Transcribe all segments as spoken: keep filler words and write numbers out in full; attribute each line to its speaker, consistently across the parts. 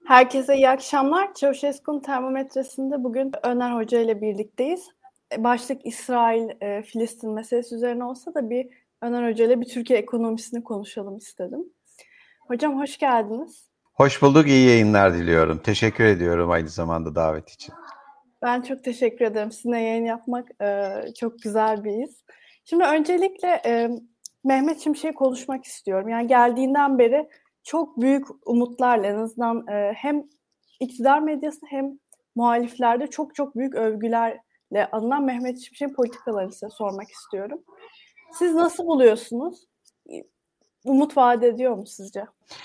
Speaker 1: Herkese iyi akşamlar. Ceauşescu'nun termometresinde bugün Öner Hoca ile birlikteyiz. E, Başlık İsrail, e, Filistin meselesi üzerine olsa da bir Öner Hoca ile bir Türkiye ekonomisini konuşalım istedim. Hocam hoş geldiniz.
Speaker 2: Hoş bulduk, iyi yayınlar diliyorum. Teşekkür ediyorum aynı zamanda davet için.
Speaker 1: Ben çok teşekkür ederim. Sizinle yayın yapmak e, çok güzel bir his. Şimdi öncelikle e, Mehmet Şimşek'i konuşmak istiyorum. Yani geldiğinden beri çok büyük umutlarla en azından e, hem iktidar medyası hem muhaliflerde çok çok büyük övgülerle anılan Mehmet Şimşek'in politikalarını size sormak istiyorum. Siz nasıl buluyorsunuz? Umut vaat ediyor mu sizce?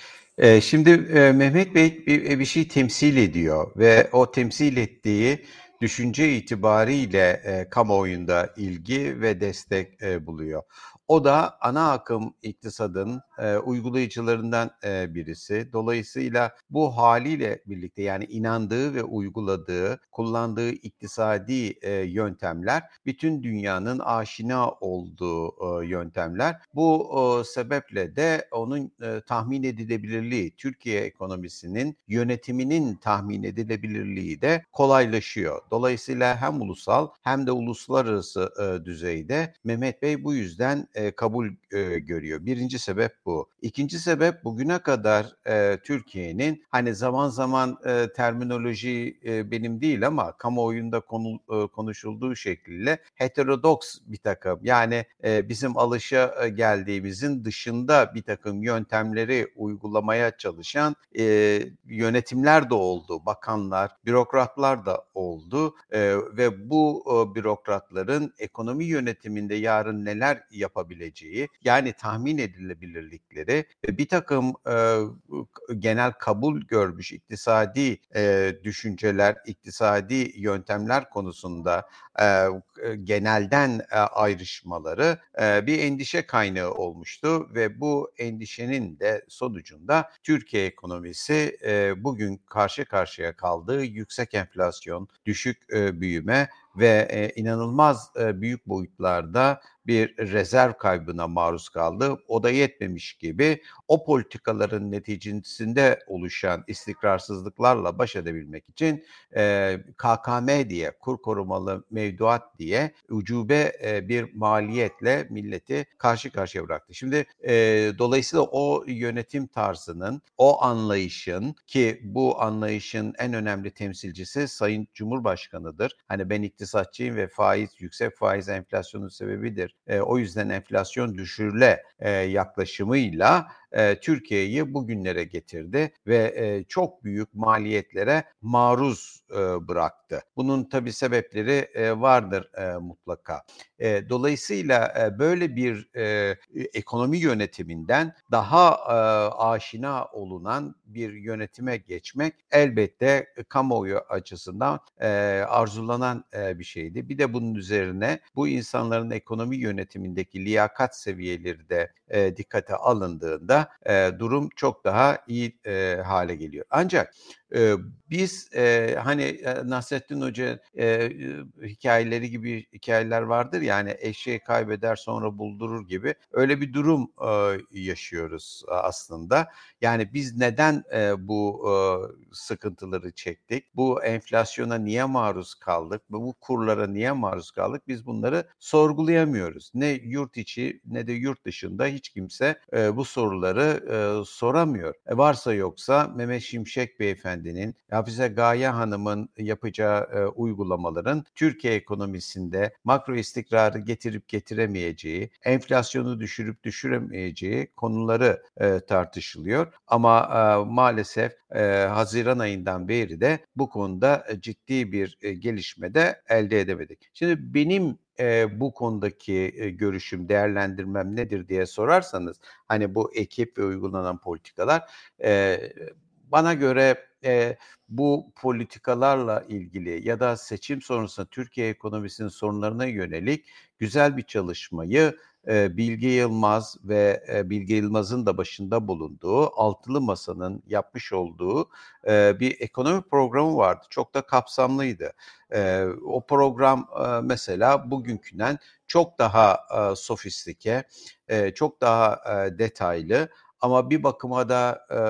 Speaker 2: Ee, şimdi e, Mehmet Bey bir, bir şey temsil ediyor ve o temsil ettiği düşünce itibariyle e, kamuoyunda ilgi ve destek e, buluyor. O da ana akım iktisadın e, uygulayıcılarından e, birisi. Dolayısıyla bu haliyle birlikte yani inandığı ve uyguladığı, kullandığı iktisadi e, yöntemler bütün dünyanın aşina olduğu e, yöntemler. Bu e, sebeple de onun e, tahmin edilebilirliği, Türkiye ekonomisinin yönetiminin tahmin edilebilirliği de kolaylaşıyor. Dolayısıyla hem ulusal hem de uluslararası e, düzeyde Mehmet Bey bu yüzden e, kabul e, görüyor. Birinci sebep bu. İkinci sebep bugüne kadar e, Türkiye'nin hani zaman zaman e, terminoloji e, benim değil ama kamuoyunda konu, e, konuşulduğu şekliyle heterodoks bir takım yani e, bizim alışa e, geldiğimizin dışında bir takım yöntemleri uygulamaya çalışan e, yönetimler de oldu, bakanlar, bürokratlar da oldu e, ve bu e, bürokratların ekonomi yönetiminde yarın neler yapabileceği yani tahmin edilebilirlikleri ve bir takım e, genel kabul görmüş iktisadi e, düşünceler, iktisadi yöntemler konusunda e, genelden e, ayrışmaları e, bir endişe kaynağı olmuştu ve bu endişenin de sonucunda Türkiye ekonomisi e, bugün karşı karşıya kaldığı yüksek enflasyon, düşük e, büyüme ve e, inanılmaz e, büyük boyutlarda bir rezerv kaybına maruz kaldı. O da yetmemiş gibi o politikaların neticesinde oluşan istikrarsızlıklarla baş edebilmek için e, K K M diye, kur korumalı mevduat diye ucube e, bir maliyetle milleti karşı karşıya bıraktı. Şimdi e, dolayısıyla o yönetim tarzının, o anlayışın ki bu anlayışın en önemli temsilcisi Sayın Cumhurbaşkanı'dır. Hani ben iktisatçıyım ve faiz, yüksek faiz enflasyonun sebebidir. E, o yüzden enflasyon düşürüle e, yaklaşımıyla e, Türkiye'yi bugünlere getirdi ve e, çok büyük maliyetlere maruz e, bıraktı. Bunun tabii sebepleri e, vardır e, mutlaka. E, dolayısıyla e, böyle bir e, ekonomi yönetiminden daha e, aşina olunan bir yönetime geçmek elbette kamuoyu açısından e, arzulanan e, bir şeydi. Bir de bunun üzerine bu insanların ekonomi yönetimindeki liyakat seviyeleri de e, dikkate alındığında e, durum çok daha iyi e, hale geliyor. Ancak e, biz e, hani e, Nasrettin Hoca e, e, hikayeleri gibi hikayeler vardır yani eşeği kaybeder sonra buldurur gibi öyle bir durum e, yaşıyoruz aslında. Yani biz neden e, bu e, sıkıntıları çektik? Bu enflasyona niye maruz kaldık? Bu kurlara niye maruz kaldık? Biz bunları sorgulayamıyoruz. Ne yurt içi ne de yurt dışında hiç kimse e, bu soruları e, soramıyor. E, varsa yoksa Mehmet Şimşek Beyefendi'nin, Hafize Gaye Hanım'ın yapacağı e, uygulamaların Türkiye ekonomisinde makro istikrarı getirip getiremeyeceği, enflasyonu düşürüp düşüremeyeceği konuları e, tartışılıyor. Ama e, maalesef e, Haziran ayından beri de bu konuda ciddi bir e, gelişme de elde edemedik. Şimdi benim e, bu konudaki e, görüşüm, değerlendirmem nedir diye sorarsanız, hani bu ekip ve uygulanan politikalar e, bana göre e, bu politikalarla ilgili ya da seçim sonrasında Türkiye ekonomisinin sorunlarına yönelik güzel bir çalışmayı e, Bilge Yılmaz ve e, Bilge Yılmaz'ın da başında bulunduğu Altılı Masa'nın yapmış olduğu e, bir ekonomi programı vardı. Çok da kapsamlıydı. E, o program e, mesela bugünkünden çok daha e, sofistike, e, çok daha e, detaylı ama bir bakıma da e,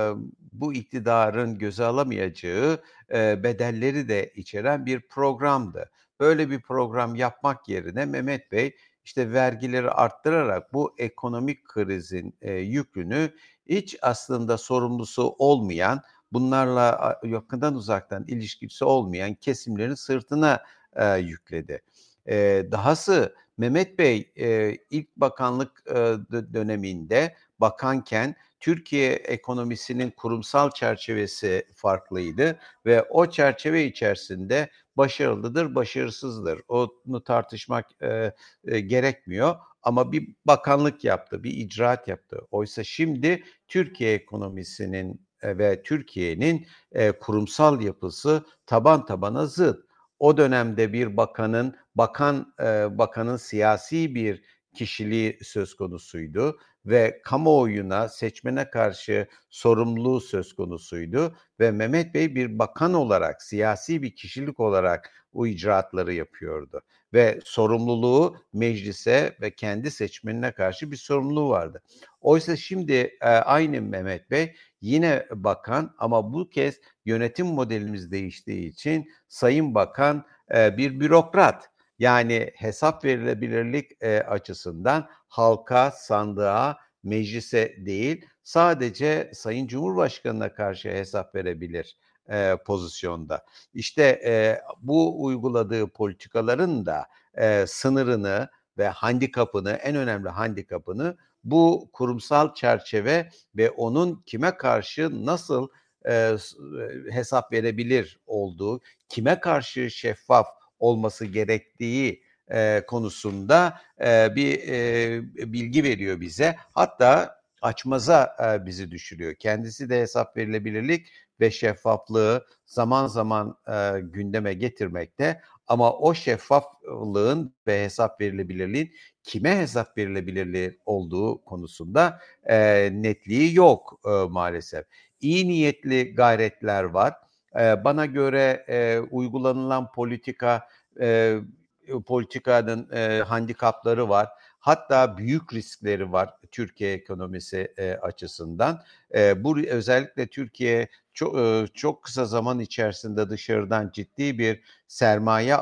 Speaker 2: bu iktidarın göze alamayacağı e, bedelleri de içeren bir programdı. Böyle bir program yapmak yerine Mehmet Bey işte vergileri arttırarak bu ekonomik krizin e, yükünü hiç aslında sorumlusu olmayan, bunlarla yakından uzaktan ilişkisi olmayan kesimlerin sırtına e, yükledi. E, dahası Mehmet Bey e, ilk bakanlık e, döneminde bakanken Türkiye ekonomisinin kurumsal çerçevesi farklıydı ve o çerçeve içerisinde başarılıdır, başarısızdır. Onu tartışmak e, e, gerekmiyor ama bir bakanlık yaptı, bir icraat yaptı. Oysa şimdi Türkiye ekonomisinin e, ve Türkiye'nin e, kurumsal yapısı taban tabana zıt. O dönemde bir bakanın bakan e, bakanın siyasi bir kişiliği söz konusuydu ve kamuoyuna, seçmene karşı sorumluluğu söz konusuydu ve Mehmet Bey bir bakan olarak, siyasi bir kişilik olarak o icraatları yapıyordu ve sorumluluğu meclise ve kendi seçmenine karşı bir sorumluluğu vardı. Oysa şimdi e, aynı Mehmet Bey yine bakan ama bu kez yönetim modelimiz değiştiği için Sayın Bakan e, bir bürokrat. Yani hesap verilebilirlik e, açısından halka, sandığa, meclise değil, sadece Sayın Cumhurbaşkanı'na karşı hesap verebilir e, pozisyonda. İşte e, bu uyguladığı politikaların da e, sınırını ve handikapını, en önemli handikapını bu kurumsal çerçeve ve onun kime karşı nasıl e, hesap verebilir olduğu, kime karşı şeffaf olması gerektiği e, konusunda e, bir e, bilgi veriyor bize. Hatta açmaza e, bizi düşürüyor. Kendisi de hesap verilebilirlik ve şeffaflığı zaman zaman e, gündeme getirmekte. Ama o şeffaflığın ve hesap verilebilirliğin kime hesap verilebilirliği olduğu konusunda e, netliği yok e, maalesef. İyi niyetli gayretler var. E, bana göre e, uygulanılan politika e, politikanın e, handikapları var. Hatta büyük riskleri var Türkiye ekonomisi e, açısından. E, bu özellikle Türkiye çok, e, çok kısa zaman içerisinde dışarıdan ciddi bir sermaye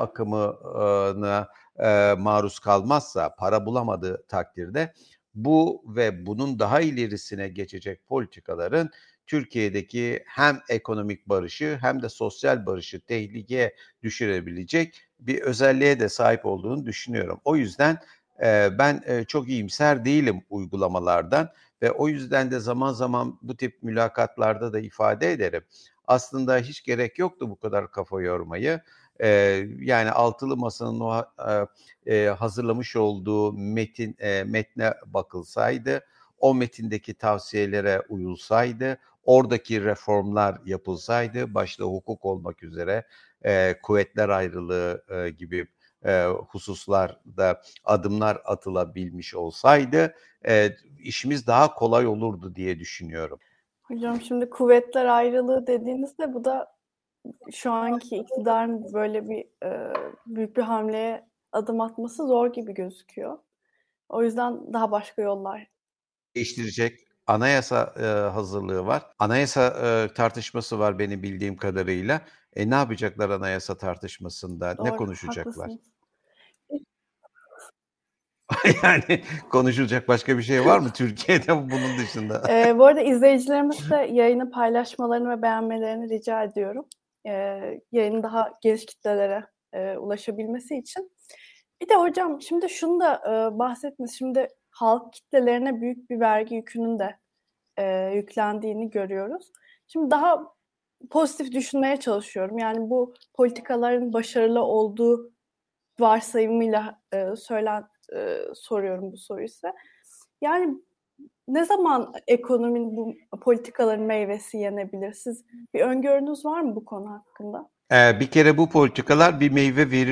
Speaker 2: akımına e, maruz kalmazsa, para bulamadığı takdirde bu ve bunun daha ilerisine geçecek politikaların Türkiye'deki hem ekonomik barışı hem de sosyal barışı tehlikeye düşürebilecek bir özelliğe de sahip olduğunu düşünüyorum. O yüzden e, ben e, çok iyimser değilim uygulamalardan ve o yüzden de zaman zaman bu tip mülakatlarda da ifade ederim. Aslında hiç gerek yoktu bu kadar kafa yormayı. E, yani altılı masanın o e, e, hazırlamış olduğu metin e, metne bakılsaydı, o metindeki tavsiyelere uyulsaydı, oradaki reformlar yapılsaydı, başta hukuk olmak üzere e, kuvvetler ayrılığı e, gibi e, hususlarda adımlar atılabilmiş olsaydı e, işimiz daha kolay olurdu diye düşünüyorum.
Speaker 1: Hocam şimdi kuvvetler ayrılığı dediğinizde bu da şu anki iktidarın böyle bir e, büyük bir hamleye adım atması zor gibi gözüküyor. O yüzden daha başka yollar.
Speaker 2: Değiştirecek anayasa e, hazırlığı var. Anayasa e, tartışması var benim bildiğim kadarıyla. E ne yapacaklar anayasa tartışmasında? Ne
Speaker 1: Doğru,
Speaker 2: konuşacaklar?
Speaker 1: haklısınız.
Speaker 2: Yani konuşulacak başka bir şey var mı Türkiye'de bunun dışında?
Speaker 1: Ee, bu arada izleyicilerimiz de yayını paylaşmalarını ve beğenmelerini rica ediyorum. Ee, yayının daha geniş kitlelere e, ulaşabilmesi için. Bir de hocam şimdi şunu da e, bahsettiniz. Şimdi halk kitlelerine büyük bir vergi yükünün de e, yüklendiğini görüyoruz. Şimdi daha pozitif düşünmeye çalışıyorum. Yani bu politikaların başarılı olduğu varsayımıyla e, söylen e, soruyorum bu soruyu size. Yani ne zaman ekonominin bu politikaların meyvesi yenebilir? Siz bir öngörünüz var mı bu konu hakkında?
Speaker 2: Ee, bir kere bu politikalar bir meyve verir mi?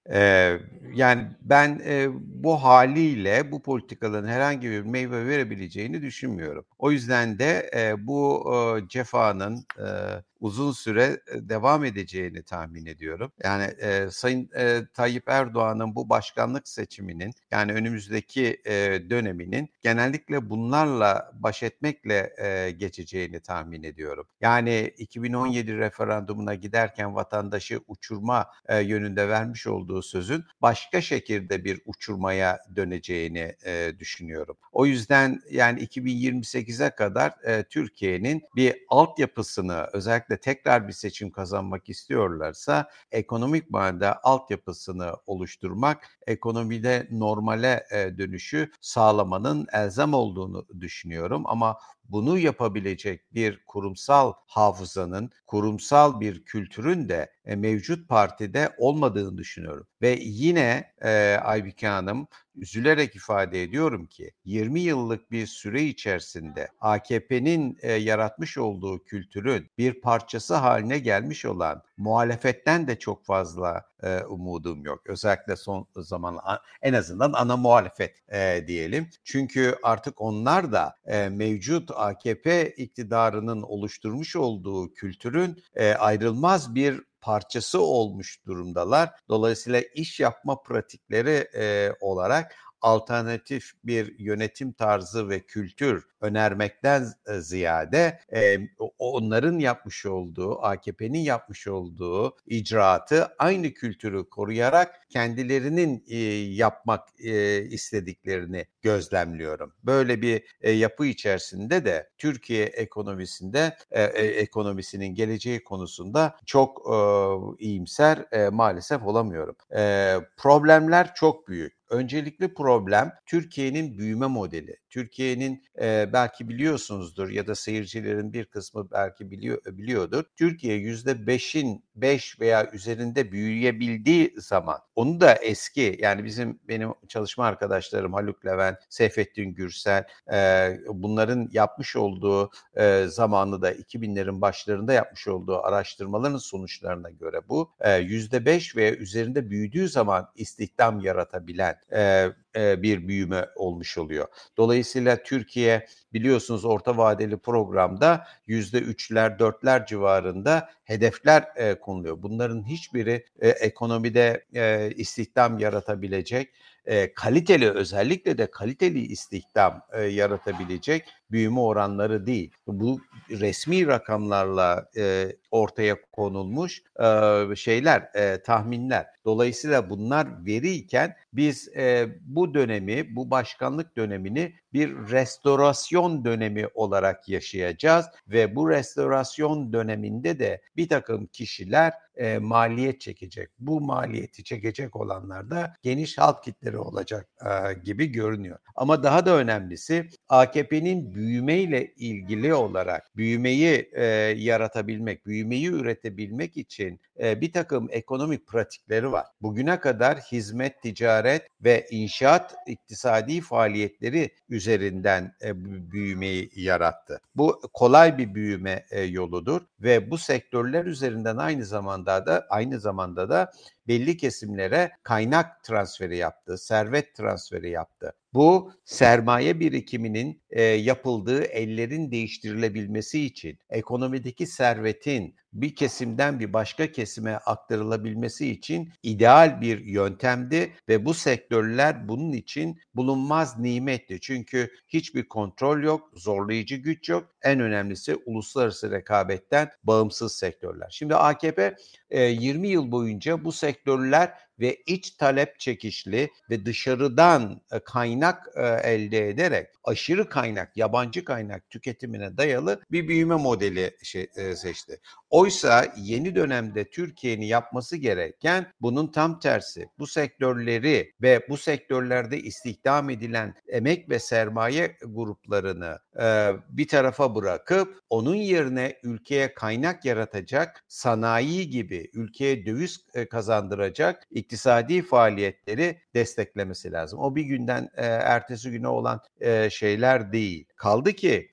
Speaker 2: Ee, yani ben e, bu haliyle bu politikaların herhangi bir meyve verebileceğini düşünmüyorum. O yüzden de e, bu e, cefanın e, uzun süre e, devam edeceğini tahmin ediyorum. Yani e, Sayın e, Tayyip Erdoğan'ın bu başkanlık seçiminin, yani önümüzdeki e, döneminin genellikle bunlarla baş etmekle e, geçeceğini tahmin ediyorum. Yani iki bin on yedi referandumuna giderken vatandaşı uçurma e, yönünde vermiş olduğu sözün başka şekilde bir uçurmaya döneceğini e, düşünüyorum. O yüzden yani iki bin yirmi sekize kadar e, Türkiye'nin bir altyapısını, özellikle tekrar bir seçim kazanmak istiyorlarsa ekonomik manada altyapısını oluşturmak, ekonomide normale e, dönüşü sağlamanın elzem olduğunu düşünüyorum. Ama bunu yapabilecek bir kurumsal hafızanın, kurumsal bir kültürün de e, mevcut partide olmadığını düşünüyorum. Ve yine e, Aybüke Hanım, üzülerek ifade ediyorum ki yirmi yıllık bir süre içerisinde A K P'nin e, yaratmış olduğu kültürün bir parçası haline gelmiş olan muhalefetten de çok fazla e, umudum yok. Özellikle son zaman, en azından ana muhalefet e, diyelim. Çünkü artık onlar da e, mevcut A K P iktidarının oluşturmuş olduğu kültürün e, ayrılmaz bir parçası olmuş durumdalar. Dolayısıyla iş yapma pratikleri e, olarak alternatif bir yönetim tarzı ve kültür önermekten ziyade e, onların yapmış olduğu, A K P'nin yapmış olduğu icraatı aynı kültürü koruyarak kendilerinin e, yapmak e, istediklerini gözlemliyorum. Böyle bir e, yapı içerisinde de Türkiye ekonomisinde e, e, ekonomisinin geleceği konusunda çok e, iyimser e, maalesef olamıyorum. E, problemler çok büyük. Öncelikli problem Türkiye'nin büyüme modeli. Türkiye'nin e, belki biliyorsunuzdur ya da seyircilerin bir kısmı belki biliyor biliyordur. Türkiye yüzde beşin beş veya üzerinde büyüyebildiği zaman, onu da eski, yani bizim benim çalışma arkadaşlarım Haluk Levent, Seyfettin Gürsel, e, bunların yapmış olduğu e, zamanı da iki binlerin başlarında yapmış olduğu araştırmaların sonuçlarına göre bu e, yüzde beş veya üzerinde büyüdüğü zaman istihdam yaratabilen e, e, bir büyüme olmuş oluyor. Dolayısıyla Türkiye, biliyorsunuz, orta vadeli programda yüzde üçler, dörtler civarında hedefler e, konuluyor. Bunların hiçbiri e, ekonomide e, istihdam yaratabilecek, e, kaliteli, özellikle de kaliteli istihdam e, yaratabilecek büyüme oranları değil. Bu resmi rakamlarla e, ortaya konulmuş e, şeyler, e, tahminler. Dolayısıyla bunlar veriyken biz e, bu dönemi, bu başkanlık dönemini bir restorasyon dönemi olarak yaşayacağız ve bu restorasyon döneminde de bir takım kişiler e, maliyet çekecek. Bu maliyeti çekecek olanlar da geniş halk kitleri olacak e, gibi görünüyor. Ama daha da önemlisi, A K P'nin büyümeyle ilgili olarak büyümeyi e, yaratabilmek, büyümeyi üretebilmek için e, bir takım ekonomik pratikleri var. Bugüne kadar hizmet, ticaret ve inşaat iktisadi faaliyetleri üzerinden e, büyümeyi yarattı. Bu kolay bir büyüme e, yoludur ve bu sektörler üzerinden aynı zamanda da aynı zamanda da belli kesimlere kaynak transferi yaptı, servet transferi yaptı. Bu sermaye birikiminin e, yapıldığı, ellerin değiştirilebilmesi için, ekonomideki servetin bir kesimden bir başka kesime aktarılabilmesi için ideal bir yöntemdi ve bu sektörler bunun için bulunmaz nimetti. Çünkü hiçbir kontrol yok, zorlayıcı güç yok. En önemlisi uluslararası rekabetten bağımsız sektörler. Şimdi A K P e, yirmi yıl boyunca bu sektörler ve iç talep çekişli ve dışarıdan kaynak elde ederek aşırı kaynak, yabancı kaynak tüketimine dayalı bir büyüme modeli şey, seçti. Oysa yeni dönemde Türkiye'nin yapması gereken bunun tam tersi. Bu sektörleri ve bu sektörlerde istihdam edilen emek ve sermaye gruplarını e, bir tarafa bırakıp onun yerine ülkeye kaynak yaratacak, sanayi gibi ülkeye döviz kazandıracak iktisadi faaliyetleri desteklemesi lazım. O bir günden e, ertesi güne olan e, şeyler değil. Kaldı ki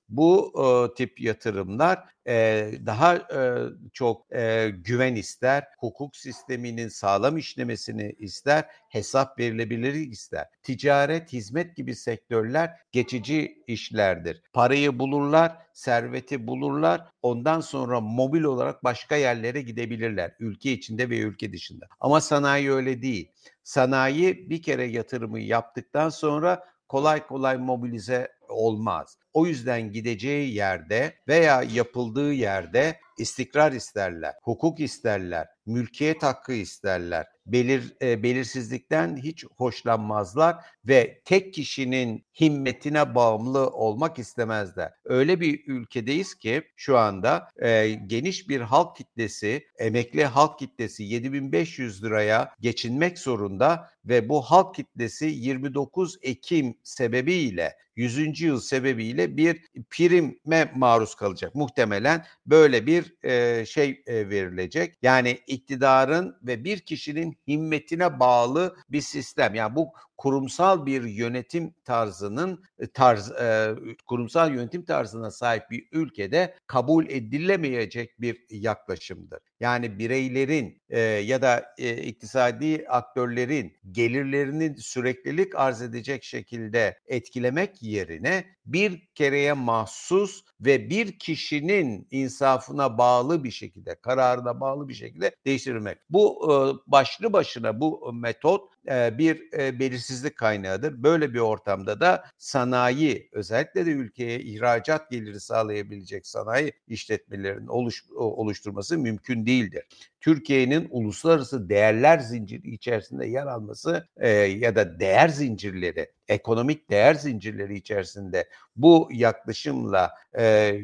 Speaker 2: Bu e, tip yatırımlar e, daha e, çok e, güven ister, hukuk sisteminin sağlam işlemesini ister, hesap verilebilirlik ister. Ticaret, hizmet gibi sektörler geçici işlerdir. Parayı bulurlar, serveti bulurlar, ondan sonra mobil olarak başka yerlere gidebilirler, ülke içinde ve ülke dışında. Ama sanayi öyle değil. Sanayi bir kere yatırımı yaptıktan sonra kolay kolay mobilize olmaz. O yüzden gideceği yerde veya yapıldığı yerde istikrar isterler, hukuk isterler, mülkiyet hakkı isterler. Belir, e, belirsizlikten hiç hoşlanmazlar ve tek kişinin himmetine bağımlı olmak istemezler. Öyle bir ülkedeyiz ki şu anda e, geniş bir halk kitlesi, emekli halk kitlesi yedi bin beş yüz liraya geçinmek zorunda ve bu halk kitlesi yirmi dokuz Ekim sebebiyle, yüzüncü yıl sebebiyle bir prime maruz kalacak. Muhtemelen böyle bir e, şey e, verilecek. Yani iktidarın ve bir kişinin himmetine bağlı bir sistem. Yani bu kurumsal bir yönetim tarzının tarz e, kurumsal yönetim tarzına sahip bir ülkede kabul edilemeyecek bir yaklaşımdır. Yani bireylerin e, ya da e, iktisadi aktörlerin gelirlerinin süreklilik arz edecek şekilde etkilemek yerine bir kereye mahsus ve bir kişinin insafına bağlı bir şekilde, kararına bağlı bir şekilde değiştirilmek. Bu e, başlı başına bu metot e, bir e, belirsizlik kaynağıdır. Böyle bir ortamda da sanayi, özellikle de ülkeye ihracat geliri sağlayabilecek sanayi işletmelerinin oluş, oluşturması mümkün değildir. Türkiye'nin uluslararası değerler zinciri içerisinde yer alması e, ya da değer zincirleri, ekonomik değer zincirleri içerisinde bu yaklaşımla e,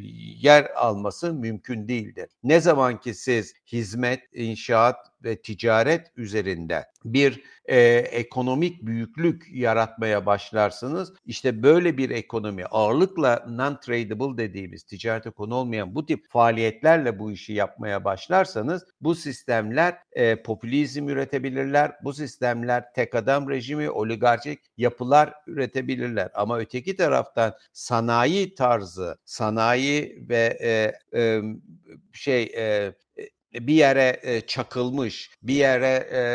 Speaker 2: yer alması mümkün değildir. Ne zaman ki siz hizmet, inşaat ve ticaret üzerinde bir e, ekonomik büyüklük yaratmaya başlarsınız, işte böyle bir ekonomi, ağırlıkla non-tradable dediğimiz ticarete konu olmayan bu tip faaliyetlerle bu işi yapmaya başlarsanız bu sistemler e, popülizm üretebilirler, bu sistemler tek adam rejimi, oligarşik yapılar üretebilirler. Ama öteki taraftan sanayi tarzı, sanayi ve e, e, şey e, bir yere e, çakılmış, bir yere e,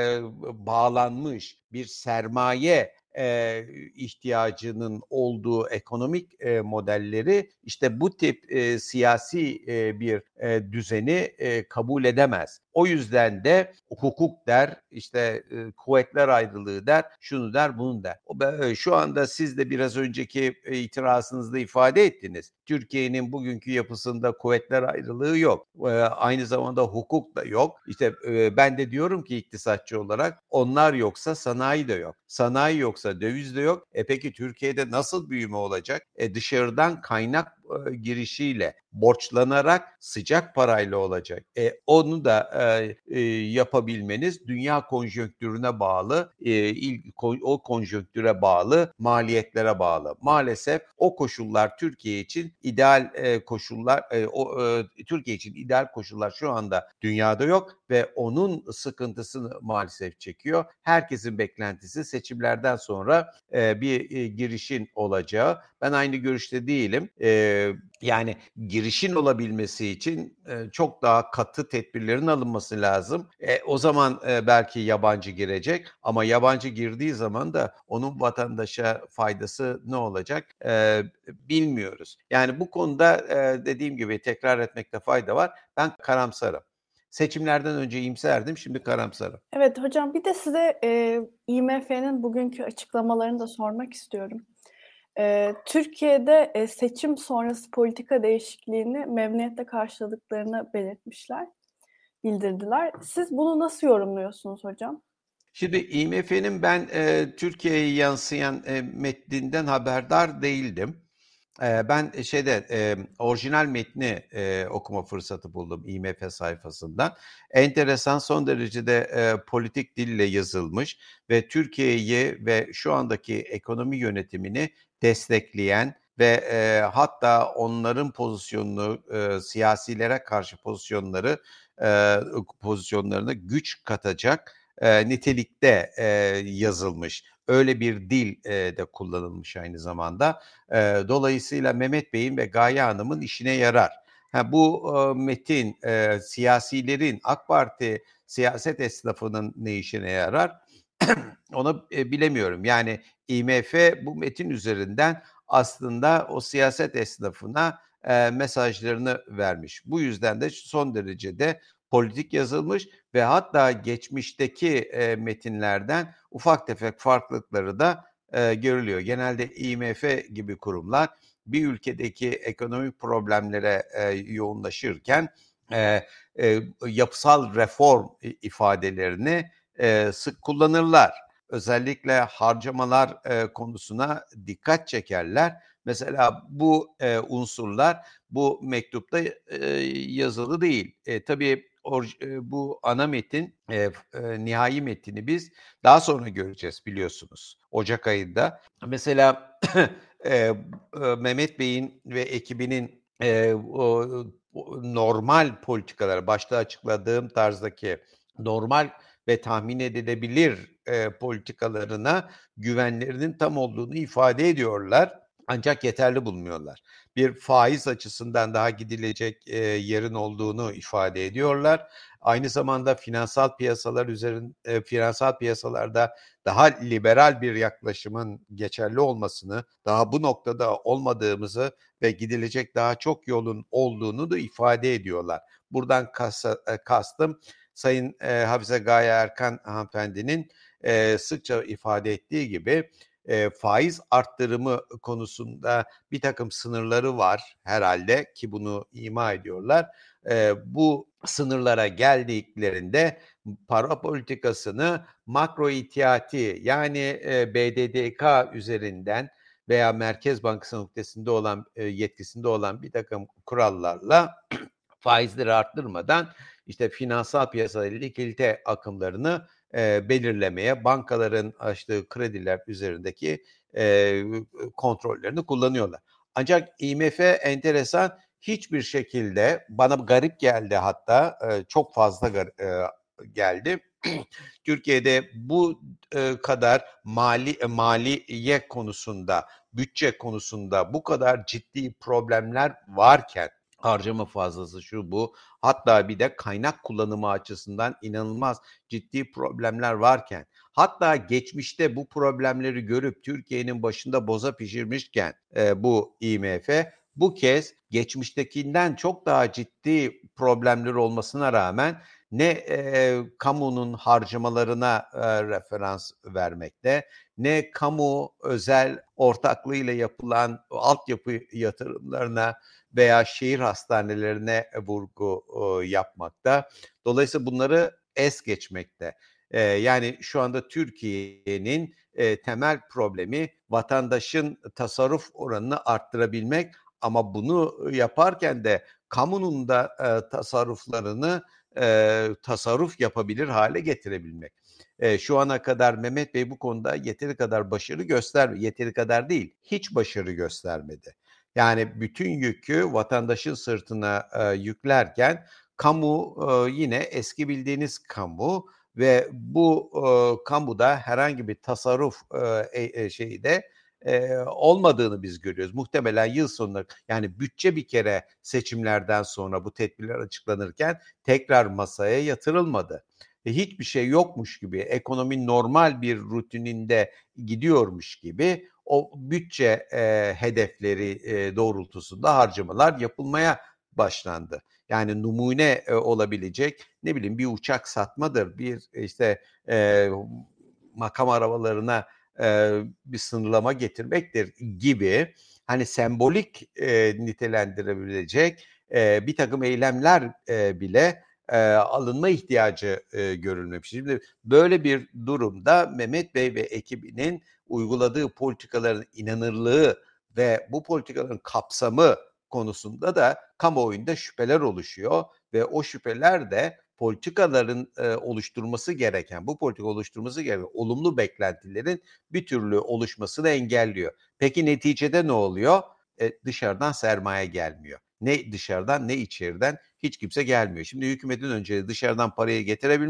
Speaker 2: bağlanmış bir sermaye e, ihtiyacının olduğu ekonomik e, modelleri işte bu tip e, siyasi e, bir e, düzeni e, kabul edemez. O yüzden de hukuk der, işte e, kuvvetler ayrılığı der, şunu der, bunu der. O, e, şu anda siz de biraz önceki e, itirazınızda ifade ettiniz. Türkiye'nin bugünkü yapısında kuvvetler ayrılığı yok. E, aynı zamanda hukuk da yok. İşte e, ben de diyorum ki iktisatçı olarak onlar yoksa sanayi de yok. Sanayi yoksa döviz de yok. E peki Türkiye'de nasıl büyüme olacak? E dışarıdan kaynak e, girişiyle, borçlanarak sıcak parayla olacak. E, onu da e, e, yapabilmeniz dünya konjonktürüne bağlı, e, il, o konjonktüre bağlı, maliyetlere bağlı. Maalesef o koşullar Türkiye için ideal e, koşullar, e, o e, Türkiye için ideal koşullar şu anda dünyada yok ve onun sıkıntısını maalesef çekiyor. Herkesin beklentisi seçimlerden sonra e, bir e, girişin olacağı. Ben aynı görüşte değilim. E, yani girişin olabilmesi için e, çok daha katı tedbirlerin alınması lazım. E, o zaman e, belki yabancı girecek ama yabancı girdiği zaman da onun vatandaşa faydası ne olacak e, bilmiyoruz. Yani bu konuda e, dediğim gibi tekrar etmekte fayda var. Ben karamsarım. Seçimlerden önce iyimserdim, şimdi karamsarım.
Speaker 1: Evet hocam, bir de size e, I M F'nin bugünkü açıklamalarını da sormak istiyorum. E, Türkiye'de e, seçim sonrası politika değişikliğini memnuniyetle karşıladıklarını belirtmişler, bildirdiler. Siz bunu nasıl yorumluyorsunuz hocam?
Speaker 2: Şimdi I M F'nin ben e, Türkiye'ye yansıyan e, metninden haberdar değildim. E, ben şeyde e, orijinal metni e, okuma fırsatı buldum I M F sayfasından. Enteresan, son derecede e, politik dille yazılmış ve Türkiye'yi ve şu andaki ekonomi yönetimini destekleyen ve e, hatta onların pozisyonunu, e, siyasilere karşı pozisyonları e, pozisyonlarına güç katacak e, nitelikte e, yazılmış. Öyle bir dil e, de kullanılmış aynı zamanda. E, dolayısıyla Mehmet Bey'in ve Gaye Hanım'ın işine yarar. Ha, bu e, metin e, siyasilerin, AK Parti siyaset esnafının ne işine yarar? Onu e, bilemiyorum. Yani I M F bu metin üzerinden aslında o siyaset esnafına e, mesajlarını vermiş. Bu yüzden de son derecede politik yazılmış ve hatta geçmişteki e, metinlerden ufak tefek farklılıkları da e, görülüyor. Genelde I M F gibi kurumlar bir ülkedeki ekonomik problemlere e, yoğunlaşırken e, e, yapısal reform ifadelerini e, sık kullanırlar. Özellikle harcamalar e, konusuna dikkat çekerler. Mesela bu e, unsurlar bu mektupta e, yazılı değil. E, tabii or, e, bu ana metin, e, e, nihai metini biz daha sonra göreceğiz biliyorsunuz. Ocak ayında. Mesela e, e, Mehmet Bey'in ve ekibinin e, o, o normal politikalar, başta açıkladığım tarzdaki normal ve tahmin edilebilir e, politikalarına güvenlerinin tam olduğunu ifade ediyorlar. Ancak yeterli bulmuyorlar. Bir faiz açısından daha gidilecek e, yerin olduğunu ifade ediyorlar. Aynı zamanda finansal piyasalar üzerin e, finansal piyasalarda daha liberal bir yaklaşımın geçerli olmasını, daha bu noktada olmadığımızı ve gidilecek daha çok yolun olduğunu da ifade ediyorlar. Buradan kasa, e, kastım Sayın e, Hafize Gaye Erkan hanımefendinin e, sıkça ifade ettiği gibi e, faiz arttırımı konusunda bir takım sınırları var herhalde ki bunu ima ediyorlar. E, bu sınırlara geldiklerinde para politikasını makro ihtiyati yani e, B D D K üzerinden veya Merkez Bankası noktasında olan e, yetkisinde olan bir takım kurallarla faizleri arttırmadan işte finansal piyasada likidite akımlarını e, belirlemeye, bankaların açtığı krediler üzerindeki e, kontrollerini kullanıyorlar. Ancak I M F enteresan hiçbir şekilde bana garip geldi hatta e, çok fazla gar- e, geldi. Türkiye'de bu e, kadar mali e, maliye konusunda, bütçe konusunda bu kadar ciddi problemler varken harcama fazlası şu bu hatta bir de kaynak kullanımı açısından inanılmaz ciddi problemler varken hatta geçmişte bu problemleri görüp Türkiye'nin başında boza pişirmişken e, bu I M F bu kez geçmiştekinden çok daha ciddi problemler olmasına rağmen ne e, kamunun harcamalarına e, referans vermekte, ne kamu özel ortaklığıyla yapılan altyapı yatırımlarına veya şehir hastanelerine vurgu e, yapmakta. Dolayısıyla bunları es geçmekte. E, yani şu anda Türkiye'nin e, temel problemi vatandaşın tasarruf oranını arttırabilmek ama bunu yaparken de kamunun da e, tasarruflarını e, tasarruf yapabilir hale getirebilmek. E, şu ana kadar Mehmet Bey bu konuda yeteri kadar başarı göstermedi. Yeteri kadar değil, hiç başarı göstermedi. Yani bütün yükü vatandaşın sırtına e, yüklerken kamu e, yine eski bildiğiniz kamu ve bu e, kamuda herhangi bir tasarruf e, e, şeyi de e, olmadığını biz görüyoruz. Muhtemelen yıl sonunda yani bütçe bir kere seçimlerden sonra bu tedbirler açıklanırken tekrar masaya yatırılmadı. E, hiçbir şey yokmuş gibi, ekonomi normal bir rutininde gidiyormuş gibi o bütçe e, hedefleri e, doğrultusunda harcamalar yapılmaya başlandı. Yani numune e, olabilecek ne bileyim bir uçak satmadır, bir işte e, makam arabalarına e, bir sınırlama getirmektir gibi hani sembolik e, nitelendirebilecek e, bir takım eylemler e, bile e, alınma ihtiyacı e, görülmemiş. Şimdi böyle bir durumda Mehmet Bey ve ekibinin uyguladığı politikaların inanırlığı ve bu politikaların kapsamı konusunda da kamuoyunda şüpheler oluşuyor ve o şüpheler de politikaların e, oluşturması gereken, bu politika oluşturması gereken olumlu beklentilerin bir türlü oluşmasını engelliyor. Peki neticede ne oluyor? E, dışarıdan sermaye gelmiyor. Ne dışarıdan ne içeriden hiç kimse gelmiyor. Şimdi hükümetin önceliği dışarıdan parayı getirebilmek,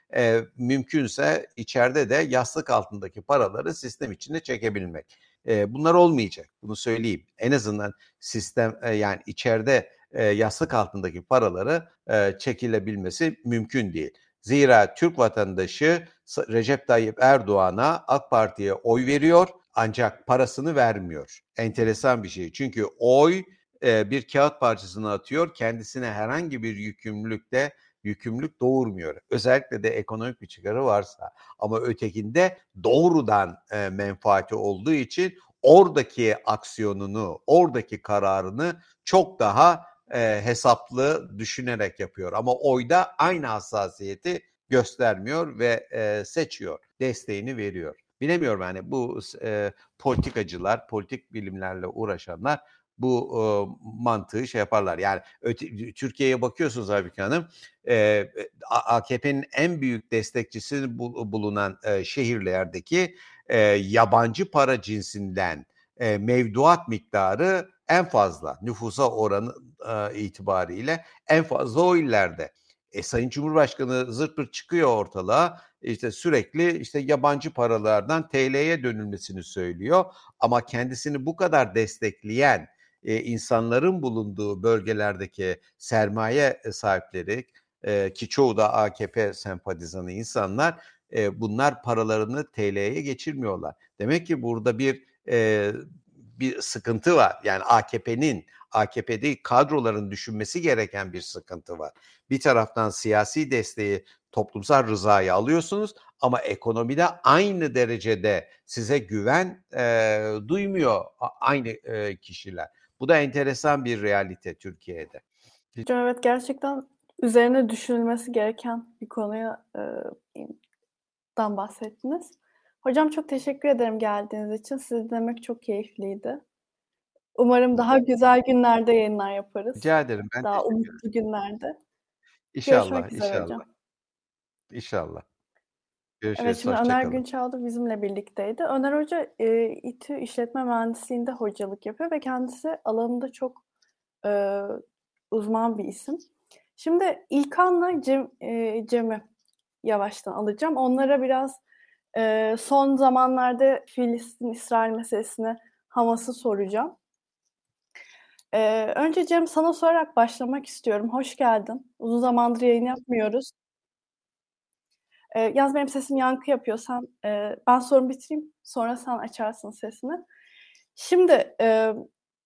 Speaker 2: e, mümkünse içeride de yastık altındaki paraları sistem içine çekebilmek. E, bunlar olmayacak. Bunu söyleyeyim. En azından sistem e, yani içeride e, yastık altındaki paraları e, çekilebilmesi mümkün değil. Zira Türk vatandaşı Recep Tayyip Erdoğan'a, AK Parti'ye oy veriyor ancak parasını vermiyor. Enteresan bir şey. Çünkü oy e, bir kağıt parçasını atıyor. Kendisine herhangi bir yükümlülükte yükümlülük doğurmuyor. Özellikle de ekonomik bir çıkarı varsa. Ama ötekinde doğrudan e, menfaati olduğu için oradaki aksiyonunu, oradaki kararını çok daha e, hesaplı düşünerek yapıyor. Ama oyda aynı hassasiyeti göstermiyor ve e, seçiyor, desteğini veriyor. Bilemiyorum yani bu e, politikacılar, politik bilimlerle uğraşanlar bu e, mantığı şey yaparlar. Yani öte, Türkiye'ye bakıyorsunuz Aybüke Hanım, e, A K P'nin en büyük destekçisi bu, bulunan e, şehirlerdeki e, yabancı para cinsinden e, mevduat miktarı en fazla, nüfusa oranı e, itibariyle en fazla o illerde. E, Sayın Cumhurbaşkanı zırt pırt çıkıyor ortalığa, işte sürekli işte yabancı paralardan T L'ye dönülmesini söylüyor. Ama kendisini bu kadar destekleyen e, insanların bulunduğu bölgelerdeki sermaye sahipleri e, ki çoğu da A K P sempatizanı insanlar, e, bunlar paralarını T L'ye geçirmiyorlar. Demek ki burada bir e, bir sıkıntı var. Yani A K P'nin, A K P değil kadroların düşünmesi gereken bir sıkıntı var. Bir taraftan siyasi desteği, toplumsal rızayı alıyorsunuz ama ekonomide aynı derecede size güven e, duymuyor aynı e, kişiler. Bu da enteresan bir realite Türkiye'de.
Speaker 1: Hocam evet, gerçekten üzerine düşünülmesi gereken bir konuya e, dan bahsettiniz. Hocam çok teşekkür ederim geldiğiniz için. Sizi dinlemek çok keyifliydi. Umarım daha güzel günlerde yayınlar yaparız.
Speaker 2: Rica ederim. Ben
Speaker 1: Daha
Speaker 2: teşekkür ederim.
Speaker 1: umutlu günlerde. Görüşmek
Speaker 2: İnşallah,
Speaker 1: üzere
Speaker 2: inşallah.
Speaker 1: hocam.
Speaker 2: İnşallah.
Speaker 1: Evet,
Speaker 2: Görüşürüz.
Speaker 1: şimdi
Speaker 2: Hoşça
Speaker 1: Öner
Speaker 2: kalın.
Speaker 1: Günçal bizimle birlikteydi. Öner Hoca e, İTÜ İşletme Mühendisliği'nde hocalık yapıyor ve kendisi alanında çok e, uzman bir isim. Şimdi İlkan'la Cem, e, Cem'i yavaştan alacağım. Onlara biraz e, son zamanlarda Filistin-İsrail meselesine Hamas'ı soracağım. E, önce Cem, sana sorarak başlamak istiyorum. Hoş geldin. Uzun zamandır yayın yapmıyoruz. E, yalnız benim sesim yankı yapıyor. Sen, e, ben sorumu bitireyim. Sonra sen açarsın sesini. Şimdi e,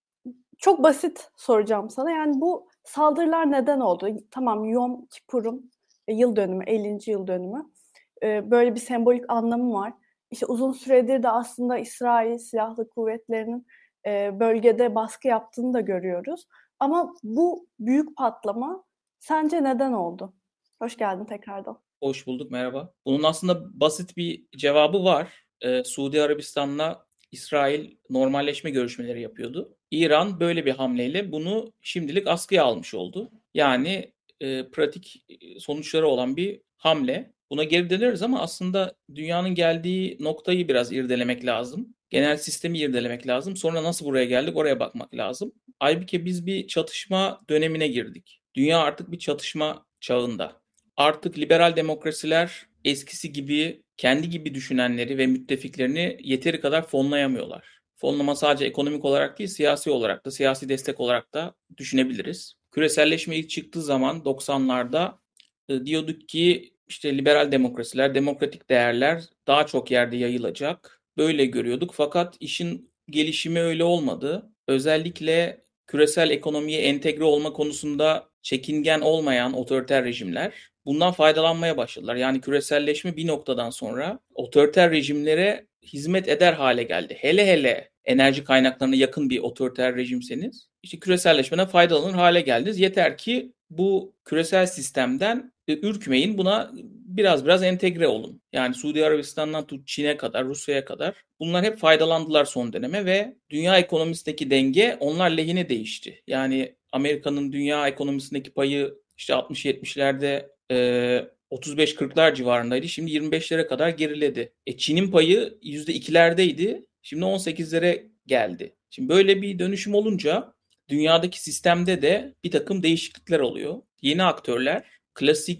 Speaker 1: çok basit soracağım sana. Yani bu saldırılar neden oldu? Tamam, Yom Kippur'un e, yıl dönümü, ellinci yıl dönümü. E, böyle bir sembolik anlamı var. İşte uzun süredir de aslında İsrail Silahlı Kuvvetleri'nin e, bölgede baskı yaptığını da görüyoruz. Ama bu büyük patlama sence neden oldu? Hoş geldin tekrardan.
Speaker 3: Hoş bulduk, merhaba. Bunun aslında basit bir cevabı var. Ee, Suudi Arabistan'la İsrail normalleşme görüşmeleri yapıyordu. İran böyle bir hamleyle bunu şimdilik askıya almış oldu. Yani e, pratik sonuçları olan bir hamle. Buna geri döneriz ama aslında dünyanın geldiği noktayı biraz irdelemek lazım. Genel sistemi irdelemek lazım. Sonra nasıl buraya geldik oraya bakmak lazım. Halbuki biz bir çatışma dönemine girdik. Dünya artık bir çatışma çağında. Artık liberal demokrasiler eskisi gibi kendi gibi düşünenleri ve müttefiklerini yeteri kadar fonlayamıyorlar. Fonlama sadece ekonomik olarak değil, siyasi olarak da, siyasi destek olarak da düşünebiliriz. Küreselleşme ilk çıktığı zaman doksanlarda e, diyorduk ki işte liberal demokrasiler, demokratik değerler daha çok yerde yayılacak. Böyle görüyorduk fakat işin gelişimi öyle olmadı. Özellikle küresel ekonomiye entegre olma konusunda çekingen olmayan otoriter rejimler bundan faydalanmaya başladılar. Yani küreselleşme bir noktadan sonra otoriter rejimlere hizmet eder hale geldi. Hele hele enerji kaynaklarına yakın bir otoriter rejimseniz işte küreselleşmeden faydalanır hale geldiniz. Yeter ki bu küresel sistemden ürkmeyin, buna biraz biraz entegre olun. Yani Suudi Arabistan'dan tut Çin'e kadar, Rusya'ya kadar bunlar hep faydalandılar son döneme ve dünya ekonomisindeki denge onlar lehine değişti. Yani Amerika'nın dünya ekonomisindeki payı işte altmış yetmişlerde e, otuz beş kırklar civarındaydı. Şimdi yirmi beşlere kadar geriledi. E, Çin'in payı yüzde ikilerdeydi. Şimdi on sekizlere geldi. Şimdi böyle bir dönüşüm olunca dünyadaki sistemde de bir takım değişiklikler oluyor. Yeni aktörler klasik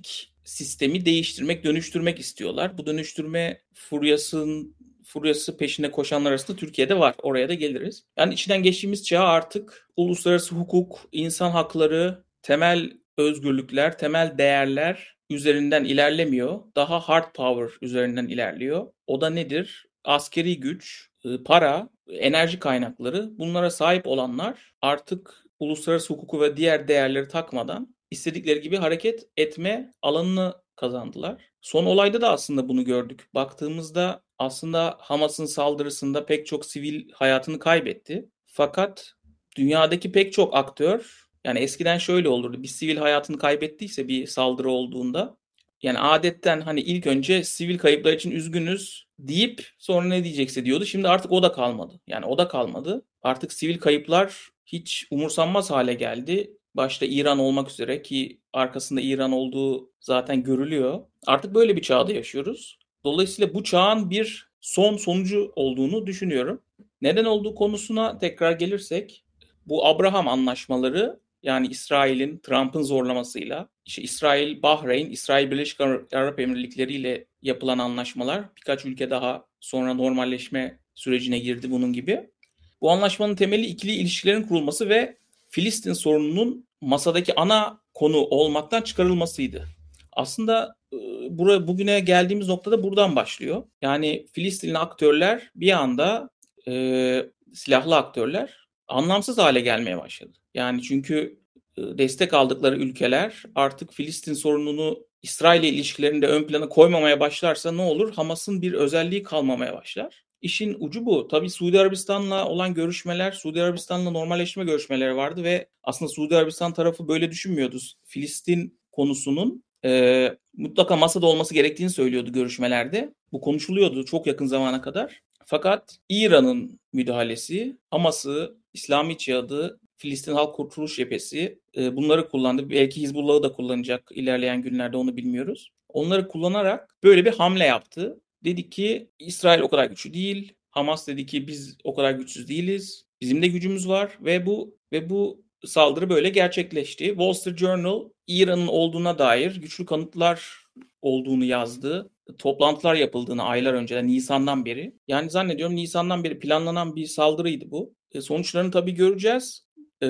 Speaker 3: sistemi değiştirmek, dönüştürmek istiyorlar. Bu dönüştürme furyasının furyası peşinde koşanlar arasında Türkiye'de var. Oraya da geliriz. Yani içinden geçtiğimiz çağ artık uluslararası hukuk, insan hakları, temel özgürlükler, temel değerler üzerinden ilerlemiyor. Daha hard power üzerinden ilerliyor. O da nedir? Askeri güç, para, enerji kaynakları, bunlara sahip olanlar artık uluslararası hukuku ve diğer değerleri takmadan istedikleri gibi hareket etme alanını kazandılar. Son olayda da aslında bunu gördük. Baktığımızda aslında Hamas'ın saldırısında pek çok sivil hayatını kaybetti. Fakat dünyadaki pek çok aktör, yani eskiden şöyle olurdu. Bir sivil hayatını kaybettiyse bir saldırı olduğunda, yani adetten hani ilk önce sivil kayıplar için üzgünüz deyip sonra ne diyecekse diyordu. Şimdi artık o da kalmadı. Yani o da kalmadı. Artık sivil kayıplar hiç umursanmaz hale geldi. Başta İran olmak üzere, ki arkasında İran olduğu zaten görülüyor. Artık böyle bir çağda yaşıyoruz. Dolayısıyla bu çağın bir son sonucu olduğunu düşünüyorum. Neden olduğu konusuna tekrar gelirsek, bu Abraham anlaşmaları, yani İsrail'in Trump'ın zorlamasıyla, işte İsrail, Bahreyn, İsrail Birleşik Arap Emirlikleri ile yapılan anlaşmalar, birkaç ülke daha sonra normalleşme sürecine girdi bunun gibi. Bu anlaşmanın temeli ikili ilişkilerin kurulması ve Filistin sorununun masadaki ana konu olmaktan çıkarılmasıydı. Aslında buraya, bugüne geldiğimiz noktada buradan başlıyor. Yani Filistinli aktörler bir anda, e, silahlı aktörler anlamsız hale gelmeye başladı. Yani çünkü destek aldıkları ülkeler artık Filistin sorununu İsrail ile ilişkilerinde ön plana koymamaya başlarsa ne olur? Hamas'ın bir özelliği kalmamaya başlar. İşin ucu bu. Tabii Suudi Arabistan'la olan görüşmeler, Suudi Arabistan'la normalleşme görüşmeleri vardı ve aslında Suudi Arabistan tarafı böyle düşünmüyordu. Filistin konusunun e, mutlaka masada olması gerektiğini söylüyordu görüşmelerde. Bu konuşuluyordu çok yakın zamana kadar. Fakat İran'ın müdahalesi, Hamas'ı, İslami Cihadı, Filistin Halk Kurtuluş Cephesi e, bunları kullandı. Belki Hizbullah'ı da kullanacak ilerleyen günlerde, onu bilmiyoruz. Onları kullanarak böyle bir hamle yaptı. Dedi ki İsrail o kadar güçlü değil. Hamas dedi ki biz o kadar güçsüz değiliz. Bizim de gücümüz var ve bu ve bu saldırı böyle gerçekleşti. Wall Street Journal İran'ın olduğuna dair güçlü kanıtlar olduğunu yazdı. Toplantılar yapıldığını aylar önceden, Nisan'dan beri. Yani zannediyorum Nisan'dan beri planlanan bir saldırıydı bu. E, sonuçlarını tabii göreceğiz.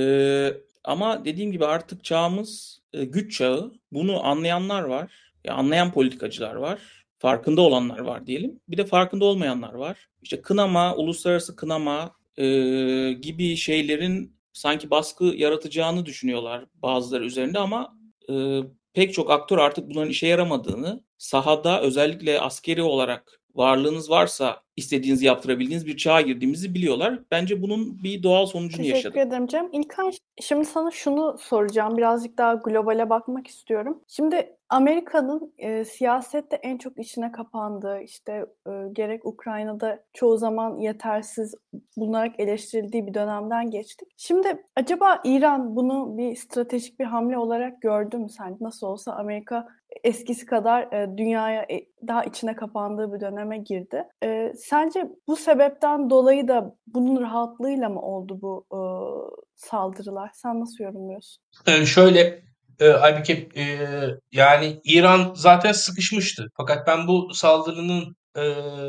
Speaker 3: E, ama dediğim gibi artık çağımız e, güç çağı. Bunu anlayanlar var. Ya, anlayan politikacılar var. Farkında olanlar var diyelim. Bir de farkında olmayanlar var. İşte kınama, uluslararası kınama e, gibi şeylerin sanki baskı yaratacağını düşünüyorlar bazıları üzerinde ama e, pek çok aktör artık bunların işe yaramadığını, sahada özellikle askeri olarak varlığınız varsa istediğinizi yaptırabildiğiniz bir çağa girdiğimizi biliyorlar. Bence bunun bir doğal sonucunu
Speaker 1: Teşekkür
Speaker 3: yaşadık.
Speaker 1: ederim Cem. İlkay, şimdi sana şunu soracağım. Birazcık daha globale bakmak istiyorum. Şimdi Amerika'nın e, siyasette en çok içine kapandığı, işte e, gerek Ukrayna'da çoğu zaman yetersiz bulunarak eleştirildiği bir dönemden geçtik. Şimdi acaba İran bunu bir stratejik bir hamle olarak gördü mü sence? Nasıl olsa Amerika eskisi kadar e, dünyaya e, daha içine kapandığı bir döneme girdi. E, sence bu sebepten dolayı da bunun rahatlığıyla mı oldu bu e, saldırılar? Sen nasıl yorumluyorsun?
Speaker 4: Ee, şöyle e, Aybüke, e, yani İran zaten sıkışmıştı. Fakat ben bu saldırının e,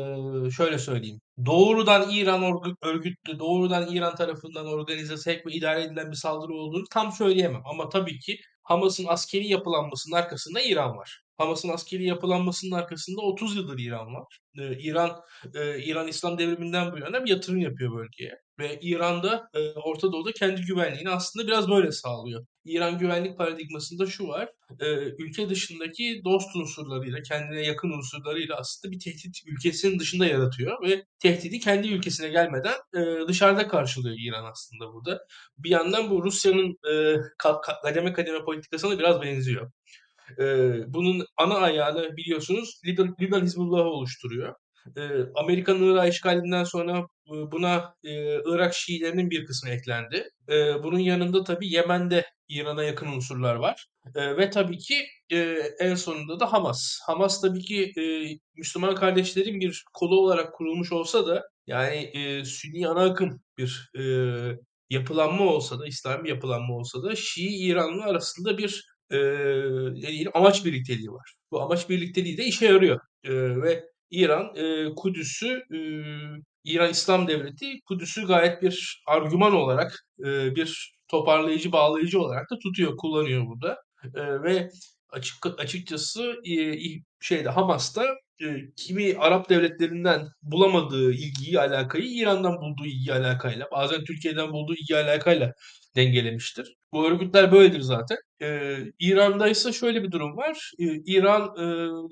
Speaker 4: şöyle söyleyeyim. Doğrudan İran org- örgütlü, doğrudan İran tarafından organize ve idare edilen bir saldırı olduğunu tam söyleyemem. Ama tabii ki Hamas'ın askeri yapılanmasının arkasında İran var. Hamas'ın askeri yapılanmasının arkasında otuz yıldır İran var. Ee, İran e, İran İslam devriminden bu yana bir yatırım yapıyor bölgeye. Ve İran'da, e, Orta Doğu'da kendi güvenliğini aslında biraz böyle sağlıyor. İran güvenlik paradigmasında şu var, e, ülke dışındaki dost unsurlarıyla, kendine yakın unsurlarıyla aslında bir tehdit ülkesinin dışında yaratıyor ve tehdidi kendi ülkesine gelmeden e, dışarıda karşılıyor İran aslında burada. Bir yandan bu Rusya'nın e, ka- ka- kademe kademe politikasına biraz benziyor. E, bunun ana ayağını biliyorsunuz Liberal, Liberal Hizbullah'ı oluşturuyor. E, Amerika'nın Irak işgalinden sonra e, buna e, Irak Şiilerinin bir kısmı eklendi. E, bunun yanında tabii Yemen'de İran'a yakın unsurlar var. E, ve tabii ki e, en sonunda da Hamas. Hamas tabii ki e, Müslüman kardeşlerin bir kolu olarak kurulmuş olsa da yani e, Sünni ana akım bir e, yapılanma olsa da, İslami yapılanma olsa da Şii İranlı arasında bir e, ne diyelim, amaç birlikteliği var. bu amaç birlikteliği de işe yarıyor. E, ve İran e, Kudüs'ü e, İran İslam Devleti Kudüs'ü gayet bir argüman olarak e, bir toparlayıcı bağlayıcı olarak da tutuyor, kullanıyor burada. E, ve açık açıkçası e, şeyde Hamas'ta e, kimi Arap devletlerinden bulamadığı ilgiyi, alakayı İran'dan bulduğu ilgi alakayla, bazen Türkiye'den bulduğu ilgi alakayla dengelemiştir. Bu örgütler böyledir zaten. Ee, İran'da ise şöyle bir durum var. Ee, İran e,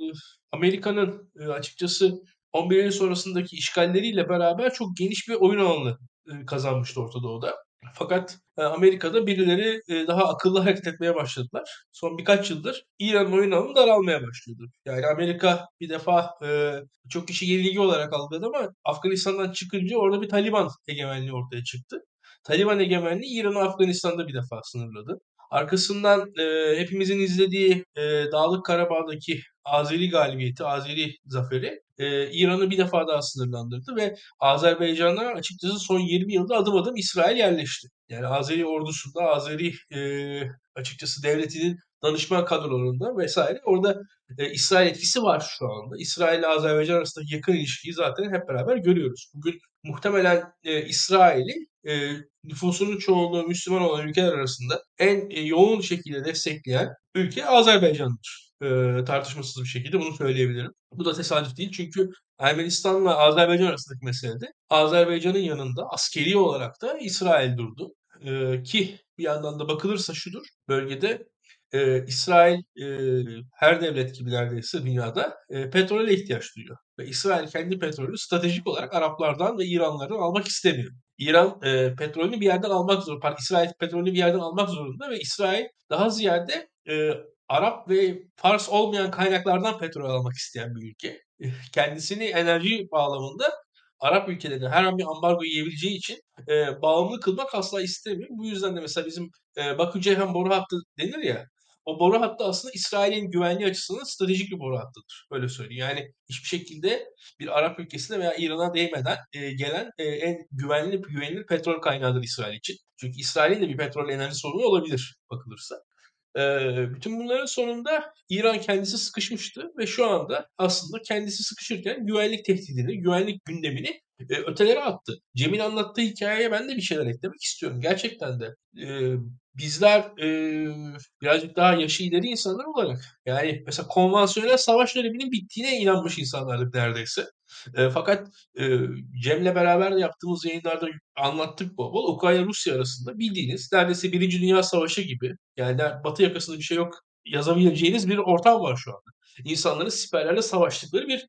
Speaker 4: Amerika'nın e, açıkçası on bir Eylül sonrasındaki işgalleriyle beraber çok geniş bir oyun alanı e, kazanmıştı Orta Doğu'da. Fakat e, Amerika'da birileri e, daha akıllı hareket etmeye başladılar. Son birkaç yıldır İran'ın oyun alanı daralmaya başladı. Yani Amerika bir defa e, çok kişi yenilgi olarak algıladı ama Afganistan'dan çıkınca orada bir Taliban egemenliği ortaya çıktı. Taliban egemenliği İran'ı Afganistan'da bir defa sınırladı. Arkasından e, hepimizin izlediği e, Dağlık Karabağ'daki Azeri galibiyeti, Azeri zaferi e, İran'ı bir defa daha sınırlandırdı ve Azerbaycan'a açıkçası son yirmi yılda adım adım İsrail yerleşti. Yani Azeri ordusunda, Azeri e, açıkçası devletinin danışman kadrolarında vesaire orada e, İsrail etkisi var şu anda. İsrail ile Azerbaycan arasındaki yakın ilişkiyi zaten hep beraber görüyoruz. Bugün muhtemelen e, İsrail'i e, nüfusunun çoğunluğu Müslüman olan ülkeler arasında en e, yoğun şekilde destekleyen ülke Azerbaycan'dır. E, tartışmasız bir şekilde bunu söyleyebilirim. Bu da tesadüf değil çünkü Ermenistan'la Azerbaycan arasındaki meselede Azerbaycan'ın yanında askeri olarak da İsrail durdu. E, ki bir yandan da bakılırsa şudur, bölgede e, İsrail e, her devlet gibi neredeyse dünyada e, petrole ihtiyaç duyuyor. Ve İsrail kendi petrolünü stratejik olarak Araplardan ve İranlardan almak istemiyor. İran e, petrolünü bir yerden almak zorunda, pardon, İsrail petrolünü bir yerden almak zorunda ve İsrail daha ziyade e, Arap ve Fars olmayan kaynaklardan petrol almak isteyen bir ülke. Kendisini enerji bağlamında Arap ülkelerine her an bir ambargo yiyebileceği için e, bağımlı kılmak asla istemiyor. Bu yüzden de mesela bizim e, Bakü-Ceyhan boru hattı denir ya, o boru hattı aslında İsrail'in güvenliği açısından stratejik bir boru hattıdır. Öyle söyleyeyim. Yani hiçbir şekilde bir Arap ülkesine veya İran'a değmeden e, gelen e, en güvenli, güvenilir petrol kaynağıdır İsrail için. Çünkü İsrail'in de bir petrol enerji sorunu olabilir bakılırsa. Eee, bütün bunların sonunda İran kendisi sıkışmıştı ve şu anda aslında kendisi sıkışırken güvenlik tehdidini, güvenlik gündemini e, ötelere attı. Cem'in anlattığı hikayeye ben de bir şeyler eklemek istiyorum. Gerçekten de e, bizler e, birazcık daha yaşı ileri insanlar olarak yani mesela konvansiyonel savaş döneminin bittiğine inanmış insanlardık neredeyse. E, fakat e, Cem'le beraber de yaptığımız yayınlarda anlattık bol bol. Ukrayna-Rusya arasında bildiğiniz neredeyse Birinci Dünya Savaşı gibi yani Batı yakasında bir şey yok yazabileceğiniz bir ortam var şu anda. İnsanların siperlerle savaştıkları bir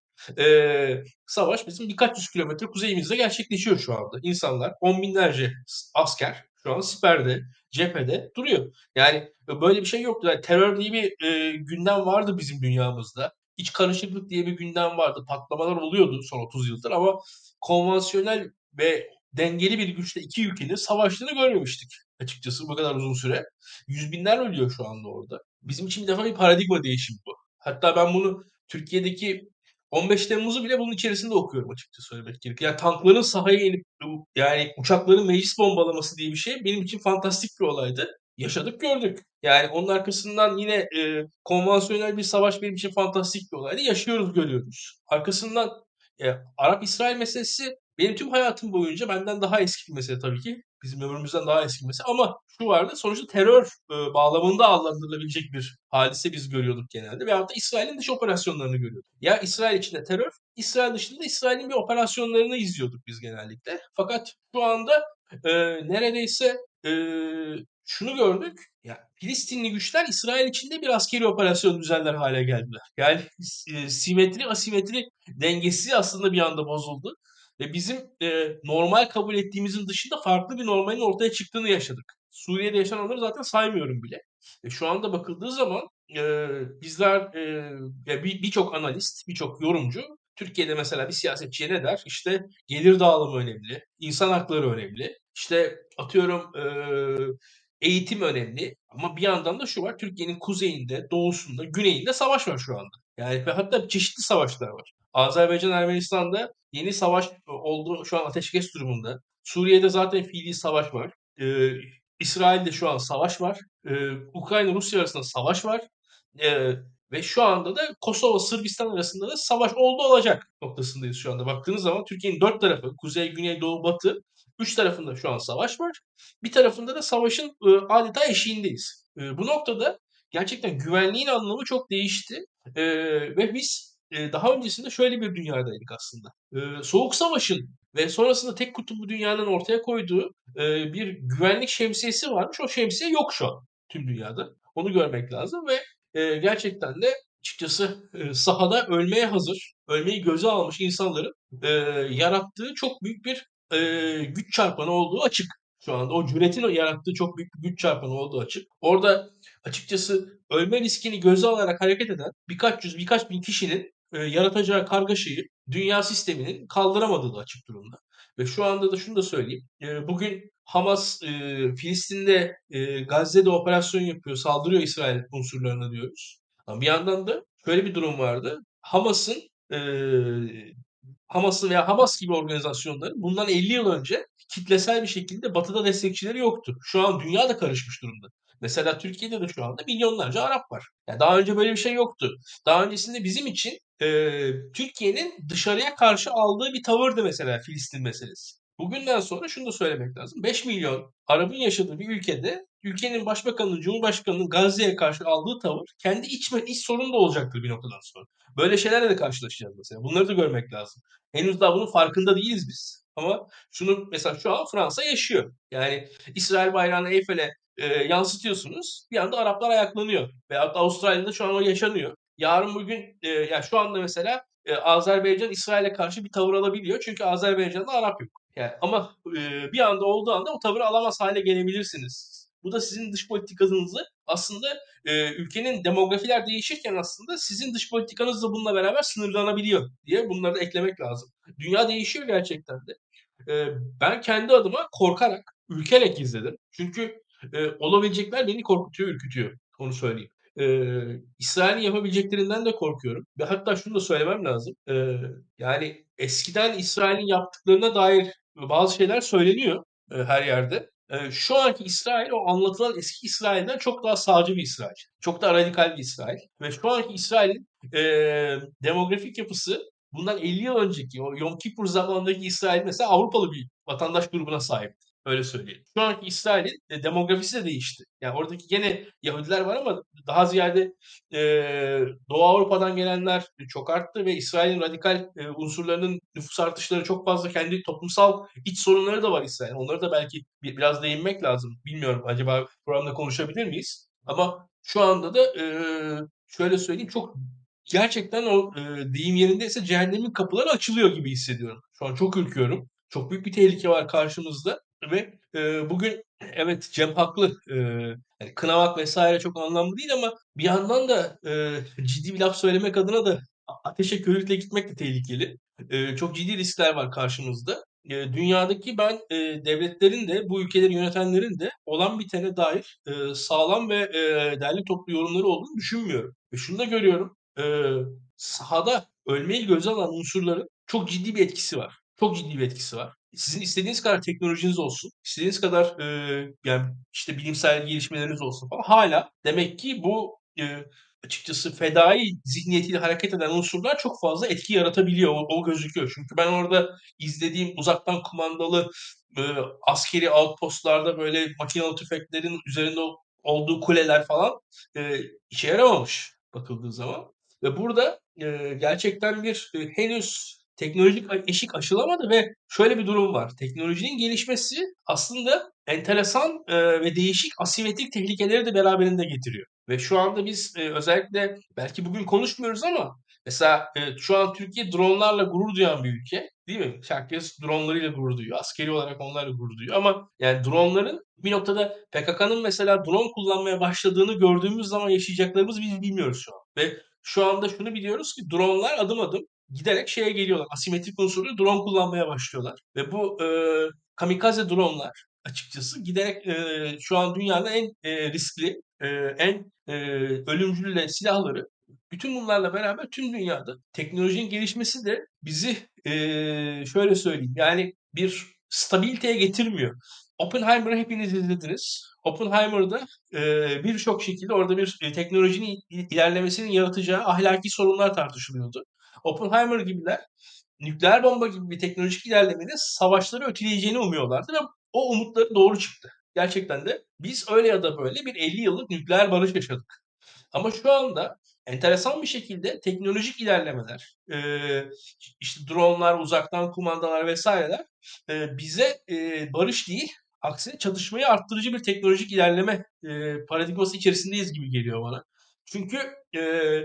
Speaker 4: e, savaş bizim birkaç yüz kilometre kuzeyimizde gerçekleşiyor şu anda. İnsanlar, on binlerce asker şu an siperde, cephede duruyor. Yani böyle bir şey yoktu. Yani terör diye bir e, gündem vardı bizim dünyamızda. İç karışıklık diye bir gündem vardı. Patlamalar oluyordu son otuz yıldır ama konvansiyonel ve dengeli bir güçle iki ülkenin savaştığını görmemiştik açıkçası bu kadar uzun süre. Yüz binler ölüyor şu anda orada. Bizim için bir defa bir paradigma değişimi bu. Hatta ben bunu Türkiye'deki on beş Temmuz'u bile bunun içerisinde okuyorum açıkçası söylemek gerekir. Yani tankların sahaya inip yani uçakların meclis bombalaması diye bir şey benim için fantastik bir olaydı. Yaşadık gördük. Yani onun arkasından yine e, konvansiyonel bir savaş benim için fantastik bir olaydı. Yaşıyoruz görüyoruz. Arkasından e, Arap-İsrail meselesi benim tüm hayatım boyunca benden daha eski bir mesele tabii ki. Bizim ömrümüzden daha eski bir mesele ama şu vardı sonuçta terör e, bağlamında adlandırılabilecek bir hadise biz görüyorduk genelde. Veyahut da İsrail'in dış operasyonlarını görüyorduk. Ya İsrail içinde terör, İsrail dışında İsrail'in bir operasyonlarını izliyorduk biz genellikle. Fakat şu anda e, neredeyse e, şunu gördük. Ya Filistinli güçler İsrail içinde bir askeri operasyon düzenler hale geldiler. Yani e, simetri asimetri dengesi aslında bir anda bozuldu. Ve bizim e, normal kabul ettiğimizin dışında farklı bir normalin ortaya çıktığını yaşadık. Suriye'de yaşananları zaten saymıyorum bile. E, şu anda bakıldığı zaman e, bizler e, birçok bir analist, birçok yorumcu Türkiye'de mesela bir siyasetçiye ne der? İşte gelir dağılımı önemli, insan hakları önemli, işte atıyorum e, eğitim önemli. Ama bir yandan da şu var, Türkiye'nin kuzeyinde, doğusunda, güneyinde savaş var şu anda. Yani ve hatta çeşitli savaşlar var. Azerbaycan, Ermenistan'da yeni savaş oldu. Şu an ateşkes durumunda. Suriye'de zaten fiili savaş var. Ee, İsrail'de şu an savaş var. Ee, Ukrayna, Rusya arasında savaş var. Ee, Ve şu anda da Kosova, Sırbistan arasında da savaş oldu olacak noktasındayız şu anda. Baktığınız zaman Türkiye'nin dört tarafı, kuzey, güney, doğu, batı, üç tarafında şu an savaş var. Bir tarafında da savaşın e, adeta eşiğindeyiz. E, bu noktada gerçekten güvenliğin anlamı çok değişti. E, ve biz e, daha öncesinde şöyle bir dünyadaydık aslında. E, Soğuk Savaş'ın ve sonrasında tek kutuplu dünyanın ortaya koyduğu e, bir güvenlik şemsiyesi varmış. O şemsiye yok şu an tüm dünyada. Onu görmek lazım ve e, gerçekten de açıkçası e, sahada ölmeye hazır, ölmeyi göze almış insanların e, yarattığı çok büyük bir e, güç çarpanı olduğu açık. Şu anda o cüretin yarattığı çok büyük bir güç çarpanı olduğu açık. Orada açıkçası ölme riskini göze alarak hareket eden birkaç yüz, birkaç bin kişinin e, yaratacağı kargaşayı dünya sisteminin kaldıramadığı da açık durumda. Ve şu anda da şunu da söyleyeyim. E, bugün Hamas e, Filistin'de, e, Gazze'de operasyon yapıyor, saldırıyor İsrail unsurlarına diyoruz. Ama bir yandan da şöyle bir durum vardı. Hamas'ın e, Hamas'ın veya Hamas gibi organizasyonların bundan elli yıl önce kitlesel bir şekilde Batı'da destekçileri yoktu. Şu an dünya da karışmış durumda. Mesela Türkiye'de de şu anda milyonlarca Arap var. Yani daha önce böyle bir şey yoktu. Daha öncesinde bizim için e, Türkiye'nin dışarıya karşı aldığı bir tavırdı mesela Filistin meselesi. Bugünden sonra şunu da söylemek lazım. beş milyon Arap'ın yaşadığı bir ülkede ülkenin başbakanının, cumhurbaşkanının Gazze'ye karşı aldığı tavır kendi iç, iç sorunu da olacaktır bir noktadan sonra. Böyle şeylerle de karşılaşacağız mesela. Bunları da görmek lazım. Henüz daha bunun farkında değiliz biz. Ama şunu mesela şu an Fransa yaşıyor. Yani İsrail bayrağını Eyfel'e e, yansıtıyorsunuz. Bir anda Araplar ayaklanıyor. Veyahut da Avustralya'da şu an o yaşanıyor. Yarın bugün e, yani şu anda mesela e, Azerbaycan İsrail'e karşı bir tavır alabiliyor. Çünkü Azerbaycan'da Arap yok. Yani ama e, bir anda olduğu anda o tavırı alamaz hale gelebilirsiniz. Bu da sizin dış politikanızı aslında e, ülkenin demografiler değişirken aslında sizin dış politikanız da bununla beraber sınırlanabiliyor diye bunları da eklemek lazım. Dünya değişiyor gerçekten de. E, ben kendi adıma korkarak, ürkerek izledim. Çünkü e, olabilecekler beni korkutuyor, ürkütüyor. Onu söyleyeyim. E, İsrail'in yapabileceklerinden de korkuyorum. Ve hatta şunu da söylemem lazım. E, yani eskiden İsrail'in yaptıklarına dair bazı şeyler söyleniyor e, her yerde. E, şu anki İsrail o anlatılan eski İsrail'den çok daha sağcı bir İsrail. Çok daha radikal bir İsrail. Ve şu anki İsrail'in e, demografik yapısı bundan elli yıl önceki o Yom Kippur zamanındaki İsrail mesela Avrupalı bir vatandaş grubuna sahip. Öyle söyleyeyim. Şu anki İsrail'in e, demografisi de değişti. Yani oradaki gene Yahudiler var ama daha ziyade e, Doğu Avrupa'dan gelenler çok arttı ve İsrail'in radikal e, unsurlarının nüfus artışları çok fazla kendi toplumsal iç sorunları da var İsrail. Onları da belki bir, biraz değinmek lazım. Bilmiyorum acaba programda konuşabilir miyiz? Ama şu anda da e, şöyle söyleyeyim çok gerçekten o e, deyim yerindeyse cehennemin kapıları açılıyor gibi hissediyorum. Şu an çok ürküyorum. Çok büyük bir tehlike var karşımızda ve e, bugün evet Cem haklı. E, yani kınamak vesaire çok anlamlı değil ama bir yandan da e, ciddi bir laf söylemek adına da a- ateşe körükle gitmek de tehlikeli. E, çok ciddi riskler var karşımızda. E, dünyadaki ben e, devletlerin de bu ülkeleri yönetenlerin de olan bitene dair e, sağlam ve e, derli toplu yorumları olduğunu düşünmüyorum. Ve şunu da görüyorum. E, sahada ölmeyi göze alan unsurların çok ciddi bir etkisi var. Çok ciddi bir etkisi var. Sizin istediğiniz kadar teknolojiniz olsun, istediğiniz kadar e, yani işte bilimsel gelişmeleriniz olsun falan hala demek ki bu e, açıkçası fedai zihniyetiyle hareket eden unsurlar çok fazla etki yaratabiliyor. O, o gözüküyor. Çünkü ben orada izlediğim uzaktan kumandalı e, askeri outpostlarda böyle makinalı tüfeklerin üzerinde olduğu kuleler falan e, işe yaramamış bakıldığı zaman. Ve burada e, gerçekten bir e, henüz teknolojik eşik aşılamadı ve şöyle bir durum var. Teknolojinin gelişmesi aslında enteresan e, ve değişik asimetrik tehlikeleri de beraberinde getiriyor. Ve şu anda biz e, özellikle belki bugün konuşmuyoruz ama mesela e, şu an Türkiye dronlarla gurur duyan bir ülke. Değil mi? Herkes dronlarıyla gurur duyuyor. Askeri olarak onlarla gurur duyuyor. Ama yani dronların bir noktada P K K'nın mesela drone kullanmaya başladığını gördüğümüz zaman yaşayacaklarımızı biz bilmiyoruz şu an. Ve şu anda şunu biliyoruz ki dronlar adım adım giderek şeye geliyorlar. Asimetrik unsurlu drone kullanmaya başlıyorlar. Ve bu e, kamikaze dronlar açıkçası giderek e, şu an dünyanın en e, riskli, e, en e, ölümcül silahları. Bütün bunlarla beraber tüm dünyada teknolojinin gelişmesi de bizi e, şöyle söyleyeyim yani bir stabiliteye getirmiyor. Oppenheimer'ı hepiniz izlediniz. Oppenheimer'da e, birçok şekilde orada bir e, teknolojinin ilerlemesinin yaratacağı ahlaki sorunlar tartışılıyordu. Oppenheimer gibiler nükleer bomba gibi bir teknolojik ilerlemenin savaşları öteleyeceğini umuyorlardı ve o umutları doğru çıktı. Gerçekten de biz öyle ya da böyle bir elli yıllık nükleer barış yaşadık. Ama şu anda enteresan bir şekilde teknolojik ilerlemeler, e, işte dronlar, uzaktan kumandalar vesaireler e, bize e, barış değil, aksine çatışmayı arttırıcı bir teknolojik ilerleme e, paradigması içerisindeyiz gibi geliyor bana. Çünkü e,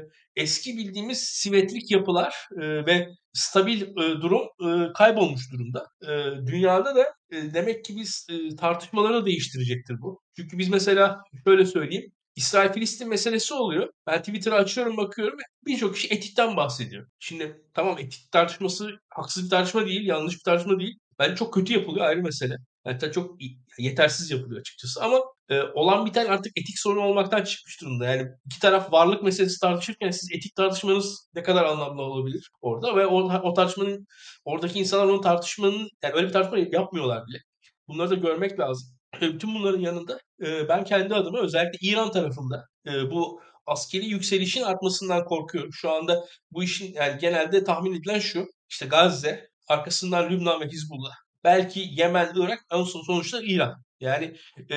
Speaker 4: eski bildiğimiz simetrik yapılar e, ve stabil e, durum e, kaybolmuş durumda. E, dünyada da e, demek ki biz e, tartışmaları da değiştirecektir bu. Çünkü biz mesela şöyle söyleyeyim, İsrail-Filistin meselesi oluyor. Ben Twitter'ı açıyorum, bakıyorum ve birçok kişi etikten bahsediyor. Şimdi tamam, etik tartışması haksız bir tartışma değil, yanlış bir tartışma değil. Bence çok kötü yapılıyor, ayrı mesele. Hatta çok yetersiz yapılıyor açıkçası. Ama e, olan biten artık etik sorun olmaktan çıkmış durumda. Yani iki taraf varlık meselesi tartışırken siz etik tartışmanız ne kadar anlamlı olabilir orada ve o, o tartışmanın, oradaki insanlar onun tartışmanın, yani öyle bir tartışma yapmıyorlar bile. Bunları da görmek lazım. Bütün bunların yanında e, ben kendi adıma özellikle İran tarafında e, bu askeri yükselişin artmasından korkuyorum. Şu anda bu işin, yani genelde tahmin edilen şu: işte Gazze, arkasından Lübnan ve Hizbullah, belki Yemen, Irak, en son sonuçta İran. Yani e,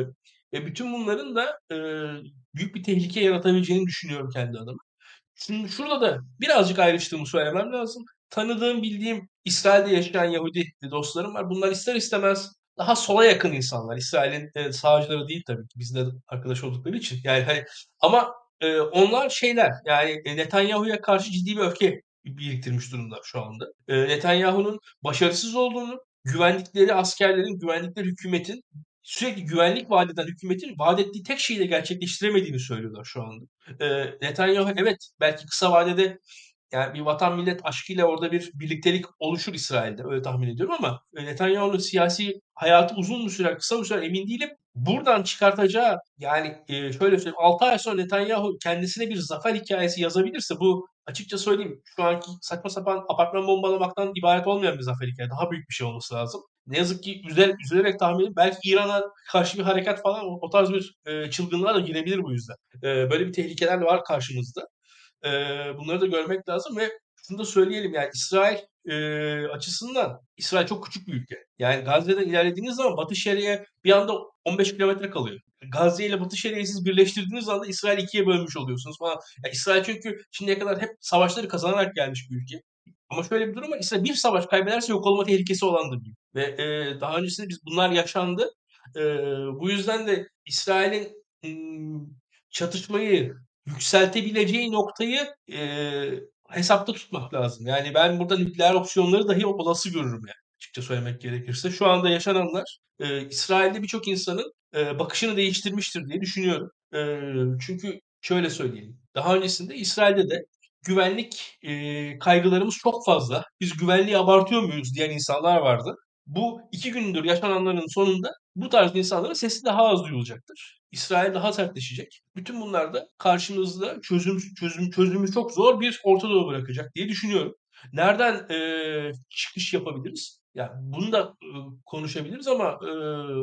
Speaker 4: ve bütün bunların da e, büyük bir tehlike yaratabileceğini düşünüyorum kendi adıma. Şimdi şurada da birazcık ayrıştığımı söylemem lazım. Tanıdığım, bildiğim İsrail'de yaşayan Yahudi dostlarım var. Bunlar ister istemez daha sola yakın insanlar. İsrail'in e, sağcıları değil tabii ki. Bizle arkadaş oldukları için. Yani hani ama e, onlar şeyler, yani e, Netanyahu'ya karşı ciddi bir öfke biriktirmiş durumda şu anda. E, Netanyahu'nun başarısız olduğunu, güvendikleri askerlerin, güvendikleri hükümetin, sürekli güvenlik vaat eden hükümetin vaat ettiği tek şeyi de gerçekleştiremediğini söylüyorlar şu anda. E, Netanyahu evet belki kısa vadede, yani bir vatan millet aşkıyla orada bir birliktelik oluşur İsrail'de, öyle tahmin ediyorum, ama e, Netanyahu'nun siyasi hayatı uzun mu sürer, kısa mı sürer emin değilim. Buradan çıkartacağı, yani e, şöyle söyleyeyim, altı ay sonra Netanyahu kendisine bir zafer hikayesi yazabilirse, bu açıkça söyleyeyim şu anki saçma sapan apartman bombalamaktan ibaret olmayan bir zafer hikayesi. Daha büyük bir şey olması lazım. Ne yazık ki üzer, üzülerek tahmin ediyorum. Belki İran'a karşı bir harekat falan, o, o tarz bir e, çılgınlığa da girebilir bu yüzden. E, böyle bir tehlikeler de var karşımızda. E, bunları da görmek lazım ve şunu da söyleyelim, yani İsrail e, açısından İsrail çok küçük bir ülke. Yani Gazze'den ilerlediğiniz zaman Batı Şeria'ya bir anda on beş kilometre kalıyor. Gazze ile Batı Şeria'yı siz birleştirdiğiniz anda İsrail ikiye bölmüş oluyorsunuz falan. Yani İsrail çünkü şimdiye kadar hep savaşları kazanarak gelmiş bir ülke. Ama şöyle bir durum var: İsrail bir savaş kaybederse yok olma tehlikesi olan da bir ülke. Ve e, daha öncesinde biz bunlar yaşandı. E, bu yüzden de İsrail'in ım, çatışmayı yükseltebileceği noktayı e, hesapta tutmak lazım. Yani ben burada nükleer opsiyonları dahi olası görürüm, yani açıkça söylemek gerekirse. Şu anda yaşananlar e, İsrail'de birçok insanın e, bakışını değiştirmiştir diye düşünüyorum. E, çünkü şöyle söyleyelim, daha öncesinde İsrail'de de güvenlik e, kaygılarımız çok fazla, biz güvenliği abartıyor muyuz diyen insanlar vardı. Bu iki gündür yaşananların sonunda bu tarz insanların sesi daha az duyulacaktır. İsrail daha sertleşecek. Bütün bunlar da karşımızda çözüm çözüm çözümü çok zor bir Orta Doğu bırakacak diye düşünüyorum. Nereden e, çıkış yapabiliriz? Ya bunu da e, konuşabiliriz ama e,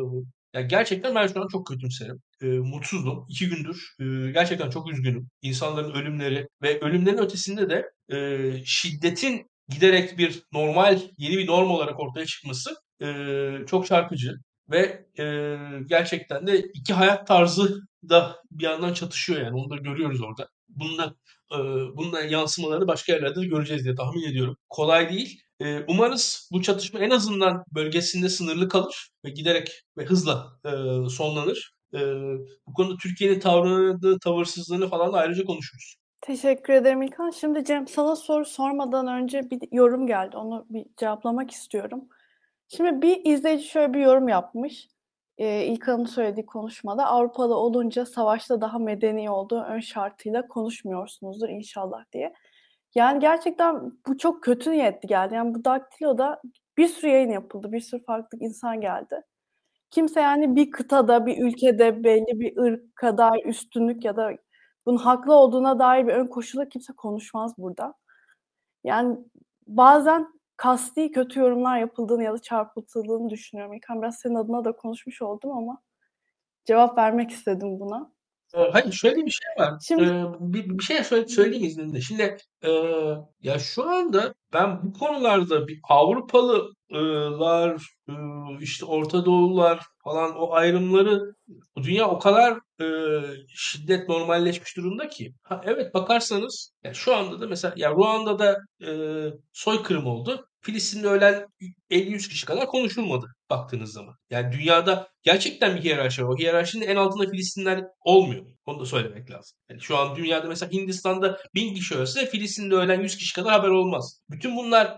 Speaker 4: ya gerçekten ben şu an çok kötümserim. E, mutsuzum. İki gündür e, gerçekten çok üzgünüm. İnsanların ölümleri ve ölümlerin ötesinde de e, şiddetin giderek bir normal, yeni bir norm olarak ortaya çıkması e, çok çarpıcı. Ve e, gerçekten de iki hayat tarzı da bir yandan çatışıyor, yani onu da görüyoruz orada. Bununla, e, bununla yansımalarını başka yerlerde de göreceğiz diye tahmin ediyorum. Kolay değil. E, umarız bu çatışma en azından bölgesinde sınırlı kalır ve giderek ve hızla e, sonlanır. E, bu konuda Türkiye'nin tavrını, tavırsızlığını falan da ayrıca konuşuruz.
Speaker 1: Teşekkür ederim İlkan. Şimdi Cem, sana soru sormadan önce bir yorum geldi. Onu bir cevaplamak istiyorum. Şimdi bir izleyici şöyle bir yorum yapmış. Ee, İlkan'ın söylediği konuşmada Avrupalı olunca savaşta daha medeni olduğu ön şartıyla konuşmuyorsunuzdur inşallah diye. Yani gerçekten bu çok kötü niyetli geldi. Yani bu Daktilo'da bir sürü yayın yapıldı. Bir sürü farklı insan geldi. Kimse yani bir kıtada, bir ülkede belli bir ırk kadar üstünlük ya da bunun haklı olduğuna dair bir ön koşula kimse konuşmaz burada. Yani bazen kasti kötü yorumlar yapıldığını ya da çarpıtıldığını düşünüyorum. İlkan, biraz senin adına da konuşmuş oldum ama cevap vermek istedim buna.
Speaker 4: Hayır, şöyle bir şey var.
Speaker 1: Şimdi
Speaker 4: Ee, bir, bir şey söyle, söyleyeyim izninle. Şimdi e, ya şu anda ben bu konularda bir Avrupalılar, e, işte Orta Doğulular falan o ayrımları dünya o kadar e, şiddet normalleşmiş durumda ki. Ha, evet bakarsanız ya şu anda da mesela ya Ruanda'da e, soykırım oldu. Filistin'de ölen elli yüz kişi kadar konuşulmadı baktığınız zaman. Yani dünyada gerçekten bir hiyerarşi var. O hiyerarşinin en altında Filistinler olmuyor. Onu da söylemek lazım. Yani şu an dünyada mesela Hindistan'da bin kişi ölse Filistin'de ölen yüz kişi kadar haber olmaz. Bütün bunlar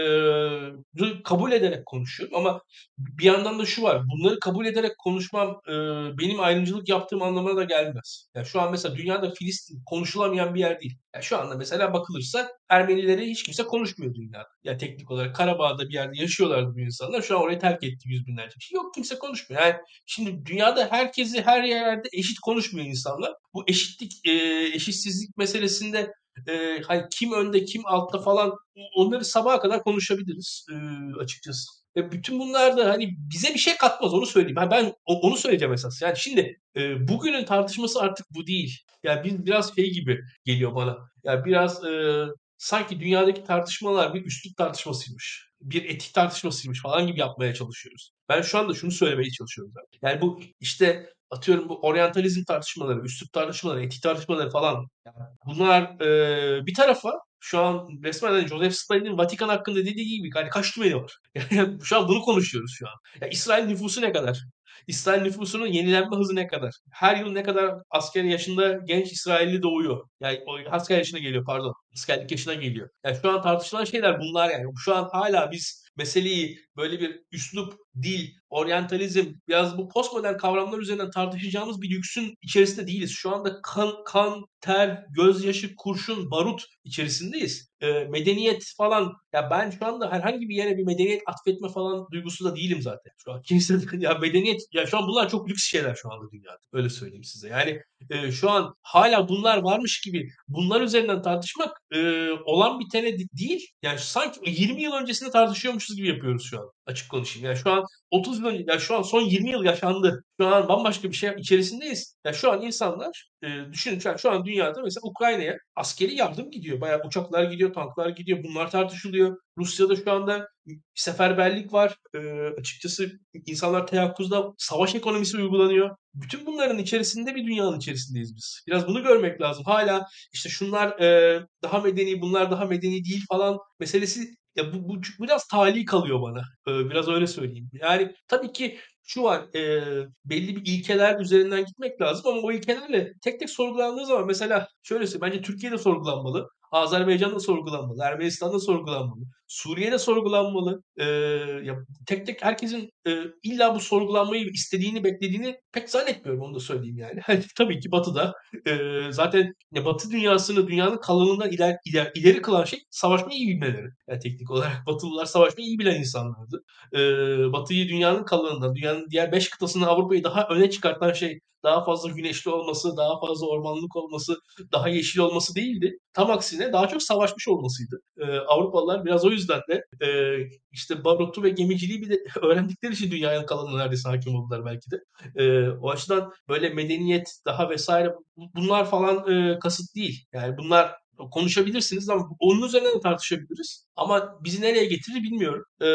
Speaker 4: e, kabul ederek konuşuyorum ama bir yandan da şu var. Bunları kabul ederek konuşmam e, benim ayrımcılık yaptığım anlamına da gelmez. Yani şu an mesela dünyada Filistin konuşulamayan bir yer değil. Yani şu anda mesela bakılırsa Ermenileri hiç kimse konuşmuyor dünyada. Yani teknik olarak Karabağ'da bir yerde yaşıyorlardı bu insanlar. Şu an orayı terk etti yüz binlerce kişi. Yok kimse konuşmuyor. Yani şimdi dünyada herkesi her yerde eşit konuşmuyor insanlar. Bu eşitlik, e, eşitsizlik meselesinde e, hani kim önde kim altta falan onları sabaha kadar konuşabiliriz e, açıkçası. Ve bütün bunlar da hani bize bir şey katmaz onu söyleyeyim. Ha, ben o- onu söyleyeceğim esas. Yani şimdi e, bugünün tartışması artık bu değil. Yani biz biraz şey gibi geliyor bana. Yani biraz e, sanki dünyadaki tartışmalar bir üslup tartışmasıymış. Bir etik tartışmasıymış falan gibi yapmaya çalışıyoruz. Ben şu anda şunu söylemeye çalışıyorum zaten. Yani bu işte atıyorum bu oryantalizm tartışmaları, üslup tartışmaları, etik tartışmaları falan. Yani bunlar e, bir tarafa şu an resmen hani Joseph Stalin'in Vatikan hakkında dediği gibi hani kaç tümeni var. Yani şu an bunu konuşuyoruz şu an. Ya İsrail nüfusu ne kadar? İsrail nüfusunun yenilenme hızı ne kadar? Her yıl ne kadar asker yaşında genç İsrailli doğuyor? Yani o asker yaşına geliyor pardon. Askerlik yaşına geliyor. Yani şu an tartışılan şeyler bunlar yani. Şu an hala biz meseleyi böyle bir üslup, dil, oryantalizm, biraz bu postmodern kavramlar üzerinden tartışacağımız bir lüksün içerisinde değiliz. Şu anda kan, kan ter, gözyaşı, kurşun, barut içerisindeyiz. E, medeniyet falan. Ya ben şu anda herhangi bir yere bir medeniyet atfetme falan duygusu da değilim zaten. Şu an kimse ya medeniyet ya şu an bunlar çok lüks şeyler şu anda dünyada. Öyle söyleyeyim size. Yani e, şu an hala bunlar varmış gibi bunlar üzerinden tartışmak e, olan bitene de- değil. Yani sanki yirmi yıl öncesinde tartışıyormuşuz gibi yapıyoruz şu an. Açık konuşayım. Yani şu an otuz yıl önce, ya şu an son yirmi yıl yaşandı. Şu an bambaşka bir şey içerisindeyiz. Ya şu an insanlar e, düşünün şu an, şu an dünyada mesela Ukrayna'ya askeri yardım gidiyor. Bayağı uçaklar gidiyor, tanklar gidiyor. Bunlar tartışılıyor. Rusya'da şu anda seferberlik var. E, açıkçası insanlar teyakkuzda savaş ekonomisi uygulanıyor. Bütün bunların içerisinde bir dünyanın içerisindeyiz biz. Biraz bunu görmek lazım. Hala işte şunlar e, daha medeni, bunlar daha medeni değil falan meselesi ya bu, bu biraz tali kalıyor bana. E, biraz öyle söyleyeyim. Yani tabii ki şu var, e, belli bir ilkeler üzerinden gitmek lazım ama o ilkelerle tek tek sorgulandığı zaman mesela şöyle söyleyeyim, bence Türkiye'de sorgulanmalı. Azerbaycan'da sorgulanmalı, Ermenistan'da sorgulanmalı, Suriye'de sorgulanmalı. Ee, ya tek tek herkesin e, illa bu sorgulanmayı istediğini, beklediğini pek zannetmiyorum onu da söyleyeyim yani. Hani tabii ki Batı'da e, zaten ya Batı dünyasını dünyanın kalanından iler, iler, ileri kılan şey savaşmayı iyi bilmeleri. Yani teknik olarak Batılılar savaşmayı iyi bilen insanlardı. Ee, Batı'yı dünyanın kalanından, dünyanın diğer beş kıtasını Avrupa'yı daha öne çıkartan şey daha fazla güneşli olması, daha fazla ormanlık olması, daha yeşil olması değildi. Tam aksine daha çok savaşmış olmasıydı. Ee, Avrupalılar biraz o yüzden de e, işte barutu ve gemiciliği bir de öğrendikleri için dünyanın kalanına neredeyse hakim oldular belki de. Ee, o açıdan böyle medeniyet daha vesaire bunlar falan e, kasıt değil. Yani bunlar konuşabilirsiniz ama onun üzerine de tartışabiliriz. Ama bizi nereye getirir bilmiyorum. Ee,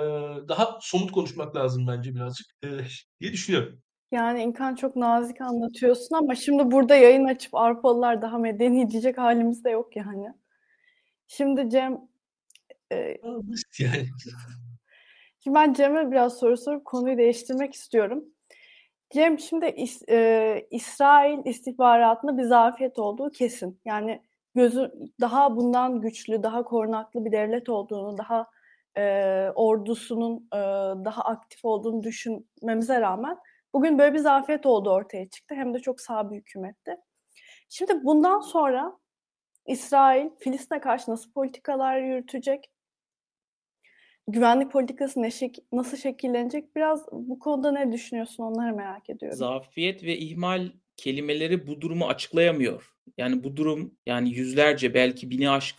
Speaker 4: daha somut konuşmak lazım bence birazcık e, diye düşünüyorum.
Speaker 1: Yani İlkan, çok nazik anlatıyorsun ama şimdi burada yayın açıp Avrupalılar daha medeni diyecek halimiz de yok yani. Şimdi Cem, e,
Speaker 4: Yani.
Speaker 1: şimdi ben Cem'e biraz soru sorup konuyu değiştirmek istiyorum. Cem, şimdi İs, e, İsrail istihbaratında bir zafiyet olduğu kesin. Yani gözü daha bundan güçlü, daha korunaklı bir devlet olduğunu, daha e, ordusunun e, daha aktif olduğunu düşünmemize rağmen bugün böyle bir zafiyet olduğu ortaya çıktı. Hem de çok sağ bir hükümetti. Şimdi bundan sonra İsrail Filistin'e karşı nasıl politikalar yürütecek? Güvenlik politikası ne şek- nasıl şekillenecek? Biraz bu konuda ne düşünüyorsun? Onları merak ediyorum.
Speaker 3: Zafiyet ve ihmal kelimeleri bu durumu açıklayamıyor. Yani bu durum yani yüzlerce belki bini aşkın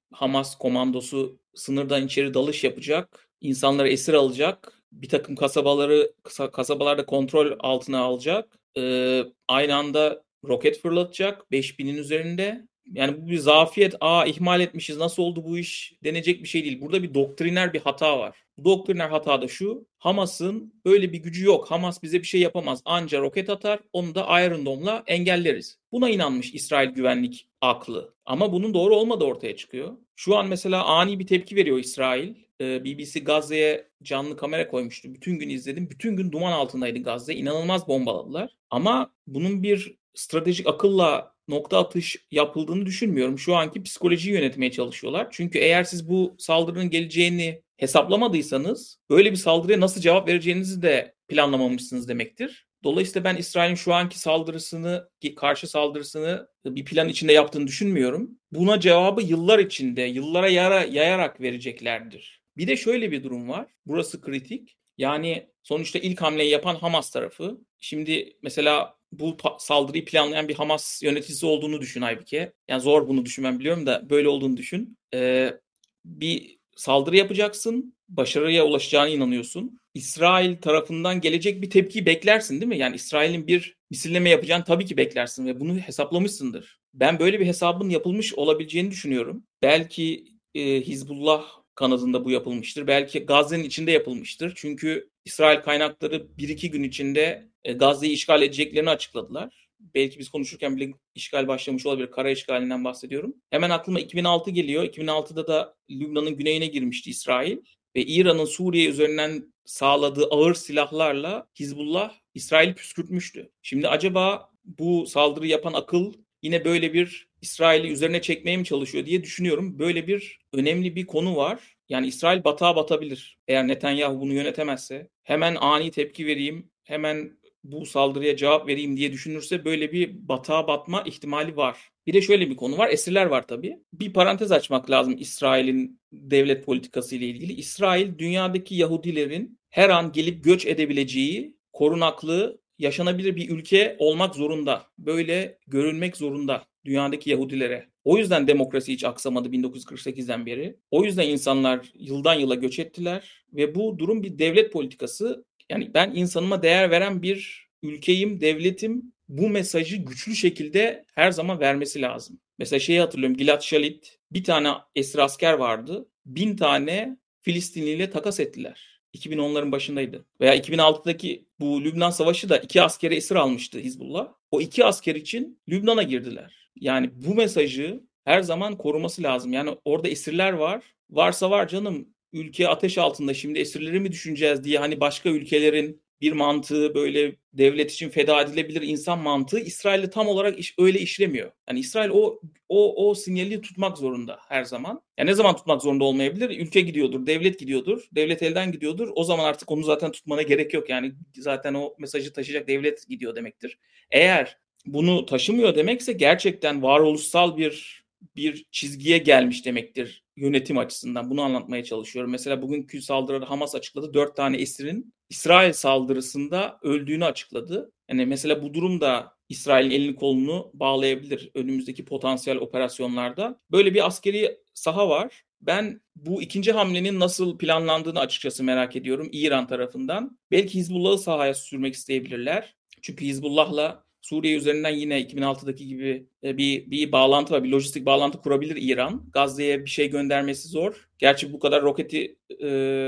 Speaker 3: Hamas komandosu sınırdan içeri dalış yapacak, insanları esir alacak, bir takım kasabaları kasabalarda kontrol altına alacak, ee, aynı anda roket fırlatacak beş binin üzerinde. Yani bu bir zafiyet. Aa ihmal etmişiz. Nasıl oldu bu iş? Denecek bir şey değil. Burada bir doktriner bir hata var. Bu doktriner hata da şu. Hamas'ın böyle bir gücü yok. Hamas bize bir şey yapamaz. Anca roket atar. Onu da Iron Dome'la engelleriz. Buna inanmış İsrail güvenlik aklı. Ama bunun doğru olmadığı ortaya çıkıyor. Şu an mesela ani bir tepki veriyor İsrail. Ee, B B C Gazze'ye canlı kamera koymuştu. Bütün gün izledim. Bütün gün duman altındaydı Gazze. İnanılmaz bombaladılar. Ama bunun bir stratejik akılla nokta atış yapıldığını düşünmüyorum. Şu anki psikolojiyi yönetmeye çalışıyorlar. Çünkü eğer siz bu saldırının geleceğini hesaplamadıysanız böyle bir saldırıya nasıl cevap vereceğinizi de planlamamışsınız demektir. Dolayısıyla ben İsrail'in şu anki saldırısını, karşı saldırısını bir plan içinde yaptığını düşünmüyorum. Buna cevabı yıllar içinde, yıllara yara, yayarak vereceklerdir. Bir de şöyle bir durum var. Burası kritik. Yani sonuçta ilk hamleyi yapan Hamas tarafı. Şimdi mesela bu saldırıyı planlayan bir Hamas yöneticisi olduğunu düşün Aybike. Yani zor bunu düşünmem biliyorum da böyle olduğunu düşün. Ee, bir saldırı yapacaksın. Başarıya ulaşacağına inanıyorsun. İsrail tarafından gelecek bir tepkiyi beklersin değil mi? Yani İsrail'in bir misilleme yapacağını tabii ki beklersin ve bunu hesaplamışsındır. Ben böyle bir hesabın yapılmış olabileceğini düşünüyorum. Belki e, Hizbullah kanadında bu yapılmıştır. Belki Gazze'nin içinde yapılmıştır. Çünkü İsrail kaynakları bir iki gün içinde e, Gazze'yi işgal edeceklerini açıkladılar. Belki biz konuşurken bile işgal başlamış olabilir. Kara işgalinden bahsediyorum. Hemen aklıma iki bin altı geliyor. iki bin altıda da Lübnan'ın güneyine girmişti İsrail. Ve İran'ın Suriye üzerinden sağladığı ağır silahlarla Hizbullah İsrail'i püskürtmüştü. Şimdi acaba bu saldırı yapan akıl yine böyle bir İsrail'i üzerine çekmeye mi çalışıyor diye düşünüyorum. Böyle bir önemli bir konu var. Yani İsrail batağa batabilir. Eğer Netanyahu bunu yönetemezse hemen ani tepki vereyim, hemen bu saldırıya cevap vereyim diye düşünürse böyle bir batağa batma ihtimali var. Bir de şöyle bir konu var. Esirler var tabii. Bir parantez açmak lazım İsrail'in devlet politikası ile ilgili. İsrail dünyadaki Yahudilerin her an gelip göç edebileceği korunaklı, yaşanabilir bir ülke olmak zorunda. Böyle görünmek zorunda dünyadaki Yahudilere. O yüzden demokrasi hiç aksamadı bin dokuz yüz kırk sekizden beri. O yüzden insanlar yıldan yıla göç ettiler ve bu durum bir devlet politikası. Yani ben insanıma değer veren bir ülkeyim, devletim. Bu mesajı güçlü şekilde her zaman vermesi lazım. Mesela şeyi hatırlıyorum. Gilad Shalit, bir tane esir asker vardı. Bin tane Filistinli ile takas ettiler. iki bin onların başındaydı. Veya iki bin altıdaki bu Lübnan Savaşı da iki askeri esir almıştı Hizbullah. O iki asker için Lübnan'a girdiler. Yani bu mesajı her zaman koruması lazım. Yani orada esirler var. Varsa var canım. Ülke ateş altında, şimdi esirleri mi düşüneceğiz diye hani başka ülkelerin bir mantığı, böyle devlet için feda edilebilir insan mantığı İsrail'de tam olarak iş, öyle işlemiyor. Yani İsrail o o o sinyali tutmak zorunda her zaman. Yani ne zaman tutmak zorunda olmayabilir? Ülke gidiyordur, devlet gidiyordur, devlet elden gidiyordur. O zaman artık onu zaten tutmana gerek yok. Yani zaten o mesajı taşıyacak devlet gidiyor demektir. Eğer bunu taşımıyor demekse gerçekten varoluşsal bir bir çizgiye gelmiş demektir yönetim açısından. Bunu anlatmaya çalışıyorum. Mesela bugünkü saldırıda Hamas açıkladı. Dört tane esirin İsrail saldırısında öldüğünü açıkladı. Yani mesela bu durumda İsrail'in elini kolunu bağlayabilir önümüzdeki potansiyel operasyonlarda. Böyle bir askeri saha var. Ben bu ikinci hamlenin nasıl planlandığını açıkçası merak ediyorum İran tarafından. Belki Hizbullah'ı sahaya sürmek isteyebilirler. Çünkü Hizbullah'la Suriye üzerinden yine iki bin altıdaki gibi bir bir bağlantı var, bir lojistik bağlantı kurabilir İran. Gazze'ye bir şey göndermesi zor. Gerçi bu kadar roketi e,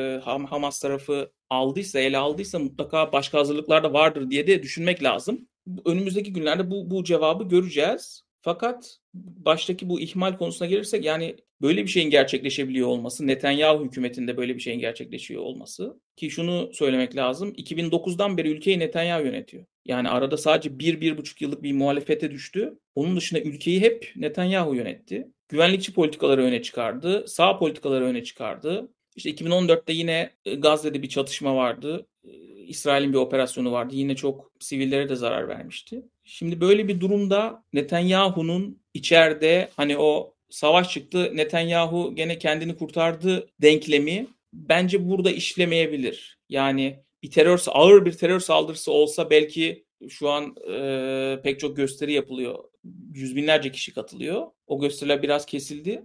Speaker 3: Hamas tarafı aldıysa, ele aldıysa mutlaka başka hazırlıklar da vardır diye de düşünmek lazım. Önümüzdeki günlerde bu bu cevabı göreceğiz. Fakat baştaki bu ihmal konusuna gelirsek, yani böyle bir şeyin gerçekleşebiliyor olması, Netanyahu hükümetinde böyle bir şeyin gerçekleşiyor olması, ki şunu söylemek lazım, iki bin dokuzdan beri ülkeyi Netanyahu yönetiyor. Yani arada sadece bir, bir buçuk yıllık bir muhalefete düştü. Onun dışında ülkeyi hep Netanyahu yönetti. Güvenlikçi politikaları öne çıkardı, sağ politikaları öne çıkardı. İşte iki bin on dörtte yine Gazze'de bir çatışma vardı. İsrail'in bir operasyonu vardı. Yine çok sivillere de zarar vermişti. Şimdi böyle bir durumda Netanyahu'nun içeride hani o savaş çıktı, Netanyahu gene kendini kurtardı denklemi bence burada işlemeyebilir. Yani bir terör, ağır bir terör saldırısı olsa belki şu an e, pek çok gösteri yapılıyor. Yüz binlerce kişi katılıyor. O gösteriler biraz kesildi.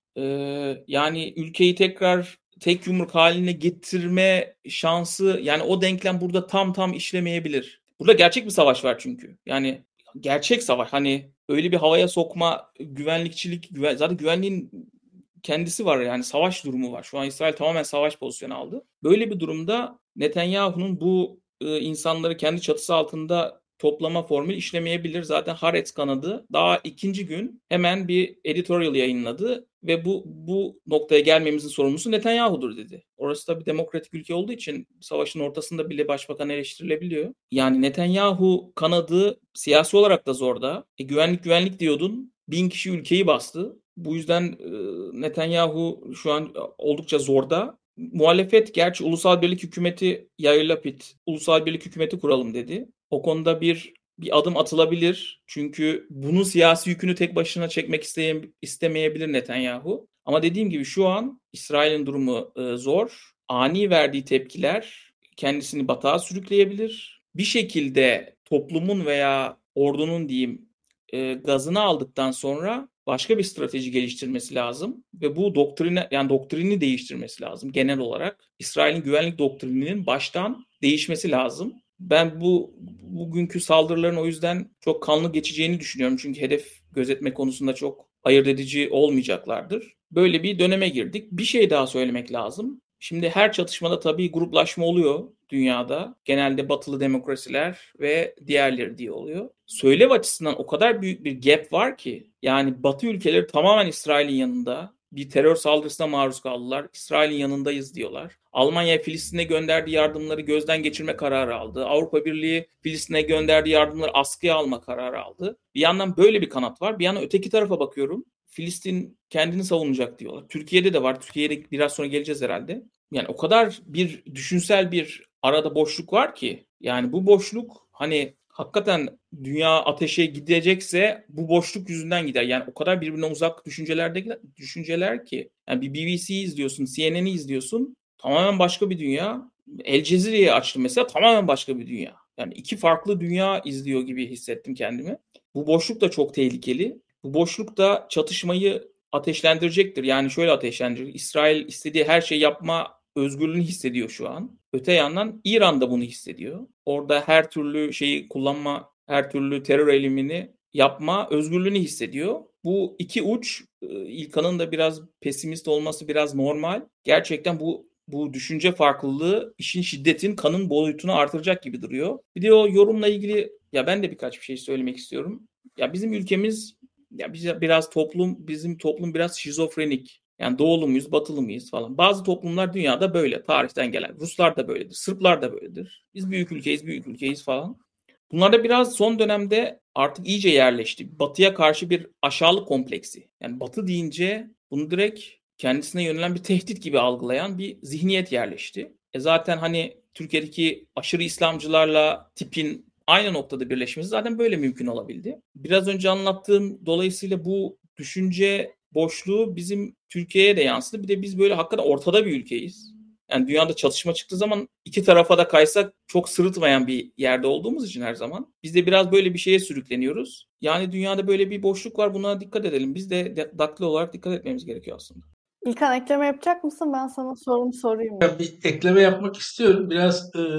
Speaker 3: Ee, yani ülkeyi tekrar tek yumruk haline getirme şansı, yani o denklem burada tam tam işlemeyebilir. Burada gerçek bir savaş var çünkü. Yani gerçek savaş. Hani öyle bir havaya sokma, güvenlikçilik, güven, zaten güvenliğin kendisi var, yani savaş durumu var. Şu an İsrail tamamen savaş pozisyonu aldı. Böyle bir durumda Netanyahu'nun bu e, insanları kendi çatısı altında toplama formülü işlemeyebilir. Zaten Haaretz kanadı daha ikinci gün hemen bir editorial yayınladı ve bu bu noktaya gelmemizin sorumlusu Netanyahu'dur dedi. Orası da bir demokratik ülke olduğu için savaşın ortasında bile başbakan eleştirilebiliyor. Yani Netanyahu kanadı siyasi olarak da zorda. E, güvenlik güvenlik diyordun. Bin kişi ülkeyi bastı. Bu yüzden e, Netanyahu şu an oldukça zorda. Muhalefet gerçi Ulusal Birlik Hükümeti, Yair Lapid Ulusal Birlik Hükümeti kuralım dedi. O konuda bir bir adım atılabilir. Çünkü bunun siyasi yükünü tek başına çekmek isteye, istemeyebilir Netanyahu. Ama dediğim gibi şu an İsrail'in durumu e, zor. Ani verdiği tepkiler kendisini batağa sürükleyebilir. Bir şekilde toplumun veya ordunun diyeyim e, gazını aldıktan sonra başka bir strateji geliştirmesi lazım ve bu doktrine, yani doktrini değiştirmesi lazım genel olarak. İsrail'in güvenlik doktrininin baştan değişmesi lazım. Ben bu bugünkü saldırıların o yüzden çok kanlı geçeceğini düşünüyorum. Çünkü hedef gözetme konusunda çok ayırt edici olmayacaklardır. Böyle bir döneme girdik. Bir şey daha söylemek lazım. Şimdi her çatışmada tabii gruplaşma oluyor dünyada. Genelde batılı demokrasiler ve diğerleri diye oluyor. Söylev açısından o kadar büyük bir gap var ki, yani Batı ülkeleri tamamen İsrail'in yanında. Bir terör saldırısına maruz kaldılar. İsrail'in yanındayız diyorlar. Almanya Filistin'e gönderdiği yardımları gözden geçirme kararı aldı. Avrupa Birliği Filistin'e gönderdiği yardımları askıya alma kararı aldı. Bir yandan böyle bir kanat var. Bir yandan öteki tarafa bakıyorum. Filistin kendini savunacak diyorlar. Türkiye'de de var. Türkiye'de biraz sonra geleceğiz herhalde. Yani o kadar bir düşünsel bir arada boşluk var ki. Yani bu boşluk hani hakikaten dünya ateşe gidecekse bu boşluk yüzünden gider. Yani o kadar birbirine uzak düşüncelerde düşünceler ki. Yani bir B B C'yi izliyorsun, C N N'i izliyorsun. Tamamen başka bir dünya. El Cezire'yi açtım mesela, tamamen başka bir dünya. Yani iki farklı dünya izliyor gibi hissettim kendimi. Bu boşluk da çok tehlikeli. Bu boşluk da çatışmayı ateşlendirecektir. Yani şöyle ateşlendirecek. İsrail istediği her şeyi yapma özgürlüğünü hissediyor şu an. Öte yandan İran da bunu hissediyor. Orada her türlü şeyi kullanma, her türlü terör eylemini yapma özgürlüğünü hissediyor. Bu iki uç, İlkan'ın da biraz pesimist olması biraz normal. Gerçekten bu bu düşünce farklılığı işin şiddetin, kanın boyutunu artıracak gibi duruyor. Bir de o yorumla ilgili ya ben de birkaç bir şey söylemek istiyorum. Ya bizim ülkemiz, ya biz biraz toplum, bizim toplum biraz şizofrenik. Yani doğulu muyuz, batılı mıyız falan. Bazı toplumlar dünyada böyle, tarihten gelen. Ruslar da böyledir, Sırplar da böyledir. Biz büyük ülkeyiz, büyük ülkeyiz falan. Bunlar da biraz son dönemde artık iyice yerleşti. Batıya karşı bir aşağılık kompleksi. Yani Batı deyince bunu direkt kendisine yönelen bir tehdit gibi algılayan bir zihniyet yerleşti. E zaten hani Türkiye'deki aşırı İslamcılarla tipin aynı noktada birleşmesi zaten böyle mümkün olabildi. Biraz önce anlattığım dolayısıyla bu düşünce boşluğu bizim Türkiye'ye de yansıdı. Bir de biz böyle hakikaten ortada bir ülkeyiz. Yani dünyada çatışma çıktığı zaman iki tarafa da kaysak çok sırıtmayan bir yerde olduğumuz için her zaman. Biz de biraz böyle bir şeye sürükleniyoruz. Yani dünyada böyle bir boşluk var, buna dikkat edelim. Biz de daktil olarak dikkat etmemiz gerekiyor aslında.
Speaker 1: İlkan, ekleme yapacak mısın? Ben sana sorumu sorayım.
Speaker 4: Ben bir ekleme yapmak istiyorum. Biraz e,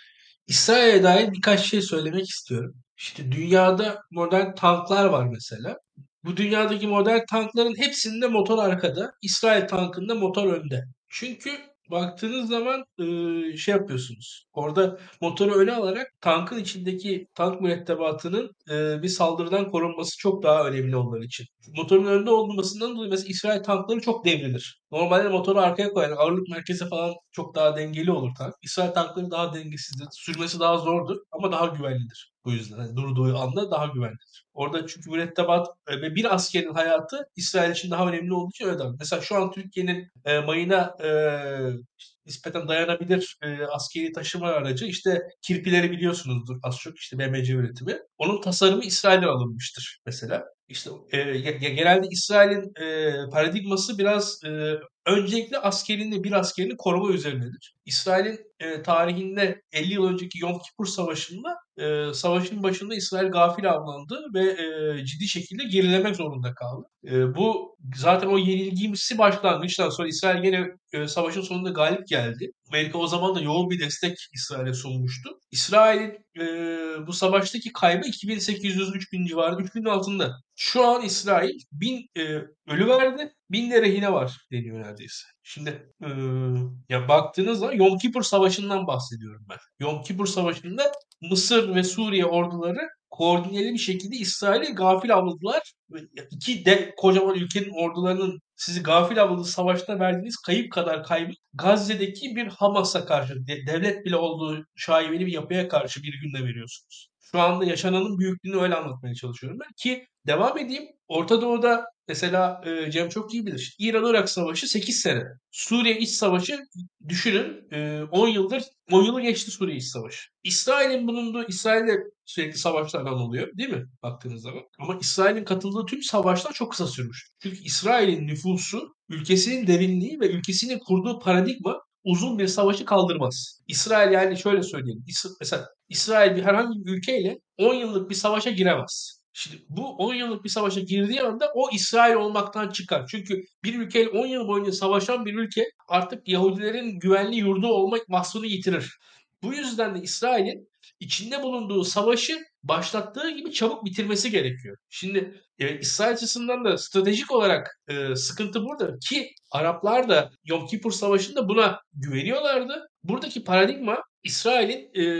Speaker 4: İsrail'e dair birkaç şey söylemek istiyorum. İşte dünyada modern tanklar var mesela. Bu dünyadaki modern tankların hepsinde motor arkada. İsrail tankında motor önde. Çünkü baktığınız zaman e, şey yapıyorsunuz. Orada motoru öne alarak tankın içindeki tank mürettebatının e, bir saldırıdan korunması çok daha önemli onlar için. Motorun önde olmasından dolayı mesela İsrail tankları çok devrilir. Normalde motoru arkaya koyar. Ağırlık merkezi falan çok daha dengeli olur tank. İsrail tankları daha dengesizdir. Sürmesi daha zordur ama daha güvenlidir. Bu yüzden yani durduğu anda daha güvenlidir. Orada çünkü mürettebat ve bir askerin hayatı İsrail için daha önemli olduğu için öyle. Mesela şu an Türkiye'nin e, mayına e, nispeten dayanabilir e, askeri taşıma aracı işte kirpileri biliyorsunuzdur az çok, işte B M C üretimi. Onun tasarımı İsrail'den alınmıştır mesela. İşte e, genelde İsrail'in e, paradigması biraz e, öncelikle askerini, bir askerini koruma üzerinedir. İsrail'in e, tarihinde elli yıl önceki Yom Kippur Savaşı'nda e, savaşın başında İsrail gafil avlandı ve e, ciddi şekilde gerilemek zorunda kaldı. E, bu zaten o yenilgisi başlangıçtan sonra İsrail gene e, savaşın sonunda galip geldi. Amerika o zaman da yoğun bir destek İsrail'e sunmuştu. İsrail'in e, bu savaştaki kaybı iki bin sekiz yüz üç bin civarında, üç binin altında. Şu an İsrail bin e, ölü verdi, bin de rehine var deniyor neredeyse. Şimdi e, ya baktığınız zaman Yom Kippur Savaşı'ndan bahsediyorum ben. Yom Kippur Savaşı'nda Mısır ve Suriye orduları koordineli bir şekilde İsrail'i gafil avladılar. İki de kocaman ülkenin ordularının sizi gafil avladığı savaşta verdiğiniz kayıp kadar kaybı Gazze'deki bir Hamas'a karşı, devlet bile olduğu şaibeli bir yapıya karşı bir günde veriyorsunuz. Şu anda yaşananın büyüklüğünü öyle anlatmaya çalışıyorum ben ki devam edeyim. Orta Doğu'da mesela e, Cem çok iyi bilir. İran-Irak Savaşı sekiz sene. Suriye İç Savaşı düşünün e, on yıldır on yılı geçti Suriye İç Savaşı. İsrail'in bulunduğu İsrail'de sürekli savaşlardan oluyor değil mi baktığınız zaman? Ama İsrail'in katıldığı tüm savaşlar çok kısa sürmüş. Çünkü İsrail'in nüfusu, ülkesinin derinliği ve ülkesinin kurduğu paradigma uzun bir savaşı kaldırmaz. İsrail yani şöyle söyleyelim. İs- mesela İsrail bir herhangi bir ülkeyle on yıllık bir savaşa giremez. Şimdi bu on yıllık bir savaşa girdiği anda o İsrail olmaktan çıkar. Çünkü bir ülkeyle on yıl boyunca savaşan bir ülke artık Yahudilerin güvenli yurdu olmak vasfını yitirir. Bu yüzden de İsrail'in içinde bulunduğu savaşı başlattığı gibi çabuk bitirmesi gerekiyor. Şimdi e, İsrail açısından da stratejik olarak e, sıkıntı burada ki Araplar da Yom Kippur Savaşı'nda buna güveniyorlardı. Buradaki paradigma İsrail'in e,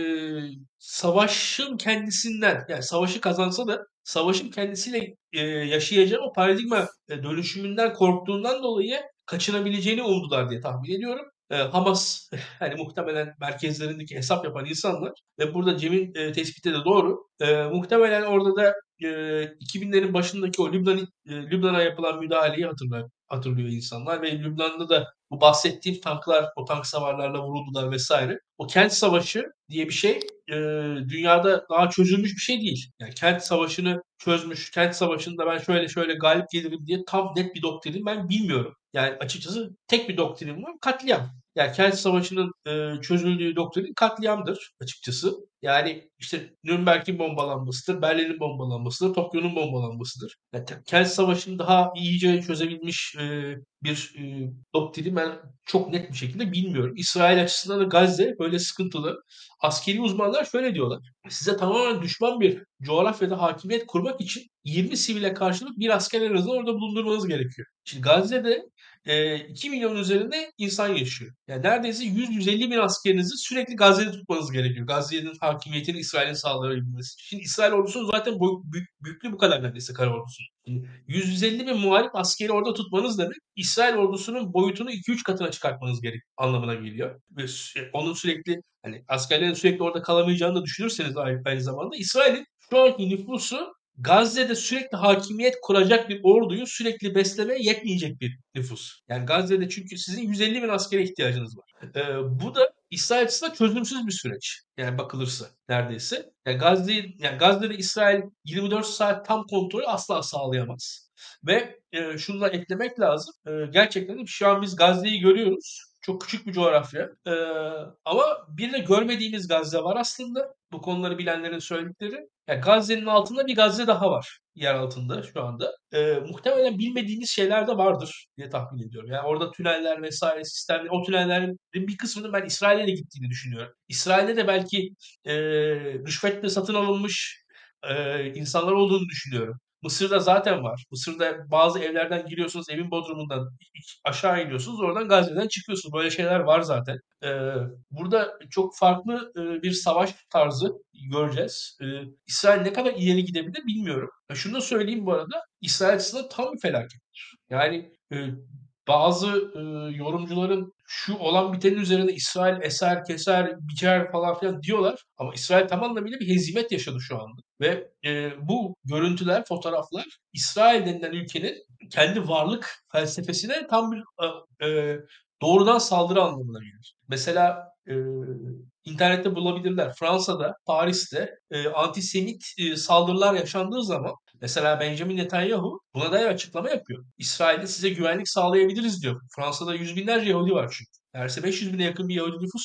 Speaker 4: savaşın kendisinden yani savaşı kazansa da savaşın kendisiyle e, yaşayacağı o paradigma e, dönüşümünden korktuğundan dolayı kaçınabileceğini umdular diye tahmin ediyorum. E, Hamas hani muhtemelen merkezlerindeki hesap yapan insanlar ve burada Cem'in e, tespiti de doğru. E, muhtemelen orada da e, iki binlerin başındaki o Lübnan, e, Lübnan'a yapılan müdahaleyi hatırlar, hatırlıyor insanlar ve Lübnan'da da bu bahsettiğim tanklar, o tank savarlarla vuruldular vesaire. O kent savaşı diye bir şey e, dünyada daha çözülmüş bir şey değil. Yani kent savaşını çözmüş, kent savaşında ben şöyle şöyle galip gelirim diye tam net bir doktrin ben bilmiyorum. Yani açıkçası tek bir doktrin var, katliam. Yani kent savaşının e, çözüldüğü doktrin katliamdır açıkçası. Yani işte Nürnberg'in bombalanmasıdır, Berlin'in bombalanmasıdır, Tokyo'nun bombalanmasıdır. Yani kent savaşını daha iyice çözebilmiş e, bir e, doktrini ben çok net bir şekilde bilmiyorum. İsrail açısından da Gazze böyle sıkıntılı. Askeri uzmanlar şöyle diyorlar. Size tamamen düşman bir coğrafyada hakimiyet kurmak için yirmi sivile karşılık bir asker en azından orada bulundurmanız gerekiyor. Şimdi Gazze'de e, iki milyon üzerinde insan yaşıyor. Yani neredeyse yüz yüz elli bin askerinizi sürekli Gazze'de tutmanız gerekiyor. Gazze'nin hakimiyetini İsrail'in sağlayabilmesi. Şimdi İsrail ordusunun zaten boy, büyük, büyüklüğü bu kadar neredeyse kara ordusu. yüz yüz elli bin muharip askeri orada tutmanız demek İsrail ordusunun boyutunu iki üç katına çıkartmanız gerek anlamına geliyor. Ve onun sürekli hani askerlerin sürekli orada kalamayacağını da düşünürseniz aynı zamanda İsrail'in şu anki nüfusu Gazze'de sürekli hakimiyet kuracak bir orduyu sürekli beslemeye yetmeyecek bir nüfus. Yani Gazze'de çünkü sizin yüz elli bin askere ihtiyacınız var. Ee, bu da İsrail açısından çözümsüz bir süreç. Yani bakılırsa neredeyse. Yani Gazze, yani Gazze'de İsrail yirmi dört saat tam kontrolü asla sağlayamaz. Ve e, şunu da eklemek lazım. E, gerçekten de şu an biz Gazze'yi görüyoruz. Çok küçük bir coğrafya. E, ama bir de görmediğimiz Gazze var aslında. Bu konuları bilenlerin söyledikleri. Yani Gazze'nin altında bir Gazze daha var. Yer altında şu anda. E, muhtemelen bilmediğimiz şeyler de vardır diye tahmin ediyorum. Yani orada tüneller vesaire sistemler, o tünellerin bir kısmının ben İsrail'e de gittiğini düşünüyorum. İsrail'de de belki e, rüşvetle satın alınmış e, insanlar olduğunu düşünüyorum. Mısır'da zaten var. Mısır'da bazı evlerden giriyorsunuz, evin bodrumundan aşağı iniyorsunuz, oradan Gazze'den çıkıyorsunuz. Böyle şeyler var zaten. Ee, burada çok farklı e, bir savaş tarzı göreceğiz. Ee, İsrail ne kadar ileri gidebilir bilmiyorum. Ya şunu da söyleyeyim bu arada. İsrail açısından tam bir felakettir. Yani e, bazı e, yorumcuların şu olan bitenin üzerine İsrail eser, keser, biçer falan filan diyorlar. Ama İsrail tam anlamıyla bir hezimet yaşadı şu anda. Ve e, bu görüntüler, fotoğraflar İsrail denilen ülkenin kendi varlık felsefesine tam bir e, doğrudan saldırı anlamına gelir. Mesela e, internette bulabilirler. Fransa'da, Paris'te e, antisemit e, saldırılar yaşandığı zaman mesela Benjamin Netanyahu buna dair açıklama yapıyor. İsrail'de size güvenlik sağlayabiliriz diyor. Fransa'da yüz binlerce Yahudi var çünkü. Neredeyse beş yüz bine yakın bir Yahudi nüfus var.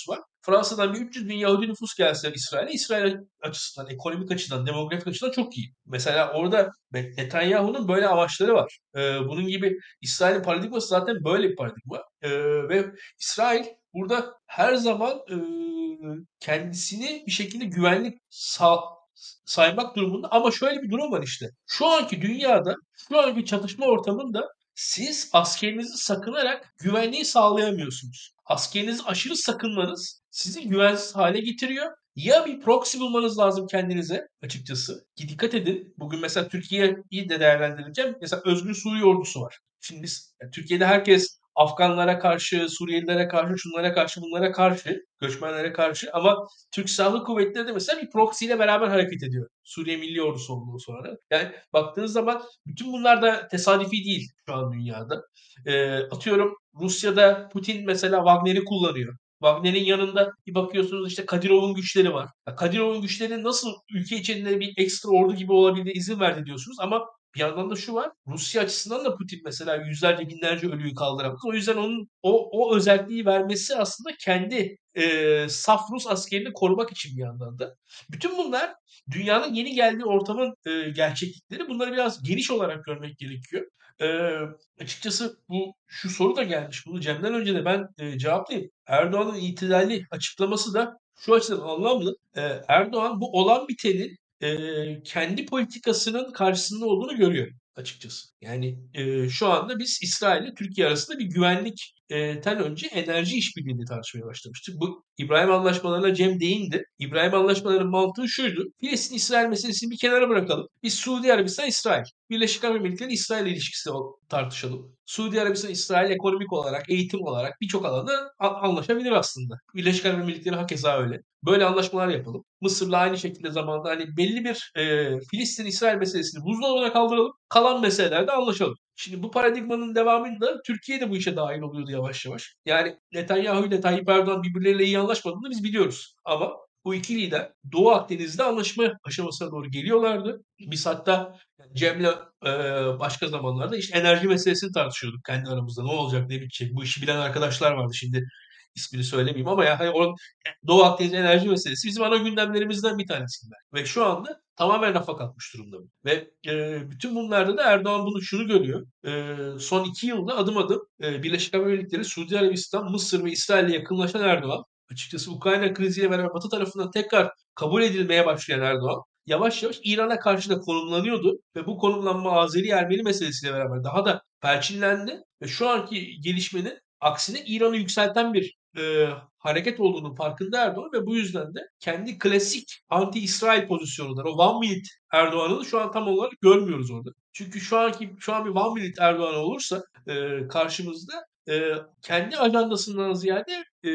Speaker 4: Fransa'dan bir üç yüz bin Yahudi nüfus gelse İsrail'e, İsrail açısından, ekonomik açıdan, demografik açıdan çok iyi. Mesela orada Netanyahu'nun böyle amaçları var. Ee, bunun gibi İsrail'in paradigması zaten böyle bir paradigma. Ee, ve İsrail burada her zaman e, kendisini bir şekilde güvenlik sağ, saymak durumunda. Ama şöyle bir durum var işte. Şu anki dünyada, şu anki çatışma ortamında siz askerinizi sakınarak güvenliği sağlayamıyorsunuz. Askerinizi aşırı sakınmanız sizi güvensiz hale getiriyor. Ya bir proxy bulmanız lazım kendinize açıkçası. Ki dikkat edin. Bugün mesela Türkiye'yi de değerlendireceğim. Mesela Özgür Suriye ordusu var. Şimdi biz, yani Türkiye'de herkes Afganlara karşı, Suriyelilere karşı, şunlara karşı, bunlara karşı, göçmenlere karşı, ama Türk Silahlı Kuvvetleri de mesela bir proxy ile beraber hareket ediyor. Suriye Milli Ordusu olduğu sonra. Yani baktığınız zaman bütün bunlar da tesadüfi değil şu an dünyada. Ee, atıyorum Rusya'da Putin mesela Wagner'i kullanıyor. Wagner'in yanında bir bakıyorsunuz işte Kadirov'un güçleri var. Ya Kadirov'un güçleri nasıl ülke içinde bir ekstra ordu gibi olabildiğine izin verdi diyorsunuz, ama bir yandan da şu var. Rusya açısından da Putin mesela yüzlerce binlerce ölüyü kaldıramaz. O yüzden onun o, o özelliği vermesi aslında kendi e, saf Rus askerini korumak için bir yandan da. Bütün bunlar dünyanın yeni geldiği ortamın e, gerçeklikleri. Bunları biraz geniş olarak görmek gerekiyor. E, açıkçası bu şu soru da gelmiş. Bunu Cem'den önce de ben e, cevaplayayım. Erdoğan'ın itidalli açıklaması da şu açıdan anlamlı. E, Erdoğan bu olan bitenin e, kendi politikasının karşısında olduğunu görüyor açıkçası. Yani e, şu anda biz İsrail ile Türkiye arasında bir güvenlikten önce enerji işbirliğini tartışmaya başlamıştık. Bu İbrahim Anlaşmalarına Cem değindi. İbrahim Anlaşmalarının mantığı şuydu. Filistin-İsrail meselesini bir kenara bırakalım. Biz Suudi Arabistan-İsrail, Birleşik Arap Emirlikleri İsrail ilişkisi tartışalım. Suudi Arabistan İsrail ekonomik olarak, eğitim olarak birçok alanda anlaşabilir aslında. Birleşik Arap Emirlikleri hakeza öyle. Böyle anlaşmalar yapalım. Mısır'la aynı şekilde zamanda hani belli bir e, Filistin-İsrail meselesini buzdolabına kaldıralım. Kalan meselelerde anlaşalım. Şimdi bu paradigmanın devamında Türkiye de bu işe dahil oluyordu yavaş yavaş. Yani Netanyahu ile Tayyip Erdoğan birbirleriyle iyi anlaşmadığını biz biliyoruz. Ama bu iki lider Doğu Akdeniz'de anlaşma aşamasına doğru geliyorlardı. Biz hatta Cem'le e, başka zamanlarda işte enerji meselesini tartışıyorduk kendi aramızda. Ne olacak, ne bitecek? Bu işi bilen arkadaşlar vardı. Şimdi ismini söylemeyeyim ama ya hani onun Doğu Akdeniz enerji meselesi bizim ana gündemlerimizden bir tanesinden. Ve şu anda tamamen rafa kalkmış durumda. Ve e, bütün bunlarda da Erdoğan bunu şunu görüyor. E, son iki yılda adım adım e, Birleşik Arap Emirlikleri, Suudi Arabistan, Mısır ve İsrail'le yakınlaşan Erdoğan, açıkçası Ukrayna kriziyle beraber Batı tarafından tekrar kabul edilmeye başlayan Erdoğan, yavaş yavaş İran'a karşı da konumlanıyordu ve bu konumlanma Azeri-Ermeni meselesiyle beraber daha da perçinlendi ve şu anki gelişmenin aksine İran'ı yükselten bir e, hareket olduğunun farkında Erdoğan ve bu yüzden de kendi klasik anti-İsrail pozisyonundan, o one minute Erdoğan'ı şu an tam olarak görmüyoruz orada. Çünkü şu anki şu an bir one minute Erdoğan olursa e, karşımızda e, kendi ajandasından ziyade e,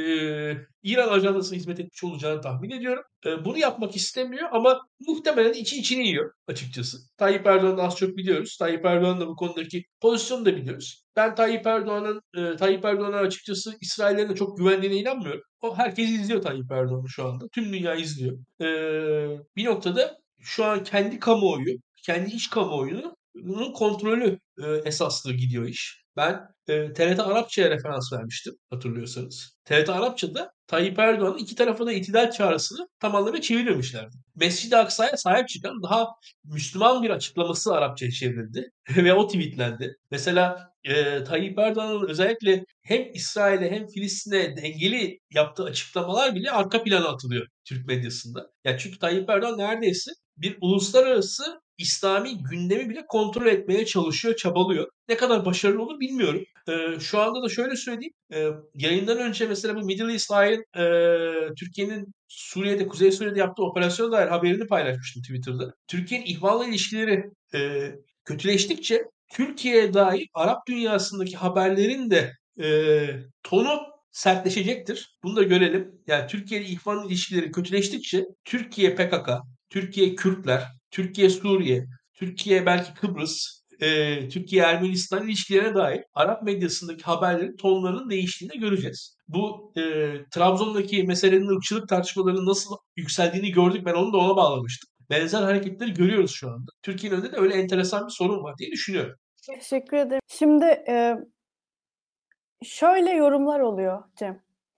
Speaker 4: İran ajandasına hizmet etmiş olacağını tahmin ediyorum. E, bunu yapmak istemiyor ama muhtemelen içi içini yiyor açıkçası. Tayyip Erdoğan'ı az çok biliyoruz. Tayyip Erdoğan'ın da bu konudaki pozisyonu da biliyoruz. Ben Tayyip Erdoğan'ın e, Tayyip Erdoğan'a açıkçası İsraillerin de çok güvendiğine inanmıyorum. O herkes izliyor Tayyip Erdoğan'ı şu anda. Tüm dünya izliyor. E, bir noktada şu an kendi kamuoyu, kendi iç kamuoyunun kontrolü e, esaslı gidiyor iş. Ben e, T R T Arapça'ya referans vermiştim hatırlıyorsanız. T R T Arapça'da Tayyip Erdoğan'ın iki tarafa da itidal çağrısını tam anlamıyla çevirmemişlerdi. Mescid-i Aksa'ya sahip çıkan daha Müslüman bir açıklaması Arapça'ya çevrildi ve o tweetlendi. Mesela e, Tayyip Erdoğan'ın özellikle hem İsrail'e hem Filistin'e dengeli yaptığı açıklamalar bile arka plana atılıyor Türk medyasında. Ya çünkü Tayyip Erdoğan neredeyse bir uluslararası İslami gündemi bile kontrol etmeye çalışıyor, çabalıyor. Ne kadar başarılı olur bilmiyorum. Ee, şu anda da şöyle söyleyeyim. E, yayından önce mesela bu Middle East Eye'ın e, Türkiye'nin Suriye'de, Kuzey Suriye'de yaptığı operasyona dair haberini paylaşmıştım Twitter'da. Türkiye'nin ihvalla ilişkileri e, kötüleştikçe Türkiye'ye dair Arap dünyasındaki haberlerin de e, tonu sertleşecektir. Bunu da görelim. Yani Türkiye ile ihvan ilişkileri kötüleştikçe Türkiye P K K, Türkiye Kürtler, Türkiye Suriye, Türkiye belki Kıbrıs, e, Türkiye-Ermenistan ilişkilerine dair Arap medyasındaki haberlerin tonlarının değiştiğini göreceğiz. Bu e, Trabzon'daki meselenin ırkçılık tartışmalarının nasıl yükseldiğini gördük. Ben onu da ona bağlamıştım. Benzer hareketleri görüyoruz şu anda. Türkiye'nin önünde de öyle enteresan bir sorun var diye düşünüyorum.
Speaker 1: Teşekkür ederim. Şimdi e, şöyle yorumlar oluyor Cem.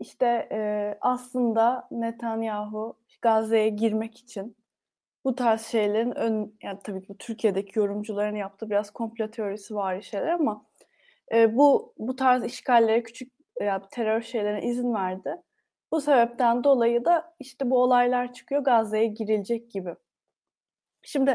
Speaker 1: işte e, aslında Netanyahu Gazze'ye girmek için bu tarz şeylerin ön, yani tabii ki bu Türkiye'deki yorumcuların yaptığı biraz komplo teorisi var şeyler ama e, bu bu tarz işgallere, küçük yani terör şeylerine izin verdi. Bu sebepten dolayı da işte bu olaylar çıkıyor, Gazze'ye girilecek gibi. Şimdi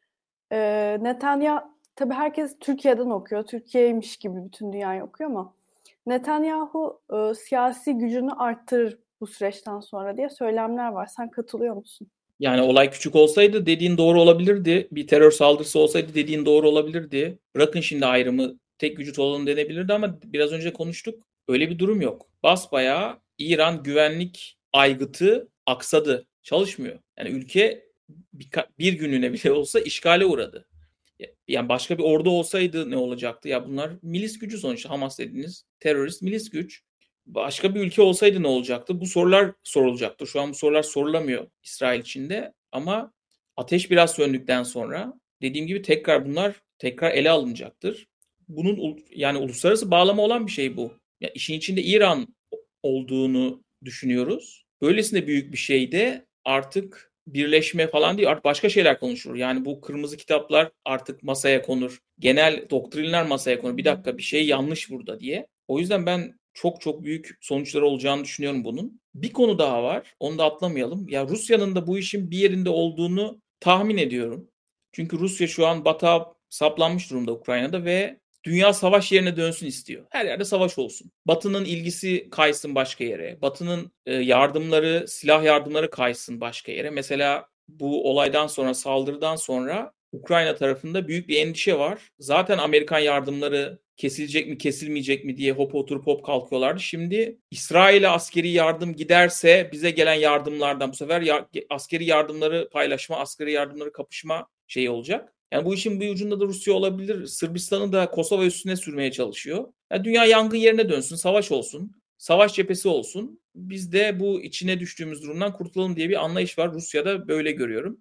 Speaker 1: e, Netanyahu, tabii herkes Türkiye'den okuyor, Türkiye'ymiş gibi bütün dünyayı okuyor ama Netanyahu e, siyasi gücünü arttırır bu süreçten sonra diye söylemler var. Sen katılıyor musun?
Speaker 3: Yani olay küçük olsaydı dediğin doğru olabilirdi. Bir terör saldırısı olsaydı dediğin doğru olabilirdi. Bırakın şimdi ayrımı, tek vücut olalım denebilirdi ama biraz önce konuştuk. Öyle bir durum yok. Basbayağı İran güvenlik aygıtı aksadı. Çalışmıyor. Yani ülke bir, bir gününe bile olsa işgale uğradı. Yani başka bir ordu olsaydı ne olacaktı? Ya bunlar milis gücü sonuçta. Hamas dediğiniz terörist milis güç. Başka bir ülke olsaydı ne olacaktı? Bu sorular sorulacaktı. Şu an bu sorular sorulamıyor İsrail içinde. Ama ateş biraz söndükten sonra dediğim gibi tekrar bunlar tekrar ele alınacaktır. Bunun yani uluslararası bağlamı olan bir şey bu. Ya işin içinde İran olduğunu düşünüyoruz. Böylesine büyük bir şeyde artık birleşme falan değil, artık başka şeyler konuşulur. Yani bu kırmızı kitaplar artık masaya konur. Genel doktrinler masaya konur. Bir dakika, bir şey yanlış burada diye. O yüzden ben çok çok büyük sonuçları olacağını düşünüyorum bunun. Bir konu daha var. Onu da atlamayalım. Ya Rusya'nın da bu işin bir yerinde olduğunu tahmin ediyorum. Çünkü Rusya şu an batağa saplanmış durumda Ukrayna'da ve dünya savaş yerine dönsün istiyor. Her yerde savaş olsun. Batı'nın ilgisi kaysın başka yere. Batı'nın yardımları, silah yardımları kaysın başka yere. Mesela bu olaydan sonra, saldırıdan sonra Ukrayna tarafında büyük bir endişe var. Zaten Amerikan yardımları kesilecek mi, kesilmeyecek mi diye hop oturup hop kalkıyorlardı. Şimdi İsrail'e askeri yardım giderse bize gelen yardımlardan bu sefer ya, askeri yardımları paylaşma, askeri yardımları kapışma şeyi olacak. Yani bu işin bir ucunda da Rusya olabilir. Sırbistan'ı da Kosova üstüne sürmeye çalışıyor. Yani dünya yangın yerine dönsün, savaş olsun, savaş cephesi olsun. Biz de bu içine düştüğümüz durumdan kurtulalım diye bir anlayış var. Rusya'da böyle görüyorum.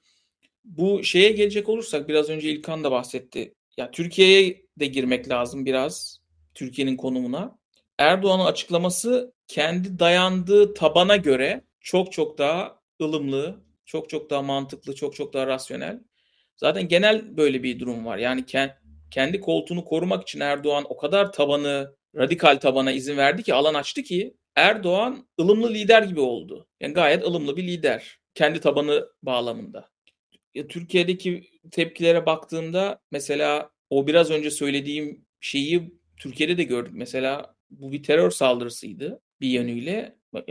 Speaker 3: Bu şeye gelecek olursak biraz önce İlkan da bahsetti. Ya Türkiye'ye de girmek lazım biraz. Türkiye'nin konumuna. Erdoğan'ın açıklaması kendi dayandığı tabana göre çok çok daha ılımlı, çok çok daha mantıklı, çok çok daha rasyonel. Zaten genel böyle bir durum var. Yani kendi koltuğunu korumak için Erdoğan o kadar tabanı, radikal tabana izin verdi ki, alan açtı ki Erdoğan ılımlı lider gibi oldu. Yani gayet ılımlı bir lider. Kendi tabanı bağlamında. Ya Türkiye'deki tepkilere baktığımda mesela o biraz önce söylediğim şeyi Türkiye'de de gördük. Mesela bu bir terör saldırısıydı bir yönüyle.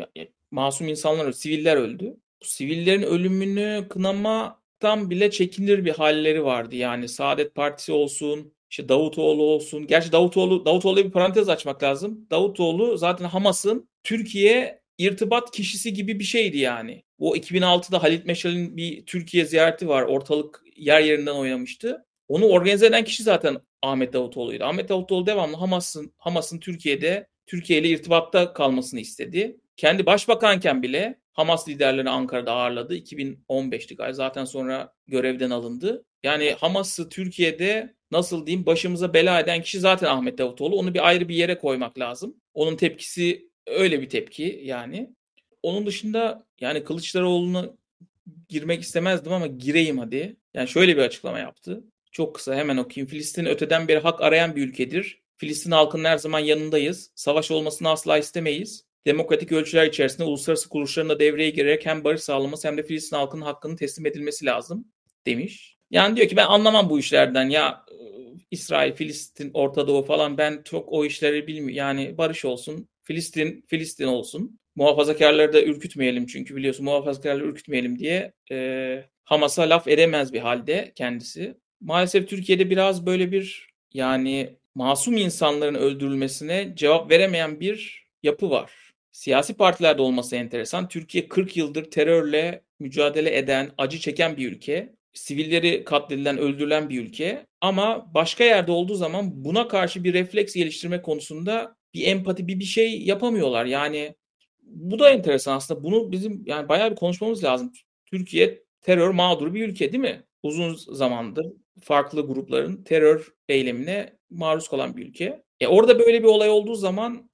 Speaker 3: Masum insanlar öldü, siviller öldü. Bu sivillerin ölümünü kınamaktan bile çekinir bir halleri vardı. Yani Saadet Partisi olsun, işte Davutoğlu olsun. Gerçi Davutoğlu, Davutoğlu'ya bir parantez açmak lazım. Davutoğlu zaten Hamas'ın Türkiye irtibat kişisi gibi bir şeydi yani. O iki bin altıda Halit Meşal'in bir Türkiye ziyareti var. Ortalık yer yerinden oynamıştı. Onu organize eden kişi zaten Ahmet Davutoğlu'ydu. Ahmet Davutoğlu devamlı Hamas'ın Hamas'ın Türkiye'de Türkiye ile irtibatta kalmasını istedi. Kendi başbakanken bile Hamas liderlerini Ankara'da ağırladı. iki bin on beşti galiba. Zaten sonra görevden alındı. Yani Hamas'ı Türkiye'de nasıl diyeyim başımıza bela eden kişi zaten Ahmet Davutoğlu. Onu bir ayrı bir yere koymak lazım. Onun tepkisi öyle bir tepki yani. Onun dışında yani Kılıçdaroğlu'na girmek istemezdim ama gireyim hadi. Yani şöyle bir açıklama yaptı. Çok kısa hemen okuyayım. Filistin öteden beri hak arayan bir ülkedir. Filistin halkının her zaman yanındayız. Savaş olmasını asla istemeyiz. Demokratik ölçüler içerisinde uluslararası kuruluşların da devreye girerek hem barış sağlaması hem de Filistin halkının hakkının teslim edilmesi lazım demiş. Yani diyor ki ben anlamam bu işlerden ya, İsrail, Filistin, Orta Doğu falan ben çok o işleri bilmiyorum. Yani barış olsun, Filistin, Filistin olsun. Muhafazakarları da ürkütmeyelim çünkü biliyorsun muhafazakarları ürkütmeyelim diye e, Hamas'a laf edemez bir halde kendisi. Maalesef Türkiye'de biraz böyle bir yani masum insanların öldürülmesine cevap veremeyen bir yapı var. Siyasi partilerde olması enteresan. Türkiye kırk yıldır terörle mücadele eden, acı çeken bir ülke. Sivilleri katledilen, öldürülen bir ülke. Ama başka yerde olduğu zaman buna karşı bir refleks geliştirme konusunda bir empati, bir bir şey yapamıyorlar. Yani bu da enteresan aslında. Bunu bizim yani bayağı bir konuşmamız lazım. Türkiye terör mağduru bir ülke değil mi? Uzun zamandır farklı grupların terör eylemine maruz kalan bir ülke. E orada böyle bir olay olduğu zaman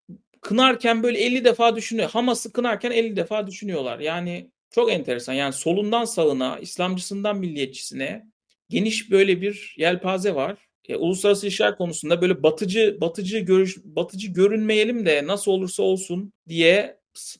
Speaker 3: kınarken böyle elli defa düşünüyor. Hamas'ı kınarken elli defa düşünüyorlar. Yani çok enteresan. Yani solundan sağına, İslamcısından milliyetçisine geniş böyle bir yelpaze var. E, uluslararası ilişkiler konusunda böyle batıcı batıcı görüş batıcı görünmeyelim de nasıl olursa olsun diye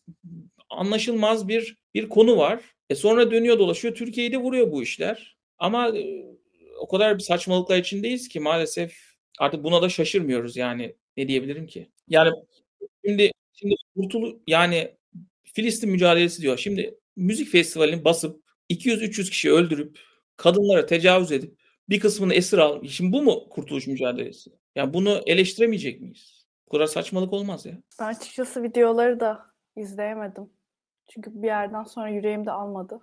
Speaker 3: anlaşılmaz bir bir konu var. E sonra dönüyor dolaşıyor Türkiye'yi de vuruyor bu işler. Ama e, o kadar bir saçmalıklar içindeyiz ki maalesef artık buna da şaşırmıyoruz yani. Ne diyebilirim ki? Yani şimdi şimdi kurtulu yani Filistin mücadelesi diyor. Şimdi müzik festivalini basıp iki yüz üç yüz kişi öldürüp kadınlara tecavüz edip bir kısmını esir al. Şimdi bu mu kurtuluş mücadelesi? Yani bunu eleştiremeyecek miyiz? Bu kadar saçmalık olmaz ya.
Speaker 1: Ben açıkçası videoları da izleyemedim. Çünkü bir yerden sonra yüreğim de almadı.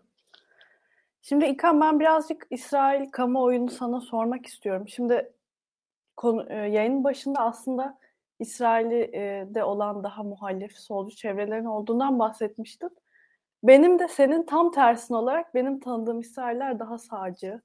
Speaker 1: Şimdi İlkan, ben birazcık İsrail kamuoyunu sana sormak istiyorum. Şimdi konu, e, yayının başında aslında İsrail'de olan daha muhalif, solcu çevrelerin olduğundan bahsetmiştin. Benim de senin tam tersin olarak benim tanıdığım İsrailler daha sağcı.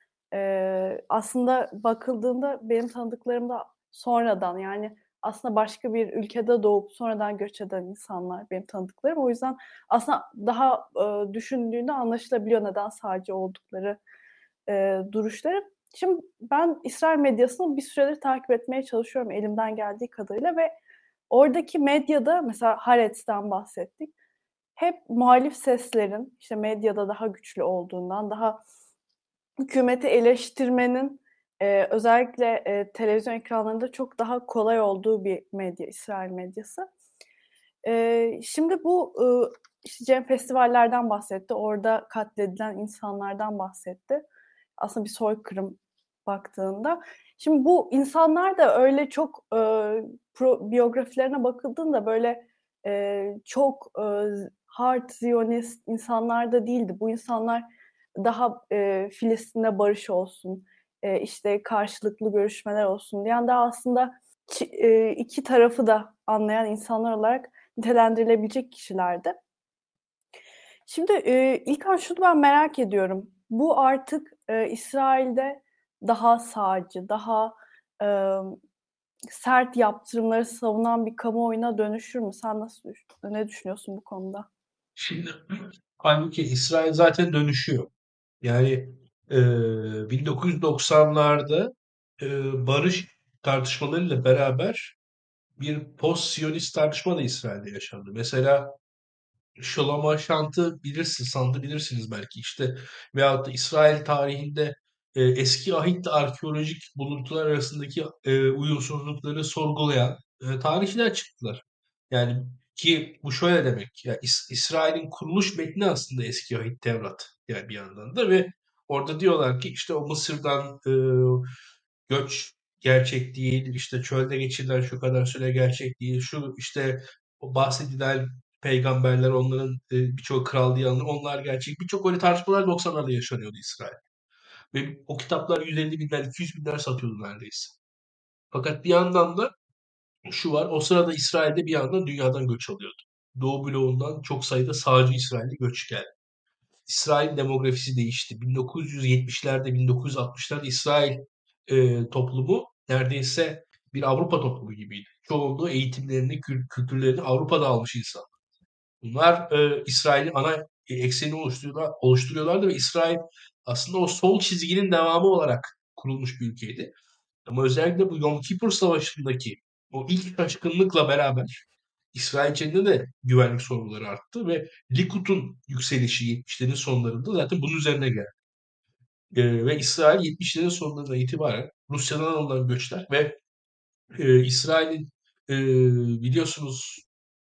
Speaker 1: Ee, aslında bakıldığında benim tanıdıklarım da sonradan, yani aslında başka bir ülkede doğup sonradan göç eden insanlar benim tanıdıklarım. O yüzden aslında daha e, düşündüğünde anlaşılabiliyor neden sağcı oldukları e, duruşları. Şimdi ben İsrail medyasını bir süredir takip etmeye çalışıyorum elimden geldiği kadarıyla ve oradaki medyada mesela Haaretz'ten bahsettik. Hep muhalif seslerin işte medyada daha güçlü olduğundan, daha hükümeti eleştirmenin e, özellikle e, televizyon ekranlarında çok daha kolay olduğu bir medya, İsrail medyası. E, şimdi bu e, işte Cem festivallerden bahsetti, orada katledilen insanlardan bahsetti. Aslında bir soykırım baktığında. Şimdi bu insanlar da öyle çok e, pro, biyografilerine bakıldığında böyle e, çok e, hard Zionist insanlar da değildi. Bu insanlar daha e, Filistin'de barış olsun, e, işte karşılıklı görüşmeler olsun diyen daha aslında e, iki tarafı da anlayan insanlar olarak nitelendirilebilecek kişilerdi. Şimdi e, İlkan, şunu ben merak ediyorum. Bu artık e, İsrail'de daha sağcı, daha e, sert yaptırımları savunan bir kamuoyuna dönüşür mü? Sen nasıl ne düşünüyorsun bu konuda?
Speaker 4: Şimdi halbuki İsrail zaten dönüşüyor. Yani e, bin dokuz yüz doksanlarda e, barış tartışmalarıyla beraber bir post-Siyonist tartışma da İsrail'de yaşandı. Mesela Shalom Aşant'ı bilirsin, sandı bilirsiniz belki işte, veyahut da İsrail tarihinde e, eski ahitle arkeolojik buluntular arasındaki e, uyumsuzlukları sorgulayan e, tarihçiler çıktılar. Yani ki bu şöyle demek, ya İs- İsrail'in kuruluş metni aslında eski ahit Tevrat yani bir yandan da, ve orada diyorlar ki işte o Mısır'dan e, göç gerçek değil, işte çölde geçirilen şu kadar süre gerçek değil, şu işte o bahsedilen peygamberler, onların e, birçoğu kral diye anılır, onlar gerçek. Birçok öyle tartışmalar doksanlarda yaşanıyordu İsrail. Ve o kitaplar yüz elli binler, iki yüz binler satıyordu neredeyse. Fakat bir yandan da şu var, o sırada İsrail'de bir yandan dünyadan göç alıyordu. Doğu bloğundan çok sayıda sağcı İsrailli göç geldi. İsrail demografisi değişti. bin dokuz yüz yetmişlerde, bin dokuz yüz altmışlarda İsrail e, toplumu neredeyse bir Avrupa toplumu gibiydi. Çoğunluğu eğitimlerini, kül- kültürlerini Avrupa'da almış insan. Bunlar e, İsrail'in ana e, eksenini oluşturuyorlar, oluşturuyorlardı ve İsrail aslında o sol çizginin devamı olarak kurulmuş bir ülkeydi. Ama özellikle bu Yom Kippur Savaşı'ndaki o ilk şaşkınlıkla beraber İsrail içinde de güvenlik sorunları arttı ve Likud'un yükselişi yetmişlerin sonlarında zaten bunun üzerine geldi. E, ve İsrail yetmişlerin sonlarından itibaren Rusya'dan alınan göçler ve e, İsrail'in e, biliyorsunuz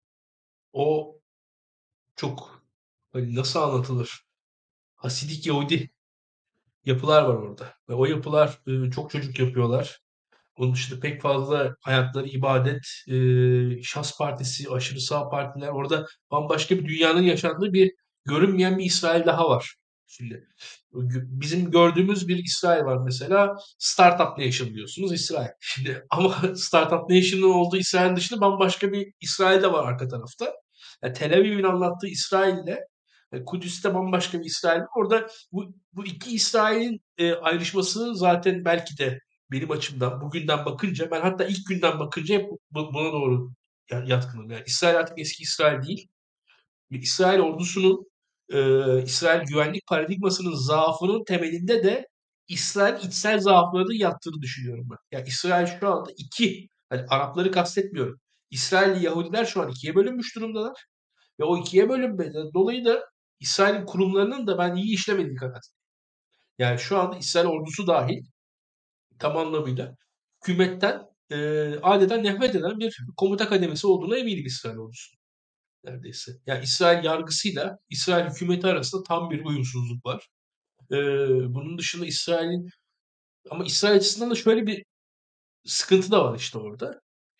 Speaker 4: o çok, hani nasıl anlatılır? Hasidik Yahudi yapılar var orada. Ve o yapılar e, çok çocuk yapıyorlar. Onun dışında pek fazla hayatları ibadet, e, şahs partisi, aşırı sağ partiler. Orada bambaşka bir dünyanın yaşandığı bir görünmeyen bir İsrail daha var. Şimdi bizim gördüğümüz bir İsrail var mesela. Startup Nation diyorsunuz İsrail. Şimdi ama Startup Nation'ın olduğu İsrail dışında bambaşka bir İsrail de var arka tarafta. Yani Tel Aviv'in anlattığı İsrail'le e, Kudüs'te bambaşka bir İsrail var. Orada bu, bu iki İsrail'in e, ayrışması zaten belki de benim açımdan bugünden bakınca, ben hatta ilk günden bakınca hep bu- buna doğru yatkınım. Yani İsrail artık eski İsrail değil. İsrail ordusunun, e, İsrail güvenlik paradigmasının zaafının temelinde de İsrail içsel zaaflarının yattığını düşünüyorum ben. Yani İsrail şu anda iki, hani Arapları kastetmiyorum. İsrailli Yahudiler şu an ikiye bölünmüş durumdalar. Ve o ikiye bölünmeden dolayı da İsrail'in kurumlarının da ben iyi işlemediği kadar. Yani şu anda İsrail ordusu dahil tam anlamıyla hükümetten e, adeta nefret eden bir komuta kademesi olduğuna eminim İsrail ordusu. Neredeyse. Yani İsrail yargısıyla İsrail hükümeti arasında tam bir uyumsuzluk var. Ee, bunun dışında İsrail'in ama İsrail açısından da şöyle bir sıkıntı da var işte orada.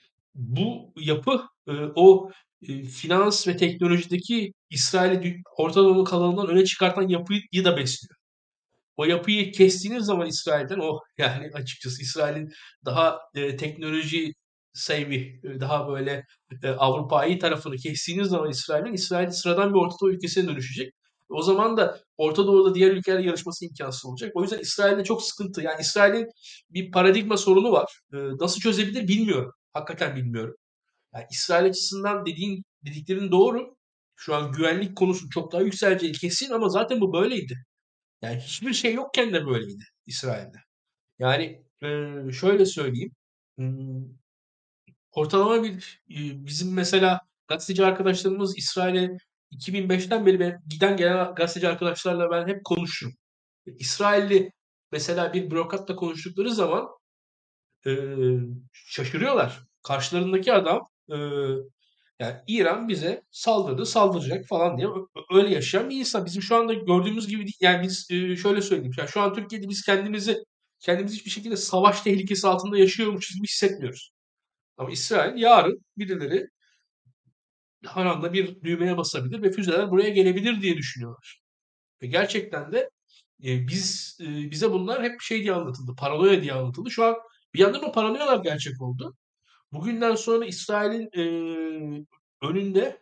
Speaker 4: Bu yapı e, o e, finans ve teknolojideki İsrail'i Orta Doğu kalanından öne çıkartan yapıyı da besliyor. O yapıyı kestiğiniz zaman İsrail'den o yani açıkçası İsrail'in daha e, teknoloji sahibi, e, daha böyle e, Avrupa'yı tarafını kestiğiniz zaman İsrail'in İsrail sıradan bir Orta Doğu ülkesine dönüşecek. O zaman da Orta Doğu'da diğer ülkelerle yarışması imkansız olacak. O yüzden İsrail'de çok sıkıntı. Yani İsrail'in bir paradigma sorunu var. E, nasıl çözebilir bilmiyorum. Hakikaten bilmiyorum. Yani İsrail açısından dediğin dediklerin doğru. Şu an güvenlik konusu çok daha yükseleceği kesin ama zaten bu böyleydi. Yani hiçbir şey yokken de böyleydi İsrail'de. Yani e, şöyle söyleyeyim. Hmm, Ortalama bir e, bizim mesela gazeteci arkadaşlarımız İsrail'e iki bin beşten beri ben, giden gelen gazeteci arkadaşlarla ben hep konuşurum. İsrailli mesela bir bürokratla konuştukları zaman e, şaşırıyorlar. Karşılarındaki adam e, yani İran bize saldırdı, saldıracak falan diye öyle yaşayan bir insan. Bizim şu anda gördüğümüz gibi değil. Yani biz e, şöyle söyleyeyim. Yani şu an Türkiye'de biz kendimizi kendimizi hiçbir şekilde savaş tehlikesi altında yaşıyormuşuz gibi hissetmiyoruz. Ama İsrail yarın birileri her anda bir düğmeye basabilir ve füzeler buraya gelebilir diye düşünüyorlar. Ve gerçekten de e, biz e, bize bunlar hep şey diye anlatıldı. Paranoya diye anlatıldı. Şu an bir yandan o paranoyalar gerçek oldu. Bugünden sonra İsrail'in e, önünde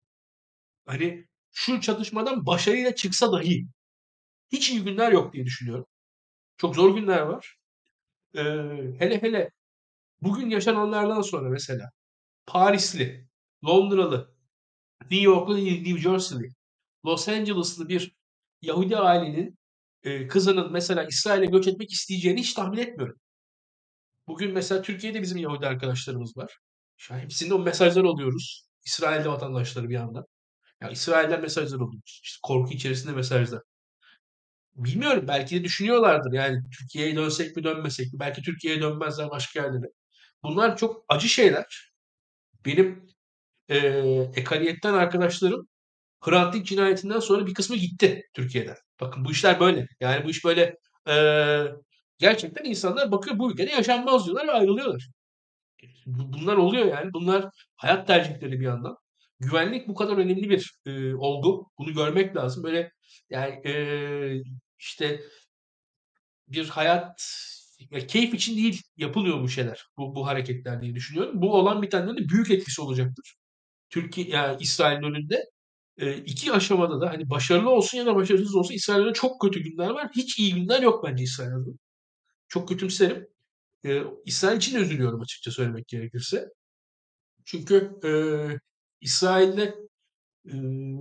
Speaker 4: hani şu çatışmadan başarıyla çıksa dahi hiç iyi günler yok diye düşünüyorum. Çok zor günler var. Ee, hele hele bugün yaşananlardan sonra mesela Parisli, Londralı, New Yorklu, New Jersey'li, Los Angeles'lı bir Yahudi ailenin e, kızının mesela İsrail'e göç etmek isteyeceğini hiç tahmin etmiyorum. Bugün mesela Türkiye'de bizim Yahudi arkadaşlarımız var. Şu an hepsinde o mesajlar alıyoruz. İsrail'de vatandaşları bir yandan. Ya İsrail'den mesajlar alıyoruz. İşte korku içerisinde mesajlar. Bilmiyorum belki de düşünüyorlardır yani Türkiye'ye dönsek mi dönmesek mi? Belki Türkiye'ye dönmezler başka yerlere. Bunlar çok acı şeyler. Benim eee ekariyetten arkadaşlarım Hrant Dink cinayetinden sonra bir kısmı gitti Türkiye'den. Bakın bu işler böyle. Yani bu iş böyle eee, gerçekten insanlar bakıyor bu ülkede yaşanmaz diyorlar ve ayrılıyorlar. Bu- Bunlar oluyor yani. Bunlar hayat tercihleri bir yandan. Güvenlik bu kadar önemli bir eee, olgu. Bunu görmek lazım. Böyle yani eee, işte bir hayat ya keyif için değil yapılıyor bu şeyler. Bu, bu hareketler diye düşünüyorum. Bu olan bir tane de büyük etkisi olacaktır. Türkiye yani İsrail'in önünde e, iki aşamada da hani başarılı olsun ya da başarısız olsun İsrail'de çok kötü günler var. Hiç iyi günler yok bence İsrail'de. Çok kötümserim. E, İsrail için de üzülüyorum açıkça söylemek gerekirse. Çünkü e, İsrail'de e,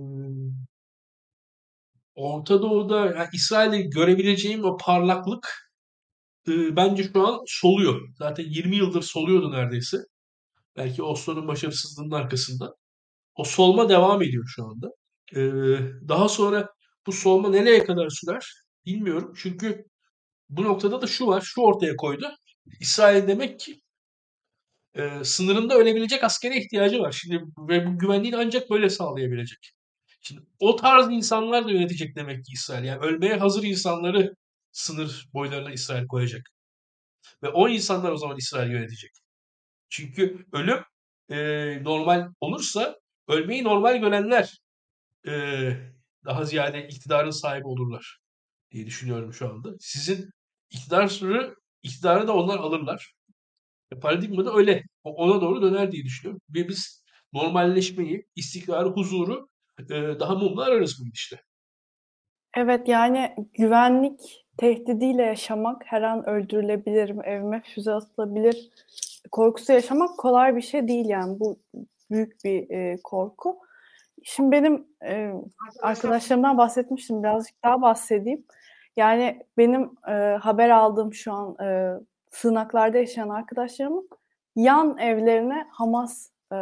Speaker 4: Orta Doğu'da yani İsrail'de görebileceğim o parlaklık e, bence şu an soluyor. Zaten yirmi yıldır soluyordu neredeyse. Belki Oslo'nun başarısızlığının arkasında. O solma devam ediyor şu anda. E, daha sonra bu solma nereye kadar sürer bilmiyorum. Çünkü bu noktada da şu var, şu ortaya koydu. İsrail demek ki e, sınırında ölebilecek askere ihtiyacı var. Şimdi ve bu güvenliğini ancak böyle sağlayabilecek. Şimdi o tarz insanlar da yönetecek demek ki İsrail. Yani ölmeye hazır insanları sınır boylarına İsrail koyacak. Ve o insanlar o zaman İsrail yönetecek. Çünkü ölüm e, normal olursa ölmeyi normal görenler e, daha ziyade iktidarın sahibi olurlar diye düşünüyorum şu anda. Sizin iktidarı, iktidarı da onlar alırlar. E, paradigma da öyle. Ona doğru döner diye düşünüyorum. Ve biz normalleşmeyi, istikrarı, huzuru e, daha mumla ararız bu gidişle.
Speaker 1: Evet, yani güvenlik tehdidiyle yaşamak, her an öldürülebilirim, evime füze atılabilir korkusu yaşamak kolay bir şey değil yani. Bu büyük bir e, korku. Şimdi benim e, arkadaşlarımdan bahsetmiştim. Birazcık daha bahsedeyim. Yani benim e, haber aldığım şu an e, sığınaklarda yaşayan arkadaşlarımın yan evlerine Hamas e,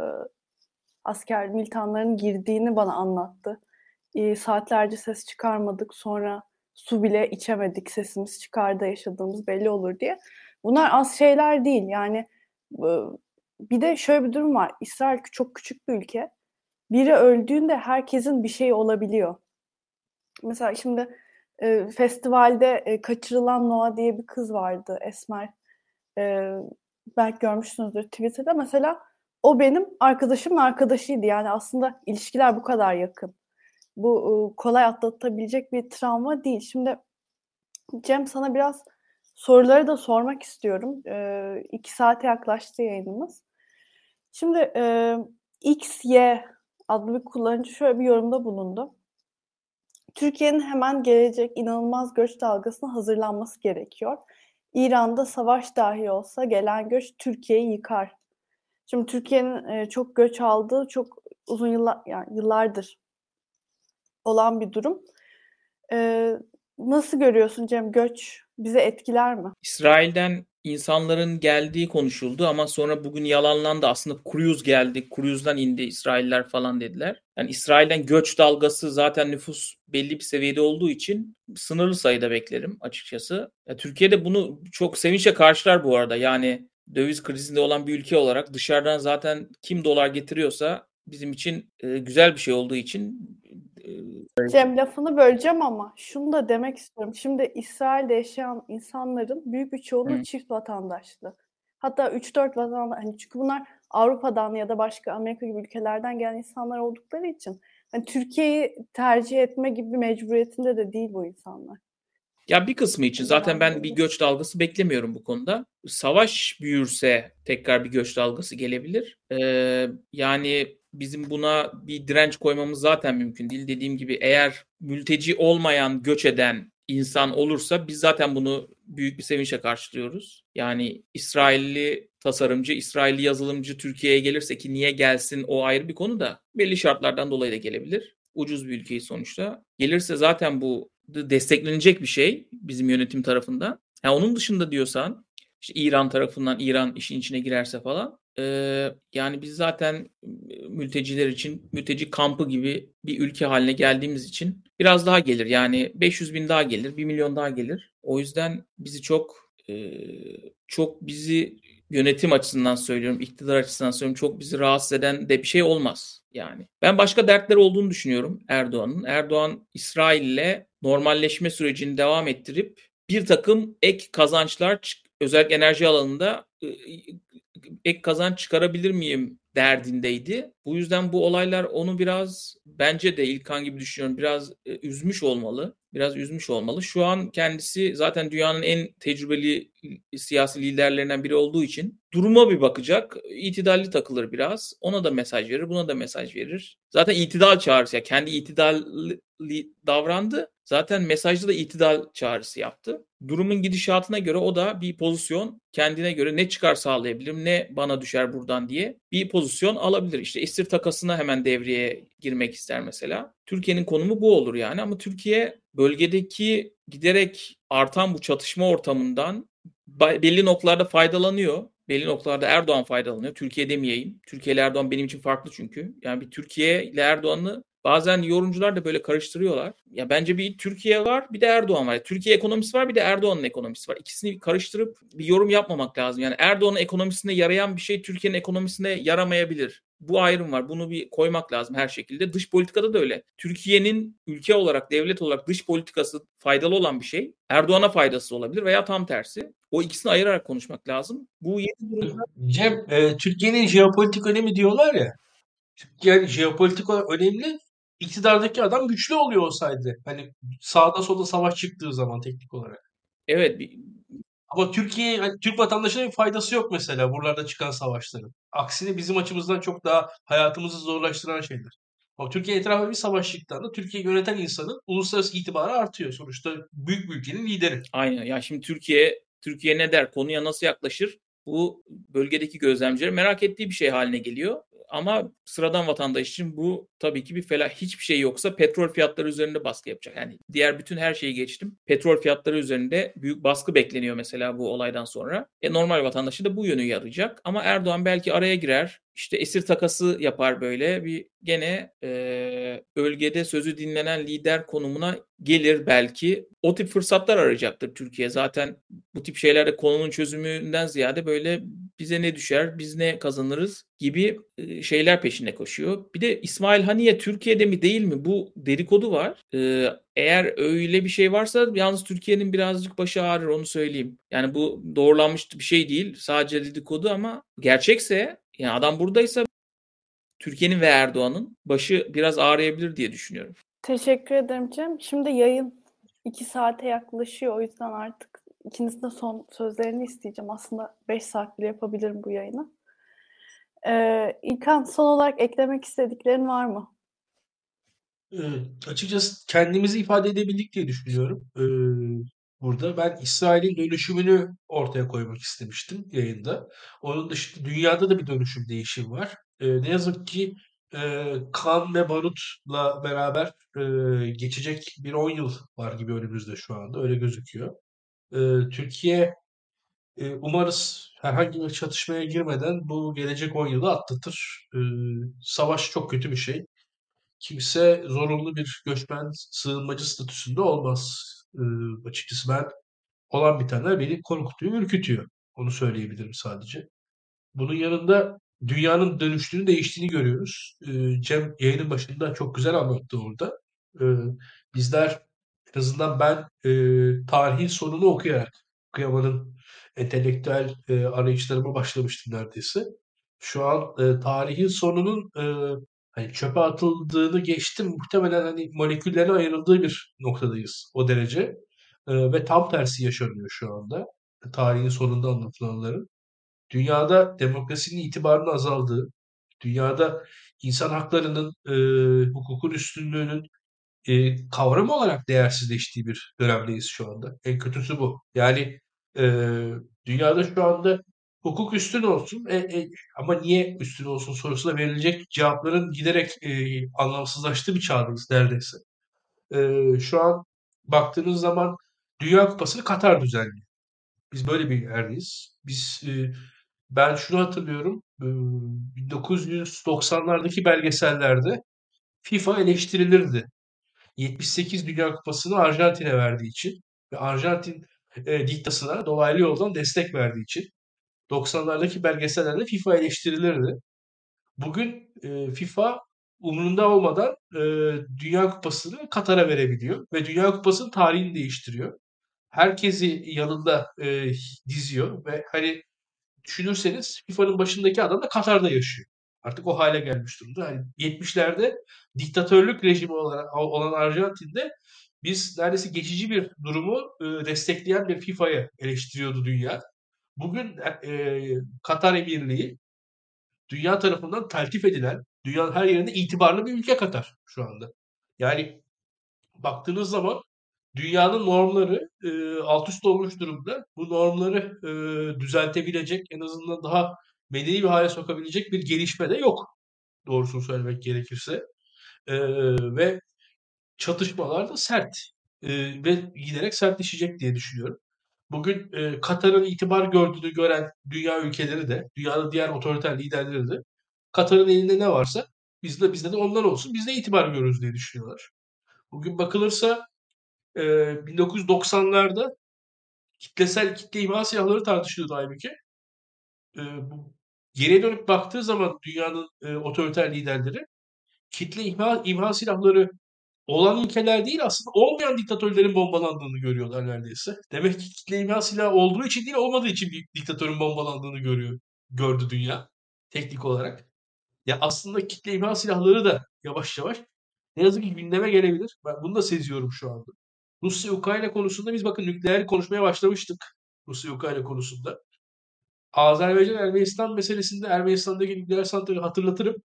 Speaker 1: asker militanların girdiğini bana anlattı. E, saatlerce ses çıkarmadık. Sonra su bile içemedik. Sesimiz çıkarda yaşadığımız belli olur diye. Bunlar az şeyler değil. Yani e, bir de şöyle bir durum var. İsrail çok küçük bir ülke. Biri öldüğünde herkesin bir şeyi olabiliyor. Mesela şimdi e, festivalde e, kaçırılan Noah diye bir kız vardı, Esmer. E, belki görmüşsünüzdür Twitter'da. Mesela o benim arkadaşımın arkadaşıydı. Yani aslında ilişkiler bu kadar yakın. Bu e, kolay atlatabilecek bir travma değil. Şimdi Cem, sana biraz soruları da sormak istiyorum. E, iki saate yaklaştı yayınımız. Şimdi e, X Y adlı bir kullanıcı şöyle bir yorumda bulundu. Türkiye'nin hemen gelecek inanılmaz göç dalgasına hazırlanması gerekiyor. İran'da savaş dahi olsa gelen göç Türkiye'yi yıkar. Şimdi Türkiye'nin e, çok göç aldığı çok uzun yıllar, yani yıllardır olan bir durum. E, nasıl görüyorsun Cem, göç bizi etkiler mi?
Speaker 3: İsrail'den insanların geldiği konuşuldu ama sonra bugün yalanlandı. Aslında Cruise geldi, Cruise'dan indi İsrailler falan dediler. Yani İsrail'den göç dalgası, zaten nüfus belli bir seviyede olduğu için sınırlı sayıda beklerim açıkçası. Ya, Türkiye'de bunu çok sevinçle karşılar bu arada. Yani döviz krizinde olan bir ülke olarak dışarıdan zaten kim dolar getiriyorsa bizim için e, güzel bir şey olduğu için e,
Speaker 1: Cem, lafını böleceğim ama şunu da demek istiyorum. Şimdi İsrail'de yaşayan insanların büyük bir çoğunluğu
Speaker 3: Hı.
Speaker 1: çift vatandaşlı. Hatta üç dört vatandaş. Hani çünkü bunlar Avrupa'dan ya da başka Amerika gibi ülkelerden gelen insanlar oldukları için hani Türkiye'yi tercih etme gibi bir mecburiyetinde de değil bu insanlar.
Speaker 3: Ya bir kısmı için zaten ben bir göç dalgası beklemiyorum bu konuda. Savaş büyürse tekrar bir göç dalgası gelebilir. Ee, yani bizim buna bir direnç koymamız zaten mümkün değil. Dediğim gibi eğer mülteci olmayan, göç eden insan olursa biz zaten bunu büyük bir sevinçle karşılıyoruz. Yani İsrailli tasarımcı, İsrailli yazılımcı Türkiye'ye gelirse, ki niye gelsin o ayrı bir konu da, belli şartlardan dolayı da gelebilir. Ucuz bir ülkeyi sonuçta. Gelirse zaten bu desteklenecek bir şey bizim yönetim tarafından. Yani onun dışında diyorsan işte İran tarafından, İran işin içine girerse falan e, yani biz zaten mülteciler için mülteci kampı gibi bir ülke haline geldiğimiz için biraz daha gelir. Yani beş yüz bin daha gelir, bir milyon daha gelir. O yüzden bizi çok e, çok bizi yönetim açısından söylüyorum, iktidar açısından söylüyorum, çok bizi rahatsız eden de bir şey olmaz. Yani ben başka dertler olduğunu düşünüyorum Erdoğan'ın. Erdoğan İsrail'le normalleşme sürecini devam ettirip bir takım ek kazançlar, özellikle enerji alanında ek kazanç çıkarabilir miyim derdindeydi. Bu yüzden bu olaylar onu biraz, bence de İlkan gibi düşünüyorum, biraz üzmüş olmalı. Biraz üzmüş olmalı. Şu an kendisi zaten dünyanın en tecrübeli siyasi liderlerinden biri olduğu için duruma bir bakacak. İtidalli takılır biraz. Ona da mesaj verir, buna da mesaj verir. Zaten itidal çağrısı, ya kendi itidalli davrandı. Zaten mesajda da itidal çağrısı yaptı. Durumun gidişatına göre o da bir pozisyon, kendine göre ne çıkar sağlayabilirim, ne bana düşer buradan diye bir pozisyon alabilir. İşte esir takasına hemen devreye girmek ister mesela. Türkiye'nin konumu bu olur yani, ama Türkiye bölgedeki giderek artan bu çatışma ortamından belli noktalarda faydalanıyor. Belli noktalarda Erdoğan faydalanıyor. Türkiye demeyeyim. Türkiye ile Erdoğan benim için farklı çünkü. Yani bir Türkiye ile Erdoğan'ı bazen yorumcular da böyle karıştırıyorlar. Ya bence bir Türkiye var, bir de Erdoğan var. Türkiye ekonomisi var, bir de Erdoğan'ın ekonomisi var. İkisini karıştırıp bir yorum yapmamak lazım. Yani Erdoğan'ın ekonomisine yarayan bir şey Türkiye'nin ekonomisine yaramayabilir. Bu ayrım var. Bunu bir koymak lazım her şekilde. Dış politikada da öyle. Türkiye'nin ülke olarak, devlet olarak dış politikası faydalı olan bir şey Erdoğan'a faydası olabilir veya tam tersi. O ikisini ayırarak konuşmak lazım. Bu yeni durumda...
Speaker 4: Cem, e, Türkiye'nin jeopolitik önemi diyorlar ya. Yani jeopolitik önemli. İktidardaki adam güçlü oluyor olsaydı. Hani sağda solda savaş çıktığı zaman teknik olarak.
Speaker 3: Evet. Bir...
Speaker 4: Ama Türkiye, hani Türk vatandaşına bir faydası yok mesela buralarda çıkan savaşların. Aksine bizim açımızdan çok daha hayatımızı zorlaştıran şeyler. Ama Türkiye etrafında bir savaş çıktığında Türkiye'yi yöneten insanın uluslararası itibarı artıyor. Sonuçta büyük bir ülkenin lideri.
Speaker 3: Aynen. Ya şimdi Türkiye Türkiye ne der? Konuya nasıl yaklaşır? bu bölgedeki gözlemcilerin merak ettiği bir şey haline geliyor. Ama sıradan vatandaş için bu tabii ki bir felaket. Hiçbir şey yoksa petrol fiyatları üzerinde baskı yapacak. Yani diğer bütün her şeyi geçtim. Petrol fiyatları üzerinde büyük baskı bekleniyor mesela bu olaydan sonra. E, normal vatandaşı da bu yönü yarayacak. Ama Erdoğan belki araya girer. İşte esir takası yapar böyle. Bir gene e, bölgede sözü dinlenen lider konumuna gelir belki. O tip fırsatlar arayacaktır Türkiye. Zaten bu tip şeylerde konunun çözümünden ziyade böyle bize ne düşer, biz ne kazanırız gibi şeyler peşinde koşuyor. Bir de İsmail Haniye Türkiye'de mi değil mi? Bu dedikodu var. Ee, eğer öyle bir şey varsa yalnız Türkiye'nin birazcık başı ağrır, onu söyleyeyim. Yani bu doğrulanmış bir şey değil. Sadece dedikodu ama gerçekse, yani adam buradaysa Türkiye'nin ve Erdoğan'ın başı biraz ağrıyabilir diye düşünüyorum.
Speaker 1: Teşekkür ederim Cem. Şimdi yayın iki saate yaklaşıyor. O yüzden artık ikinizin de son sözlerini isteyeceğim. Aslında beş saat bile yapabilirim bu yayını. Ee, İlkan, son olarak eklemek istediklerin var mı?
Speaker 4: Ee, açıkçası kendimizi ifade edebildik diye düşünüyorum. Ee, burada ben İsrail'in dönüşümünü ortaya koymak istemiştim yayında. Onun dışında dünyada da bir dönüşüm, değişim var. Ee, ne yazık ki e, kan ve barutla beraber e, geçecek bir on yıl var gibi önümüzde şu anda. Öyle gözüküyor. Ee, Türkiye e, umarız herhangi bir çatışmaya girmeden bu gelecek on yılı atlatır. Ee, savaş çok kötü bir şey. Kimse zorunlu bir göçmen, sığınmacı statüsünde olmaz. Ee, açıkçası ben olan bitenler beni korkutuyor, ürkütüyor. Onu söyleyebilirim sadece. Bunun yanında dünyanın dönüştüğünü, değiştiğini görüyoruz. Ee, Cem yayının başında çok güzel anlattı orada. Ee, bizler, en azından ben e, tarihin sonunu okuyarak, okuyamanın entelektüel e, arayışlarıma başlamıştım neredeyse. Şu an e, tarihin sonunun e, hani çöpe atıldığını geçtim. Muhtemelen hani moleküllerin ayrıldığı bir noktadayız o derece. E, ve tam tersi yaşanıyor şu anda. Tarihin sonunda anlatılanların. Dünyada demokrasinin itibarının azaldığı, dünyada insan haklarının, e, hukukun üstünlüğünün e, kavram olarak değersizleştiği bir dönemdeyiz şu anda. En kötüsü bu. Yani e, dünyada şu anda hukuk üstün olsun e, e, ama niye üstün olsun sorusuna verilecek cevapların giderek e, anlamsızlaştığı bir çağdayız neredeyse. E, şu an baktığınız zaman Dünya Kupası'nı Katar düzenliyor. Biz böyle bir yerdeyiz. Biz e, ben şunu hatırlıyorum. e, bin dokuz yüz doksanlardaki belgesellerde FIFA eleştirilirdi. yetmiş sekiz Dünya Kupası'nı Arjantin'e verdiği için ve Arjantin e, diktasına dolaylı yoldan destek verdiği için doksanlardaki belgesellerde FIFA eleştirilirdi. Bugün e, FIFA umurunda olmadan e, Dünya Kupası'nı Katar'a verebiliyor ve Dünya Kupası'nın tarihini değiştiriyor. Herkesi yanında e, diziyor ve hani düşünürseniz FIFA'nın başındaki adam da Katar'da yaşıyor. Artık o hale gelmiş durumda. Yani yetmişlerde diktatörlük rejimi olan, olan Arjantin'de biz neredeyse geçici bir durumu e, destekleyen bir FIFA'yı eleştiriyordu dünya. Bugün e, Katar Emirliği dünya tarafından taltif edilen, dünyanın her yerinde itibarlı bir ülke Katar şu anda. Yani baktığınız zaman dünyanın normları e, alt üst olmuş durumda. Bu normları e, düzeltebilecek, en azından daha medeni bir hale sokabilecek bir gelişme de yok. Doğrusunu söylemek gerekirse. E, ve çatışmalar da sert. E, ve giderek sertleşecek diye düşünüyorum. Bugün e, Katar'ın itibar gördüğünü gören dünya ülkeleri de, dünyanın diğer otoriter liderleri de Katar'ın elinde ne varsa bizde bizde de ondan olsun. Biz de itibar görürüz diye düşünüyorlar. Bugün bakılırsa e, bin dokuz yüz doksanlarda kitlesel kitle imha silahları tartışılıyordu halbuki. E, bu, geriye dönüp baktığı zaman dünyanın e, otoriter liderleri kitle imha, imha silahları olan ülkeler değil aslında olmayan diktatörlerin bombalandığını görüyorlar neredeyse. Demek ki kitle imha silahı olduğu için değil olmadığı için bir diktatörün bombalandığını görüyor, gördü dünya teknik olarak. Ya aslında kitle imha silahları da yavaş yavaş ne yazık ki gündeme gelebilir. Ben bunu da seziyorum şu anda. Rusya-Ukrayna konusunda biz bakın nükleer konuşmaya başlamıştık. Rusya-Ukrayna konusunda. Azerbaycan-Ermenistan meselesinde Ermenistan'daki nükleer santrali hatırlatırım.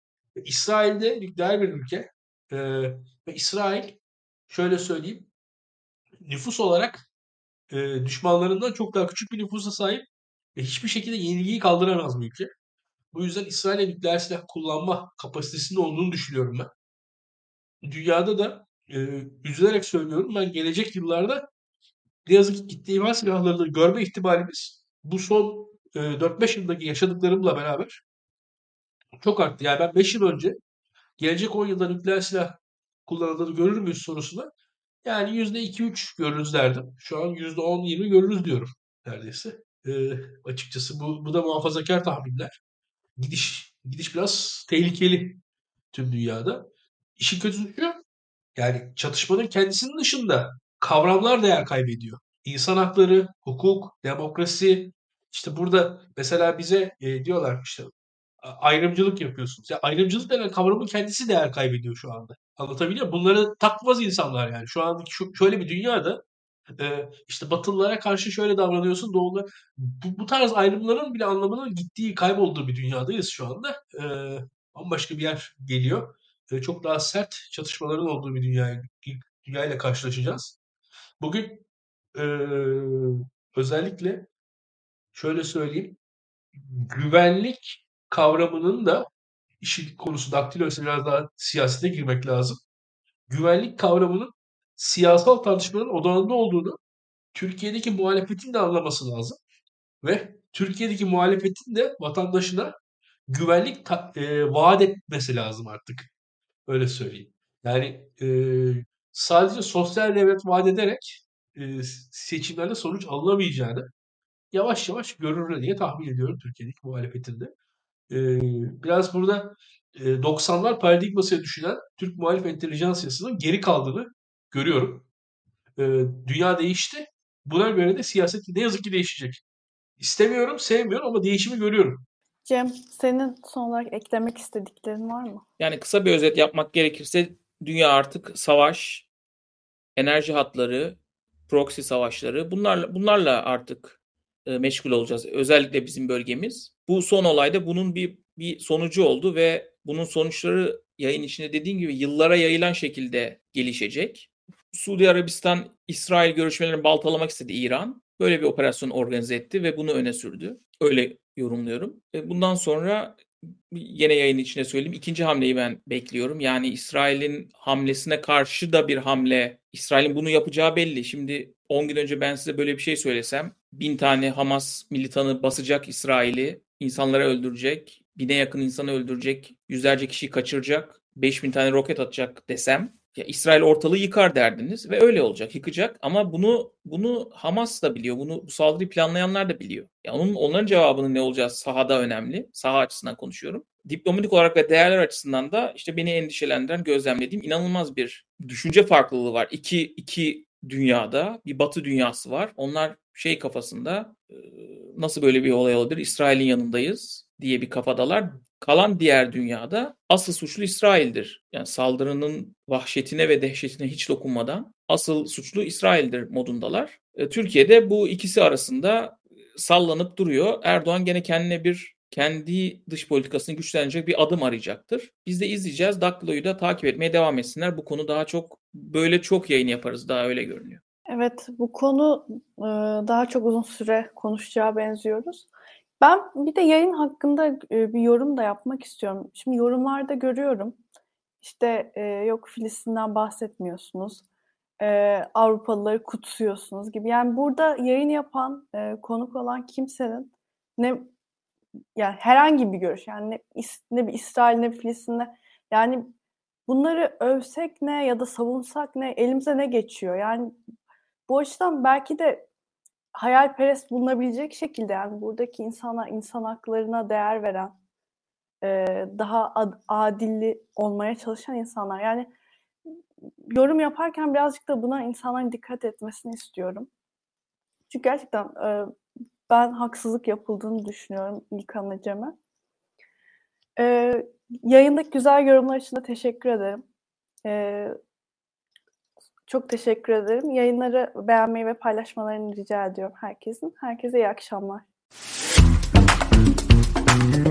Speaker 4: İsrail'de nükleer bir ülke. Ee, ve İsrail şöyle söyleyeyim nüfus olarak e, düşmanlarından çok daha küçük bir nüfusa sahip ve hiçbir şekilde yenilgiyi kaldıramaz bu ülke. Bu yüzden İsrail'e nükleer silah kullanma kapasitesinin olduğunu düşünüyorum ben. Dünyada da e, üzülerek söylüyorum, ben gelecek yıllarda ne yazık ki kitle imha silahlarını görme ihtimalimiz bu son e, dört beş yıldaki yaşadıklarımla beraber çok arttı. Yani ben beş yıl önce gelecek on yılda nükleer silah kullanıldığını görür müyüz sorusuna yani yüzde iki üç görürüz derdim. Şu an yüzde on yirmi görürüz diyorum neredeyse. E, açıkçası bu, bu da muhafazakar tahminler. Gidiş gidiş biraz tehlikeli tüm dünyada. İşin kötüsü şu, yani çatışmanın kendisinin dışında kavramlar değer kaybediyor. İnsan hakları, hukuk, demokrasi, işte burada mesela bize e, diyorlar işte ayrımcılık yapıyorsunuz. Ya ayrımcılık denen kavramın kendisi değer kaybediyor şu anda. Anlatabiliyor muyum? Bunları takmaz insanlar yani. Şu andaki şu, şöyle bir dünyada e, işte Batılılara karşı şöyle davranıyorsun, Doğulular. Bu, bu tarz ayrımların bile anlamının gittiği, kaybolduğu bir dünyadayız şu anda. E, bambaşka bir yer geliyor. E, çok daha sert çatışmaların olduğu bir dünyaya, dünyayla karşılaşacağız. Bugün e, özellikle şöyle söyleyeyim, güvenlik kavramının da işin konusu daktilo ise biraz daha siyasete girmek lazım. Güvenlik kavramının siyasal tartışmanın odağında olduğunu Türkiye'deki muhalefetin de anlaması lazım. Ve Türkiye'deki muhalefetin de vatandaşına güvenlik ta- e, vaat etmesi lazım artık. Öyle söyleyeyim. Yani e, sadece sosyal devlet vaat ederek e, seçimlerde sonuç alınamayacağını yavaş yavaş görür diye tahmin ediyorum Türkiye'deki muhalefetin de. E, biraz burada e, doksanlar paradigmasıyla düşünen Türk muhalif entelijansiyasının geri kaldığını görüyorum. E, dünya değişti. Buna göre de siyaset ne yazık ki değişecek. İstemiyorum, sevmiyorum ama değişimi görüyorum.
Speaker 1: Cem, senin son olarak eklemek istediklerin var mı?
Speaker 3: Yani kısa bir özet yapmak gerekirse dünya artık savaş, enerji hatları, proxy savaşları bunlarla bunlarla artık e, meşgul olacağız. Özellikle bizim bölgemiz. Bu son olayda bunun bir bir sonucu oldu ve bunun sonuçları yayın içinde dediğim gibi yıllara yayılan şekilde gelişecek. Suudi Arabistan, İsrail görüşmelerini baltalamak istedi İran. Böyle bir operasyon organize etti ve bunu öne sürdü. Öyle yorumluyorum. Bundan sonra yine yayın içinde söyleyeyim. İkinci hamleyi ben bekliyorum. Yani İsrail'in hamlesine karşı da bir hamle. İsrail'in bunu yapacağı belli. Şimdi on gün önce ben size böyle bir şey söylesem, bin tane Hamas militanı basacak İsrail'i, insanları öldürecek, bine yakın insanı öldürecek, yüzlerce kişiyi kaçıracak, beş bin tane roket atacak desem, ya İsrail ortalığı yıkar derdiniz ve öyle olacak, yıkacak. Ama bunu bunu Hamas da biliyor, bunu bu saldırıyı planlayanlar da biliyor. Ya onun onların cevabının ne olacağı sahada önemli. Saha açısından konuşuyorum. Diplomatik olarak ve değerler açısından da işte beni endişelendiren, gözlemlediğim inanılmaz bir düşünce farklılığı var. İki iki dünyada bir Batı dünyası var. Onlar şey kafasında nasıl böyle bir olay olabilir? İsrail'in yanındayız diye bir kafadalar. Kalan diğer dünyada asıl suçlu İsrail'dir. Yani saldırının vahşetine ve dehşetine hiç dokunmadan asıl suçlu İsrail'dir modundalar. Türkiye'de bu ikisi arasında sallanıp duruyor. Erdoğan gene kendine bir kendi dış politikasını güçlendirecek bir adım arayacaktır. Biz de izleyeceğiz. Daktilo'yu da takip etmeye devam etsinler. Bu konu daha çok böyle çok yayın yaparız. Daha öyle görünüyor.
Speaker 1: Evet, bu konu daha çok uzun süre konuşacağı benziyoruz. Ben bir de yayın hakkında bir yorum da yapmak istiyorum. Şimdi yorumlarda görüyorum. İşte yok Filistin'den bahsetmiyorsunuz. Avrupalıları kutsuyorsunuz gibi. Yani burada yayın yapan, konuk olan kimsenin ne yani herhangi bir görüş, yani ne, ne bir İsrail ne bir Filistin'de, yani bunları övsek ne ya da savunsak ne, elimize ne geçiyor? Yani bu açıdan belki de hayalperest bulunabilecek şekilde, yani buradaki insana, insan haklarına değer veren, daha ad- adilli olmaya çalışan insanlar. Yani yorum yaparken birazcık da buna insanların dikkat etmesini istiyorum. Çünkü gerçekten ben haksızlık yapıldığını düşünüyorum İlkan ve Cem'e. Yayındaki güzel yorumlar için de teşekkür ederim. Çok teşekkür ederim. Yayınları beğenmeyi ve paylaşmalarını rica ediyorum herkesin. Herkese iyi akşamlar.